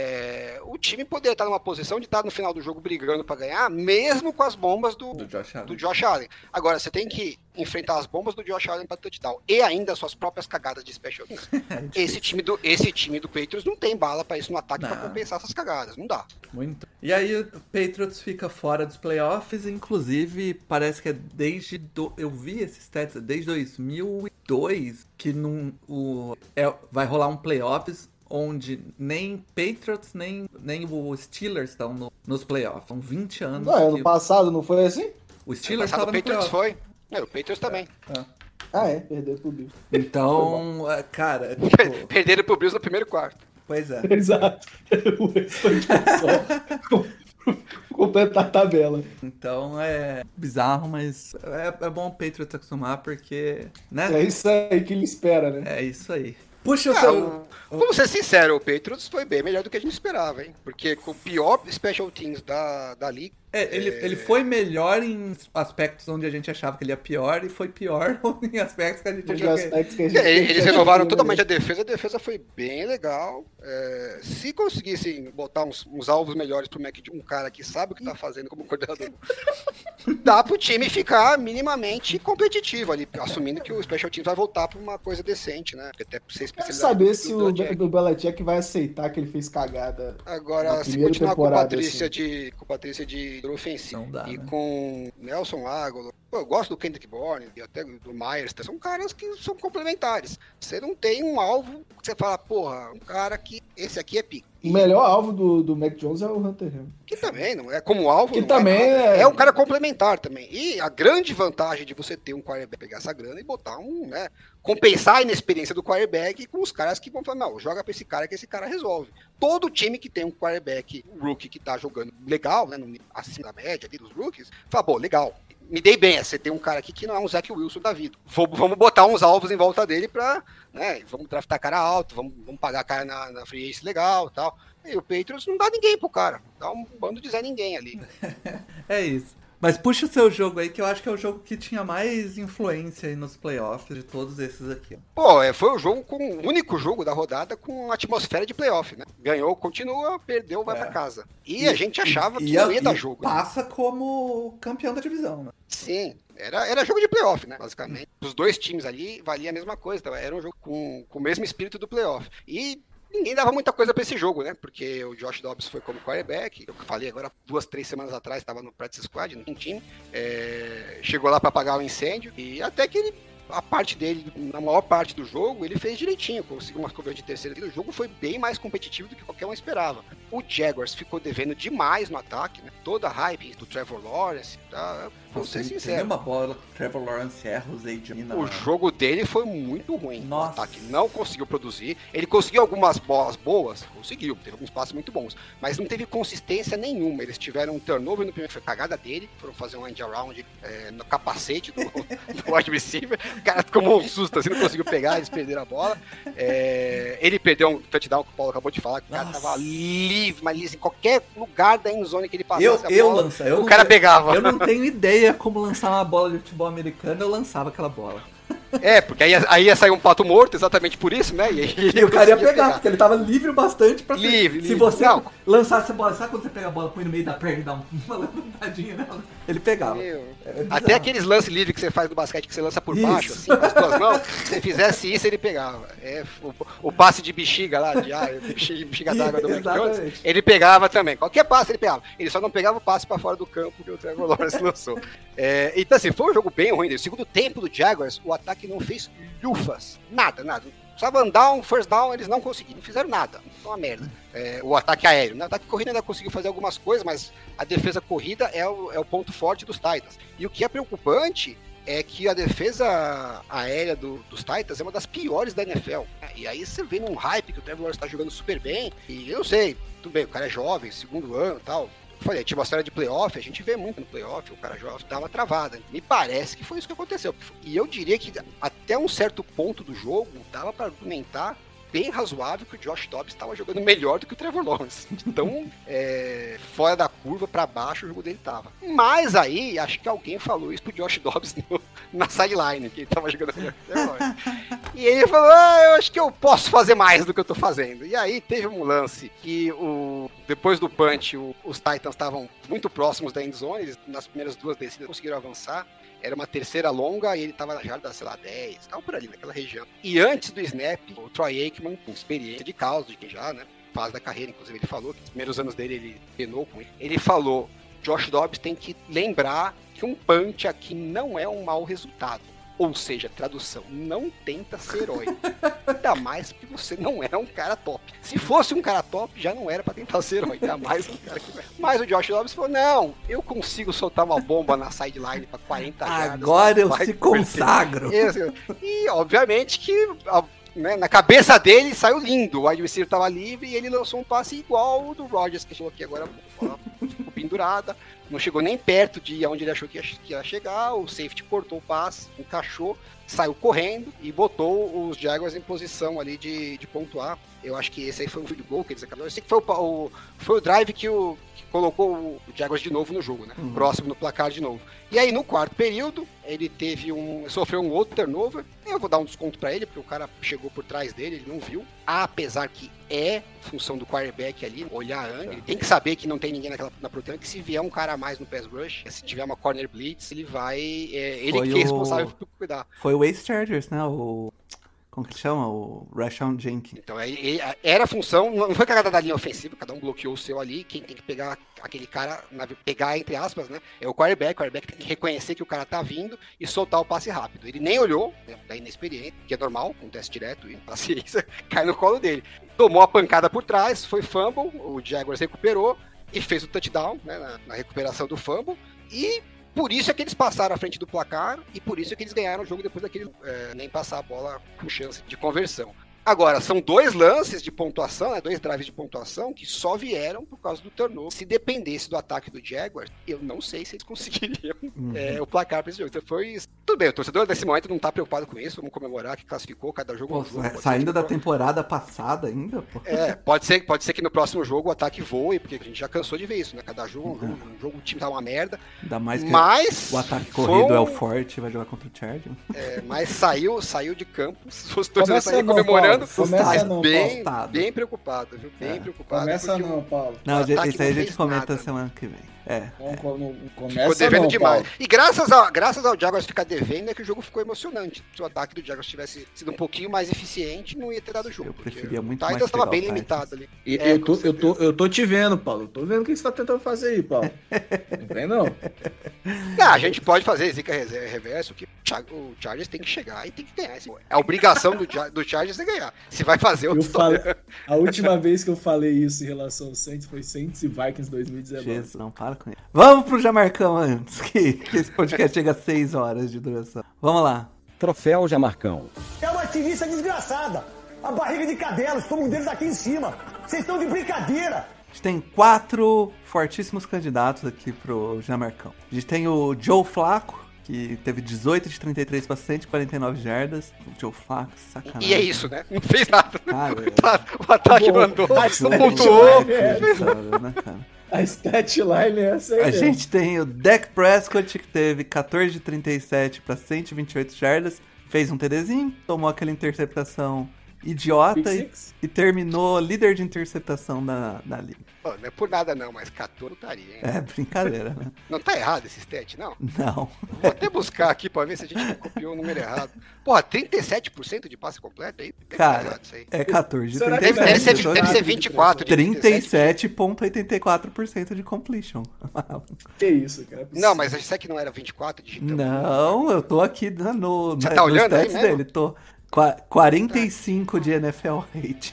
é, o time poderia estar numa posição de estar no final do jogo brigando pra ganhar, mesmo com as bombas do, do, Josh, Allen. do Josh Allen. Agora, você tem que enfrentar as bombas do Josh Allen pra touchdown e ainda as suas próprias cagadas de special teams. é esse, time do, esse time do Patriots não tem bala pra isso no ataque não. Pra compensar essas cagadas. Não dá. Muito. E aí o Patriots fica fora dos playoffs, inclusive parece que é desde... Do, eu vi esses stats desde dois mil e dois que num, o, é, vai rolar um playoffs onde nem Patriots nem, nem o Steelers estão no, nos playoffs. São vinte anos. Não, ano passado não foi assim? O Steelers estava no playoffs. Foi. É, o Patriots também. É. Ah, é? Perderam pro Bills. Então, cara... Tipo... Perderam pro Bills no primeiro quarto. Pois é. Exato. O restante só completar a tabela. Então é bizarro, mas é, é bom o Patriots acostumar, porque... né? É isso aí que ele espera, né? É isso aí. Puxa o ah, seu... o, vamos ser sinceros, o Patriots foi bem melhor do que a gente esperava, hein? Porque com o pior special teams da, da liga... É, ele, é... ele foi melhor em aspectos onde a gente achava que ele ia pior, e foi pior em aspectos que a gente achava que... que a gente é, Eles renovaram totalmente a defesa, a defesa foi bem legal. É, se conseguissem botar uns, uns alvos melhores pro Mac, um cara que sabe o que tá fazendo como coordenador, dá pro time ficar minimamente competitivo ali, assumindo que o special teams vai voltar pra uma coisa decente, né? Porque até pra ser Quero saber se o, o Belichick vai aceitar que ele fez cagada. Agora, se continuar com Patrícia assim. de com Patrícia de ofensiva dá, e né? com Nelson Aguilar, eu gosto do Kendrick Bourne e até do Myers, são caras que são complementares. Você não tem um alvo que você fala, porra, um cara que esse aqui é pico. O melhor alvo do, do Mac Jones é o Hunter Henry. Que também, não é como alvo. Que também é, é... é um cara complementar também. E a grande vantagem de você ter um quarterback, pegar essa grana e botar um, né, compensar a inexperiência do quarterback com os caras que vão falar, não, joga pra esse cara que esse cara resolve. Todo time que tem um quarterback um rookie que tá jogando legal, né, acima da média ali dos rookies, fala, pô, legal. Me dei bem, você tem um cara aqui que não é um Zach Wilson da vida. Vamos botar uns alvos em volta dele pra, né, vamos draftar cara alto, vamos, vamos pagar cara na, na free agency legal e tal. E o Patriots não dá ninguém pro cara, dá um bando de Zé Ninguém ali. É isso. Mas puxa o seu jogo aí, que eu acho que é o jogo que tinha mais influência aí nos playoffs de todos esses aqui. Pô, é, foi o jogo com o único jogo da rodada com atmosfera de playoff, né? Ganhou, continua, perdeu, vai é. pra casa. E, e a gente achava e, que não ia dar jogo. Passa né? como campeão da divisão, né? Sim, era, era jogo de playoff, né? Basicamente. Os dois times ali valia a mesma coisa, era um jogo com, com o mesmo espírito do playoff. E ninguém dava muita coisa pra esse jogo, né? Porque o Josh Dobbs foi como quarterback. Eu falei agora, duas, três semanas atrás, estava no practice squad, no time. É, chegou lá pra apagar o incêndio. E até que ele, a parte dele, na maior parte do jogo, ele fez direitinho. Conseguiu uma cobertura de terceira. O jogo foi bem mais competitivo do que qualquer um esperava. O Jaguars ficou devendo demais no ataque, né? Toda a hype do Trevor Lawrence. Tá? Vou ser sincero. Uma bola que o Trevor Lawrence erra, o Zay Jones. O jogo dele foi muito ruim. Nossa. O ataque não conseguiu produzir. Ele conseguiu algumas bolas boas, conseguiu, teve alguns passes muito bons, mas não teve consistência nenhuma. Eles tiveram um turnover no primeiro, foi cagada dele, foram fazer um end around é, no capacete do, do wide receiver. O cara tomou um susto assim, não conseguiu pegar, eles perderam a bola. É, ele perdeu um touchdown que o Paulo acabou de falar, que o cara Nossa. tava livre, mas livre, em qualquer lugar da endzone que ele passasse. Eu, a eu bola, lança, eu o cara não, pegava. Eu não tenho ideia como lançar uma bola de futebol americano, eu lançava aquela bola. É, porque aí, aí ia sair um pato morto, exatamente por isso, né? E, aí E o cara ia pegar, pegar, porque ele tava livre o bastante pra livre, ser. livre. Se você Não. lançasse a bola, sabe quando você pega a bola, põe no meio da perna e dá uma levantadinha nela? Ele pegava. Meu, até aqueles lances livres que você faz no basquete, que você lança por isso. baixo, assim, com as duas mãos, se você fizesse isso, ele pegava. É, o, o passe de bexiga lá, de ar, bexiga, bexiga d'água do Magic Jones, ele pegava também. Qualquer passe ele pegava. Ele só não pegava o passe pra fora do campo que o Trevor Lawrence lançou. É, então assim, foi um jogo bem ruim. No segundo tempo do Jaguars, o ataque não fez lufas. Nada, nada. Precisava andar um first down, eles não conseguiram, não fizeram nada. Foi uma merda. É, o ataque aéreo, né? O ataque corrida ainda conseguiu fazer algumas coisas, mas a defesa corrida é o, é o ponto forte dos Titans. E o que é preocupante é que a defesa aérea do, dos Titans é uma das piores da N F L. E aí você vê num hype que o Trevor Lawrence está jogando super bem, e eu sei, tudo bem, o cara é jovem, segundo ano e tal. Eu falei, tinha uma história de playoff, a gente vê muito no playoff, o cara jovem dá uma travada. Me parece que foi isso que aconteceu. E eu diria que até um certo ponto do jogo, dava para argumentar bem razoável que o Josh Dobbs estava jogando melhor do que o Trevor Lawrence. Então, é, fora da curva, para baixo, o jogo dele tava. Mas aí, acho que alguém falou isso pro Josh Dobbs no, na sideline, que ele tava jogando melhor que o Trevor Lawrence. E ele falou, ah, eu acho que eu posso fazer mais do que eu tô fazendo. E aí, teve um lance que, o, depois do punch, o, os Titans estavam muito próximos da endzone, eles, nas primeiras duas descidas conseguiram avançar. Era uma terceira longa e ele tava na jarda, sei lá, dez, tava por ali, naquela região. E antes do snap, o Troy Aikman, com experiência de causa, de quem já, né, fase da carreira, inclusive ele falou que nos primeiros anos dele ele penou com ele. Ele falou, Josh Dobbs tem que lembrar que um punch aqui não é um mau resultado. Ou seja, tradução, não tenta ser herói. Ainda mais que você não é um cara top. Se fosse um cara top, já não era pra tentar ser herói. Ainda mais um cara que não é. Mas o Josh Dobbs falou, não, eu consigo soltar uma bomba na sideline pra quarenta jardas. Agora eu se consagro. E, obviamente, que... Né, na cabeça dele saiu lindo, o wide receiver estava livre e ele lançou um passe igual o do Rodgers, que chegou aqui agora, ficou pendurada, não chegou nem perto de onde ele achou que ia, que ia chegar, o safety cortou o passe, encaixou, saiu correndo e botou os Jaguars em posição ali de, de pontuar. Eu acho que esse aí foi um field goal que eles acabaram. Eu sei que foi o, o, foi o drive que, o, que colocou o Jaguars de novo no jogo, né? Uhum. Próximo no placar de novo. E aí no quarto período, ele teve um. Sofreu um outro turnover. Eu vou dar um desconto pra ele, porque o cara chegou por trás dele, ele não viu. Apesar que é função do quarterback ali, olhar antes, ele tem que saber que não tem ninguém naquela, na proteção, que se vier um cara a mais no pass rush, se tiver uma corner blitz, ele vai. É, ele foi que é responsável o... por cuidar. Foi o Ace Chargers, né? O. Como que ele chama? O Rashawn Jenkins. Então, ele, era a função, não foi cagada da linha ofensiva, cada um bloqueou o seu ali, quem tem que pegar aquele cara, pegar entre aspas, né, é o quarterback, o quarterback tem que reconhecer que o cara tá vindo e soltar o passe rápido. Ele nem olhou, né, da inexperiente, que é normal, acontece direto, e paciência, cai no colo dele. Tomou a pancada por trás, foi fumble, o Jaguars recuperou e fez o touchdown, né, na, na recuperação do fumble, e por isso é que eles passaram à frente do placar e por isso é que eles ganharam o jogo depois daquele é, nem passar a bola com chance de conversão. Agora, são dois lances de pontuação, né, dois drives de pontuação que só vieram por causa do turnover. Se dependesse do ataque do Jaguars, eu não sei se eles conseguiriam uhum. é, o placar para esse jogo. Então foi... Tudo bem, o torcedor nesse momento não tá preocupado com isso, vamos comemorar que classificou cada jogo. Pô, um jogo saindo da temporada passada ainda, pô. É, pode ser, pode ser que no próximo jogo o ataque voe, porque a gente já cansou de ver isso, né? Cada jogo, uhum. um jogo o time tá uma merda. Ainda mais que mas o ataque corrido um... é o forte, vai jogar contra o Chargers. É, mas saiu, saiu de campo, os torcedores saíram comemorando. Começa não, bem, bem preocupado, viu? Bem é. preocupado. Começa não, Paulo. Não, isso aí a gente comenta nada, semana que vem. É. Não, não, não começa ficou devendo não, demais. Paulo. E graças ao, graças ao Jaguars ficar devendo é que o jogo ficou emocionante. Se o ataque do Jaguars tivesse sido um pouquinho mais eficiente, não ia ter dado o jogo. Eu preferia muito o mais. O Titans estava bem limitado ali. E, é, eu, tô, eu, tô, eu tô te vendo, Paulo. Eu tô vendo o que você tá tentando fazer aí, Paulo. Não vem, não. Ah, a gente pode fazer zica reverso, que o Chargers tem que chegar e tem que ganhar. É a obrigação do, do Chargers é ganhar. Se vai fazer outro. Falei, a última vez que eu falei isso em relação ao Saints foi Saints e Vikings dois mil e dezenove. Jesus, não, para com isso. Vamos pro Jamarcão antes, que, que esse podcast chega a seis horas de duração. Vamos lá. Troféu Jamarcão. É uma ativista desgraçada. A barriga de cadela, os um deles aqui em cima. Vocês estão de brincadeira. A gente tem quatro fortíssimos candidatos aqui pro Jamarcão. A gente tem o Joe Flacco, que teve dezoito de trinta e três para cento e quarenta e nove jardas. O Joe Flacco, sacanagem. E é isso, né? Não fez nada. Cara, o ataque Bom, mandou, pontuou. Né, cara? A statline é essa aí. A mesmo. gente tem o Dak Prescott, que teve quatorze de trinta e sete para cento e vinte e oito jardas, fez um TDzinho, tomou aquela interceptação idiota e, e terminou líder de interceptação da, da liga. Pô, não é por nada não, mas catorze estaria, hein? É, brincadeira, né? Não tá errado esse stat, não? Não. Vou até buscar aqui pra ver se a gente não copiou o número errado. Porra, trinta e sete por cento de passe completo aí? Cara, isso aí. É catorze de trinta e sete. Deve, deve, ser, deve ser vinte e quatro. trinta e sete vírgula oitenta e quatro por cento de completion. Que isso, cara. Não, mas a gente que não era vinte e quatro digitando. Não, eu tô aqui no, Você na, tá no olhando stats aí dele. Tô quarenta e cinco de N F L rate.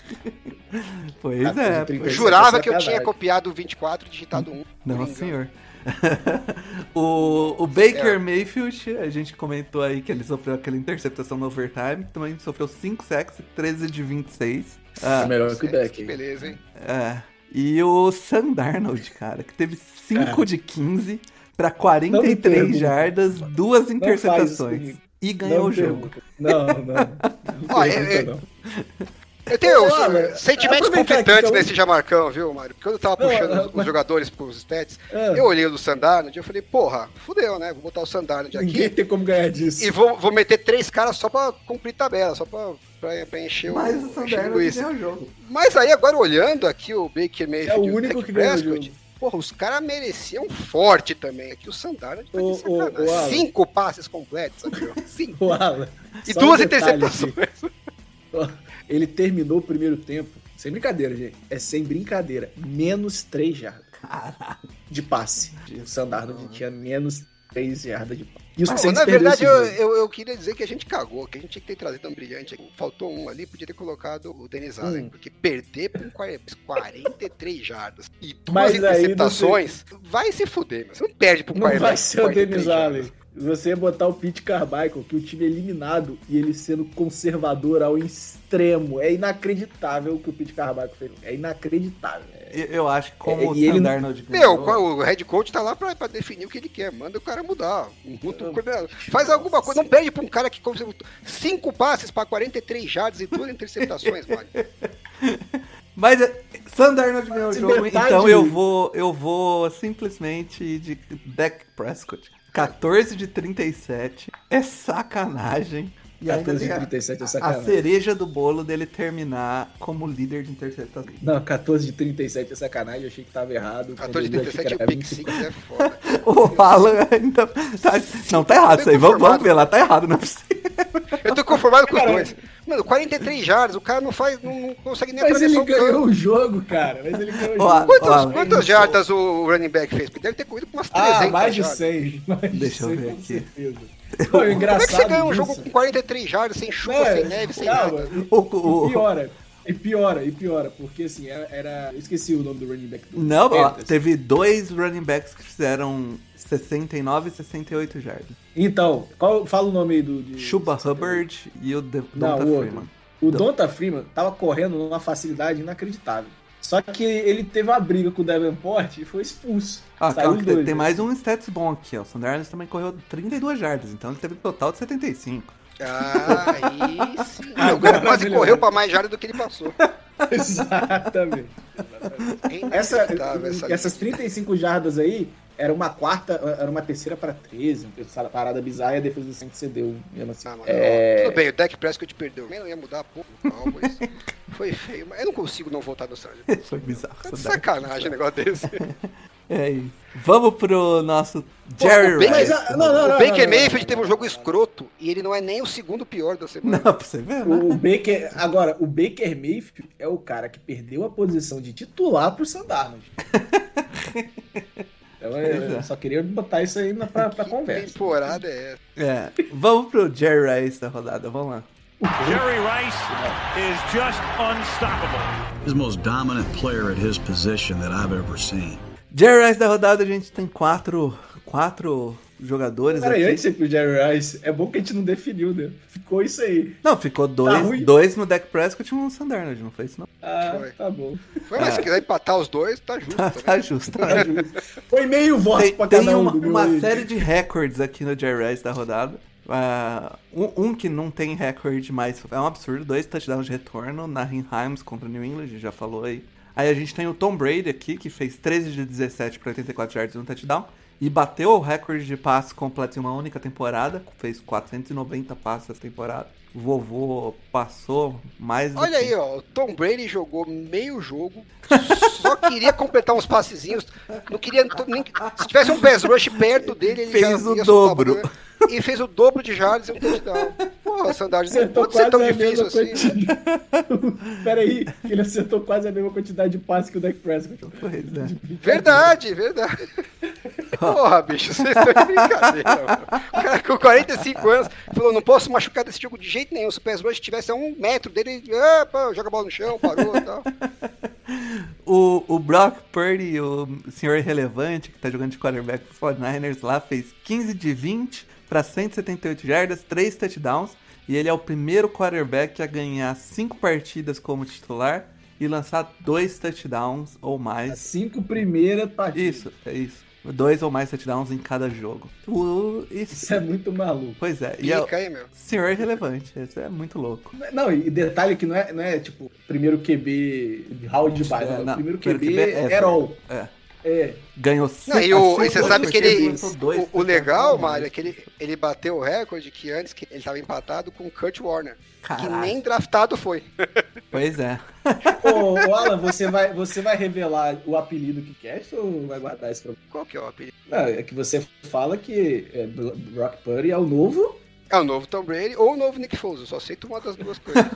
Pois é. Eu jurava que eu tinha copiado o vinte e quatro e digitado um. Não, senhor. o, o Baker Mayfield, a gente comentou aí que ele sofreu aquela interceptação no overtime, também sofreu cinco sacks, treze de vinte e seis. Ah, é melhor que o Beck. Que beleza, hein? É. E o Sam Darnold, cara, que teve cinco é. de quinze para quarenta e três jardas, duas interceptações. E ganhou não o jogo. Não, não. não, Ó, é, não. Eu tenho Ô, Alan, sentimentos conflitantes nesse eu... Jamarcão, viu, Mário? Porque quando eu tava puxando não, os, mas... os jogadores pros stats, é. eu olhei o do Sandarnold e eu falei, porra, fudeu, né? Vou botar o Sandarnold aqui. Ninguém tem como ganhar disso. E vou, vou meter três caras só pra cumprir tabela, só pra, pra, pra encher mas o Mas o Sandarnold ganhou o jogo. Mas aí, agora olhando aqui o Baker Mayfield é o único e o que ganhou o jogo. Porra, os caras mereciam forte também. Aqui o Sandarnold tá de sacanagem. Cinco passes completos, sabe? Cinco. O Alan, e duas um interceptações. Ele terminou o primeiro tempo, sem brincadeira, gente. É sem brincadeira. Menos três jardas. Caralho. De passe. O Sandarnold tinha menos três jardas de passe. E os Pô, na verdade, eu, eu, eu queria dizer que a gente cagou, que a gente tinha que ter trazido um brilhante aqui. Faltou um ali, podia ter colocado o Dennis Allen, hum. porque perder por quarenta e três jardas e duas mas interceptações, você... vai se fuder, mas você não perde por quarenta e três. Não vai ser o Dennis Allen. Você ia botar o Pete Carmichael, que o time é eliminado, e ele sendo conservador ao extremo. É inacreditável o que o Pete Carmichael fez. É inacreditável. Eu, eu acho que como é, o Sam Darnold... Meu, o head coach tá lá pra, pra definir o que ele quer. Manda o cara mudar. Faz alguma coisa. Não perde pra um cara que conseguiu cinco passes pra quarenta e três jardas e duas interceptações, mano. Mas Sam Darnold ganhou o jogo, então eu vou, eu vou simplesmente de Dak Prescott. catorze de trinta e sete é sacanagem. E catorze de trinta e sete é sacanagem. A cereja do bolo dele terminar como líder de interceptação. Não, catorze de trinta e sete é sacanagem, eu achei que tava errado. catorze de trinta e sete o Pick Six é foda. O Alan ainda... Tá... Não, tá errado isso aí, vamos, vamos ver lá, tá errado, não é possível. Eu tô conformado com os dois. Mano, quarenta e três jardas, o cara não faz, não consegue nem mas atravessar o campo. Mas ele ganhou o jogo, cara. Mas ele ganhou o jogo. Ó, quantas ó, quantas jardas o running back fez? Deve ter corrido com umas trezentas Ah, mais de jardas. cem. Mais de Deixa cem, eu ver aqui. Pô, Como é que você ganha um disso. jogo com quarenta e três jardas, sem chuva, é, sem neve, sem calma, nada? E, o, o, e piora. E piora, e piora, porque assim, era, era... Eu esqueci o nome do running back. Do não, ó, teve dois running backs que fizeram sessenta e nove e sessenta e oito jardas. Então, qual, fala o nome aí do... De, Chuba Hubbard e o De, não, Donta o Freeman. O Donta Freeman tava correndo numa facilidade inacreditável. Só que ele teve uma briga com o Davenport e foi expulso. Ah, calma, tem, tem mais um stats bom aqui, ó. O Sandarnold também correu trinta e duas jardas, então ele teve um total de setenta e cinco. Ah, isso. Ah, o cara quase correu pra mais jardas do que ele passou. Exatamente. Essa, essa essas trinta e cinco jardas aí era uma quarta, era uma terceira para treze, essa parada bizarra e a defesa do Saints cedeu mesmo assim. Ah, mano, é... Tudo bem, o Dak Prescott perdeu. Eu não ia mudar a porra, calma, isso foi feio, mas eu não consigo não voltar no Santos. Foi bizarro. Tá de sacanagem um negócio desse. É isso. Vamos pro nosso Jerry Rice. Rice. Não, não, não, o Baker não, Mayfield não, teve um jogo escroto e ele não é nem o segundo pior da semana. Não, pra você ver, né? O Baker, agora, o Baker Mayfield é o cara que perdeu a posição de titular pro Sandarnold. Então, eu só queria botar isso aí na, pra, pra conversa. Que temporada é essa? É. Vamos pro Jerry Rice da rodada, vamos lá. Jerry Rice is just unstoppable. He's the most dominant player at his position that I've ever seen. Jerry Rice da rodada, a gente tem quatro, quatro jogadores Peraí, aqui. antes de ir pro Jerry Rice, é bom que a gente não definiu, né? Ficou isso aí. Não, ficou dois, Tá dois no Dak Prescott e um no Sandarnold, não foi isso não? Ah, Foi. tá bom. Foi, mas se quiser empatar os dois, tá justo. Tá, também. tá justo. Tá justo. Foi meio voto Tem, pra tem cada um. uma, do meu uma aí. série de recordes aqui no Jerry Rice da rodada. Uh, um, um que não tem recorde, mas é um absurdo. Dois touchdowns de retorno na Himes contra o New England, a gente já falou aí. Aí a gente tem o Tom Brady aqui, que fez treze de dezessete para oitenta e quatro yards no touchdown. e bateu o recorde de passes completos em uma única temporada, fez quatrocentos e noventa passes essa temporada. O vovô passou mais do Olha que... aí, ó, o Tom Brady jogou meio jogo, só queria completar uns passezinhos, não queria, nem, se tivesse um pass rush perto dele, ele fez já o ia dobro. soltar, e fez o dobro de jardas e um touchdown. Porra, Sandage, não Acertou pode ser tão quase a difícil mesma assim. quantidade. Pera aí, ele acertou quase a mesma quantidade de passes que o Dak Prescott. Pois é. Verdade, verdade. Porra, bicho, vocês estão de brincadeira. Mano. O cara com quarenta e cinco anos falou, não posso machucar desse jogo de jeito nenhum. Se o pass rush tivesse a um metro dele, ele opa, joga a bola no chão, parou e tal. O, o Brock Purdy, o senhor irrelevante, que tá jogando de quarterback pro quarenta e nove ers lá, fez quinze de vinte para cento e setenta e oito jardas, três touchdowns, e ele é o primeiro quarterback a ganhar cinco partidas como titular e lançar dois touchdowns ou mais. As cinco primeiras partidas. Isso, é isso. Dois ou mais touchdowns em cada jogo. Uh, isso... isso é muito maluco. Pois é. E e é o aí, meu? senhor irrelevante. Isso é muito louco. Não, e detalhe que não é, não é tipo, primeiro Q B de round de base. É, não, não, o primeiro primeiro Q B, Q B é era all. É. É. Ganhou Não, e, o, e você dois sabe que ele. dois, O, o legal, Mário, é que ele, ele bateu o recorde que antes que ele estava empatado com o Kurt Warner. Caralho. Que nem draftado foi. Pois é. Ô, ô, Alan, você vai, você vai revelar o apelido que quer ou vai guardar isso pra mim? Qual que é o apelido? Não, é que você fala que é, Brock Purdy é o novo. É o novo Tom Brady ou o novo Nick Foles. Eu só aceito uma das duas coisas.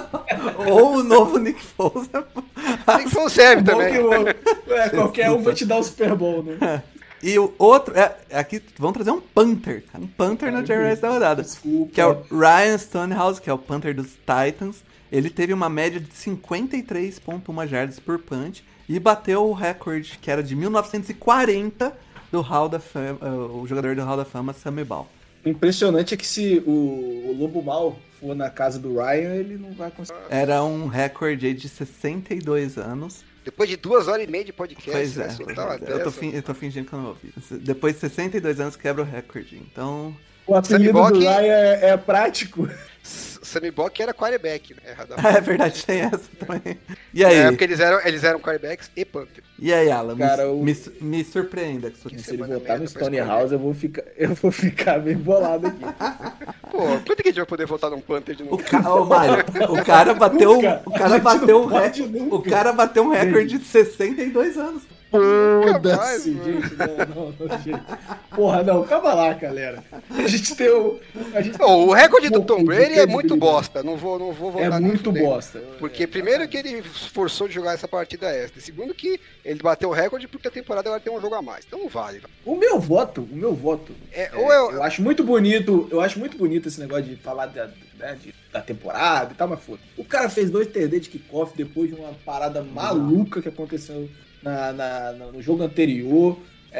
Ou o novo Nick Foles. Nick Foles serve Bom também. que o- é, qualquer um vai te dar o Super Bowl, né? E o outro, é, aqui vamos trazer um punter, cara, um punter na Jerry Rice da rodada, Desculpa. que é o Ryan Stonehouse, que é o punter dos Titans. Ele teve uma média de cinquenta e três vírgula um jardas por punch e bateu o recorde, que era de mil novecentos e quarenta, do Hall da Fama, o jogador do Hall da Fama, Sammy Baugh. O impressionante é que se o, o Lobo Mal for na casa do Ryan, ele não vai conseguir. Era um recorde aí de sessenta e dois anos. Depois de duas horas e meia de podcast, Pois é, vai pois soltar uma é. Eu, tô dessa. fin- eu tô fingindo que eu não ouvi. Depois de sessenta e dois anos quebra o recorde, então... O apelido Sammy do Baugh- Ryan é, é prático. Sammy Bock era quarterback, né? É verdade, tem essa também. E aí? É, porque eles eram, eles eram quarterbacks e punter. E aí, Alan? Cara, me, o- me, me surpreenda. Que Se ele Semana voltar merda no pra Stone escolher. House, eu vou ficar, eu vou ficar bem bolado aqui. Pô, quando é que a gente vai poder votar num punter de O, novo? ca... Ô, Mário, o cara bateu, Nunca. o A cara gente bateu não um pode recorde. nunca. O cara bateu um recorde de sessenta e dois anos. Foda-se, gente. Não, não, não, gente. Porra, não, calma lá, galera. A gente tem o. A gente Não, o recorde do um Tom pouco Brady de é muito credibilidade. bosta. Não vou, não vou votar É nem muito fudendo. bosta. Porque É, primeiro que ele forçou de jogar essa partida extra. Segundo que ele bateu o recorde porque a temporada agora tem um jogo a mais. Então não vale. O meu voto, o meu voto. É, é, ou eu- eu acho muito bonito, eu acho muito bonito esse negócio de falar da, né, de- da temporada e tal, mas foda. O cara fez dois T D de kickoff depois de uma parada maluca que aconteceu na, na- na- no jogo anterior.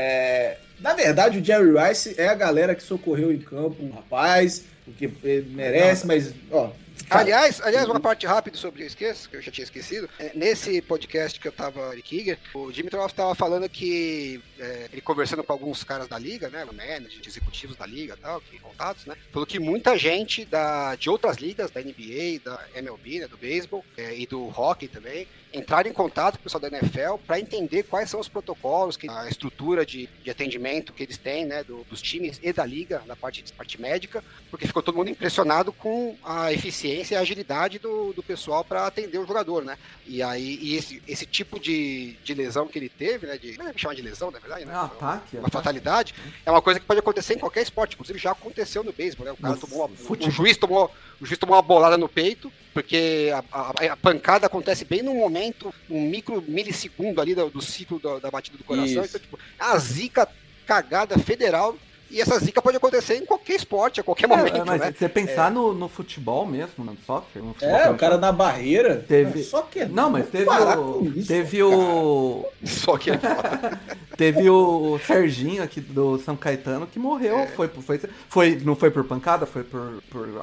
É, na verdade, o Jerry Rice é a galera que socorreu em campo o rapaz, porque ele merece, mas, ó. cara, Aliás, aliás, uma parte rápida sobre isso, esqueço, que eu já tinha esquecido. É, nesse podcast que eu tava de Kiger, o Dimitrov tava falando que é, ele conversando com alguns caras da liga, né, managers, executivos da liga e tal, que contatos, né, falou que muita gente da, de outras ligas, da N B A, da M L B, né, do beisebol é, e do hockey também, entraram em contato com o pessoal da N F L para entender quais são os protocolos, que, a estrutura de, de atendimento que eles têm, né, do, dos times e da liga, na parte, de, parte médica, porque ficou todo mundo impressionado com a eficiência e a agilidade do, do pessoal para atender o jogador, né? E aí, e esse, esse tipo de, de lesão que ele teve, né, de, não é chamar de lesão, na verdade, né? É um ataque. Uma fatalidade, é uma coisa que pode acontecer em qualquer esporte, inclusive já aconteceu no beisebol, né? O cara No tomou uma, futebol. o juiz tomou, o juiz tomou uma bolada no peito, porque a, a, a pancada acontece bem num momento, um micro milissegundo ali do, do ciclo da, da batida do coração. Isso. Então, tipo, é uma zica cagada federal, e essa zica pode acontecer em qualquer esporte, a qualquer momento, É, mas né? se você pensar no, no futebol mesmo, no soccer, no futebol, É, o cara na barreira. Teve- Só que. Não, mas teve parar o. com isso, teve cara. o. Só que é foda. Teve o Serginho aqui do São Caetano que morreu. É. Foi, foi, foi, não foi por pancada, foi por. por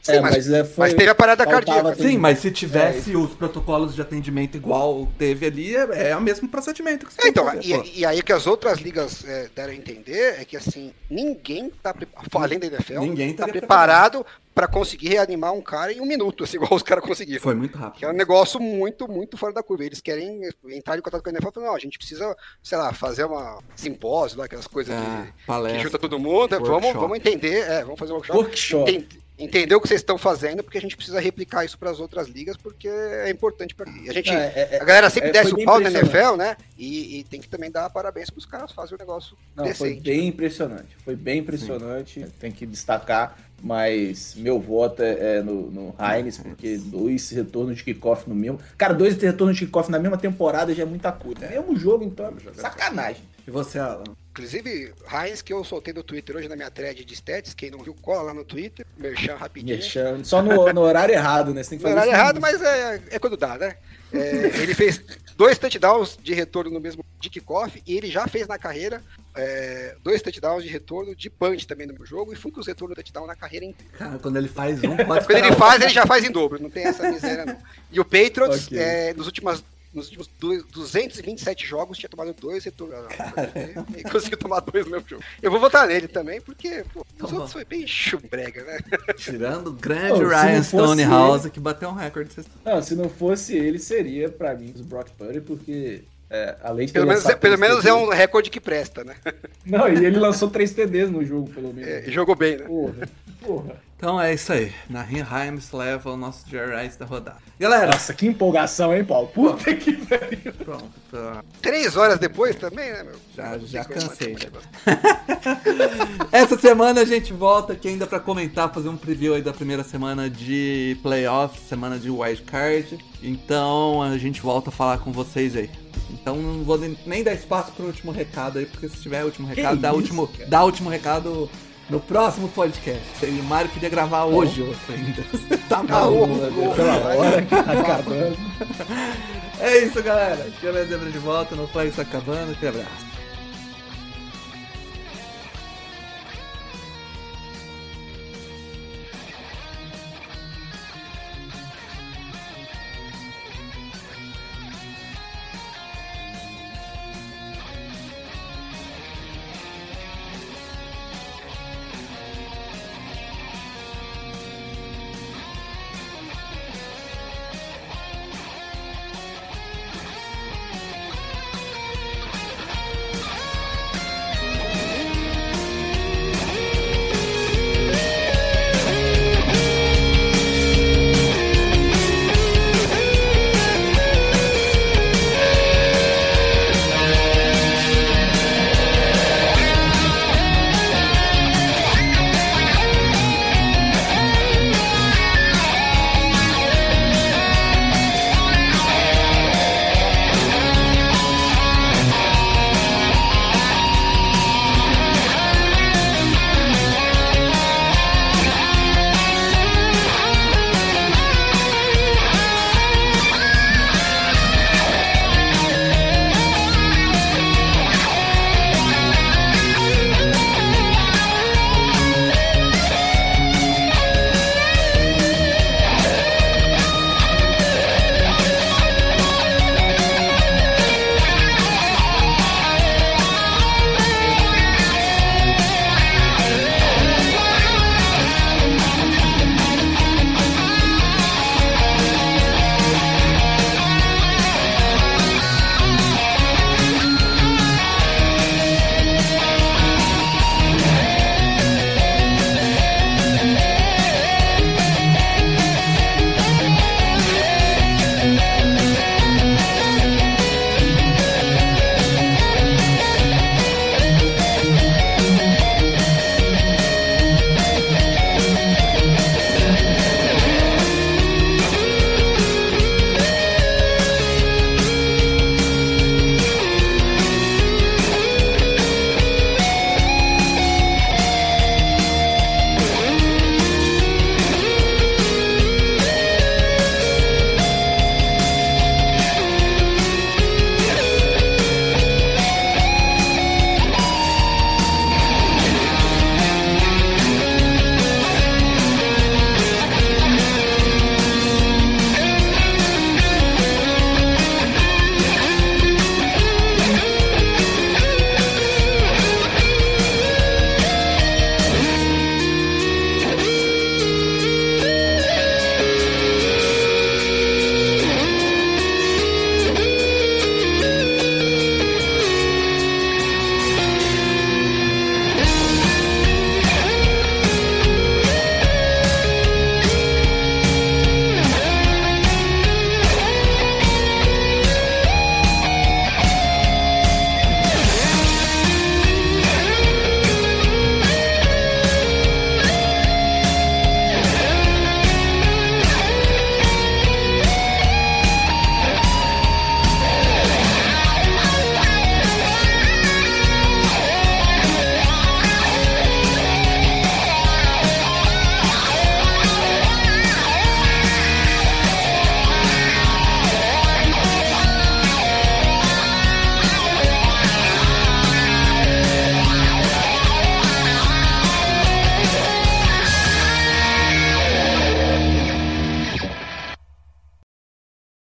Sim, É, mas, mas, é, foi, mas teve a parada faltava cardíaca. tempo. Sim, mas se tivesse os protocolos de atendimento igual teve ali, é, é o mesmo procedimento que você tem Então, que fazer, pô. e, e aí que as outras ligas é, deram a entender é que assim, ninguém tá preparado, além da N F L, Ninguém tá estaria preparado para conseguir reanimar um cara em um minuto, assim, igual os caras conseguiram. Foi muito rápido. Que é um negócio muito, muito fora da curva. Eles querem entrar em contato com a N F L e falar, não, a gente precisa, sei lá, fazer uma simpósio, lá, aquelas coisas Ah, que, palestra, que junta todo mundo. Vamos, workshop. vamos entender, é, vamos fazer um workshop. Workshop. Entender, entender o que vocês estão fazendo, porque a gente precisa replicar isso para as outras ligas, porque é importante para a gente. É, é, a galera sempre é, desce foi o bem pau na N F impressionante. L, né? E, e tem que também dar parabéns para os caras fazerem o negócio Não, decente. foi bem impressionante. Foi bem impressionante. Tem que destacar, mas meu voto é, é no, no Hines, porque dois retornos de kickoff no mesmo. Cara, dois retornos de kickoff na mesma temporada já é muita coisa. É mesmo jogo, então é sacanagem. E você, Alan? Inclusive, Heinz, que eu soltei no Twitter hoje na minha thread de stats, quem não viu, cola lá no Twitter, merchan rapidinho. Merchan, só no, no horário errado, né? Você tem que No fazer horário isso errado, no- mas é, é quando dá, né? É, ele fez dois touchdowns de retorno no mesmo de kickoff e ele já fez na carreira é, dois touchdowns de retorno de punch também no meu jogo e foi com os retornos de touchdown na carreira inteira. Cara, quando ele faz um, pode Quando ele esperar faz, ele já faz em dobro, não tem essa miséria não. E o Patriots, Ok. é, nos últimos nos últimos dois- duzentos e vinte e sete jogos, tinha tomado dois retornos. E conseguiu tomar dois no mesmo jogo. Eu vou votar nele também, porque pô, os Tá outros bom. foi bem chumbrega, né? Tirando o grande Pô, se Ryan não fosse Stonehouse, que bateu um recorde. Não, se não fosse ele, seria pra mim o Brock Purdy, porque é, além de ter Pelo menos, lançado pelo três menos é T Ds um recorde que presta, né? Não, e ele lançou três T Ds no jogo, pelo menos. É, e jogou bem, né? Porra, porra. Então é isso aí. Nahin Himes leva o nosso Jerry Rice da rodada. Galera, Nossa, que empolgação, hein, Paulo? Puta que pariu. pronto. tá. Três horas depois também, né, meu? Já, já Tem coisa cansei. mais- Essa semana a gente volta aqui ainda pra comentar, fazer um preview aí da primeira semana de playoffs, semana de wildcard. Então a gente volta a falar com vocês aí. Então não vou nem dar espaço pro último recado aí, porque se tiver último recado, dá isso, último, cara? dá último recado no próximo podcast. E o Mário queria gravar hoje outro ainda. Tá maluco. Pela hora que tá acabando. É isso, galera. Aqui é o Zebra de volta no Flag está acabando. Aquele abraço.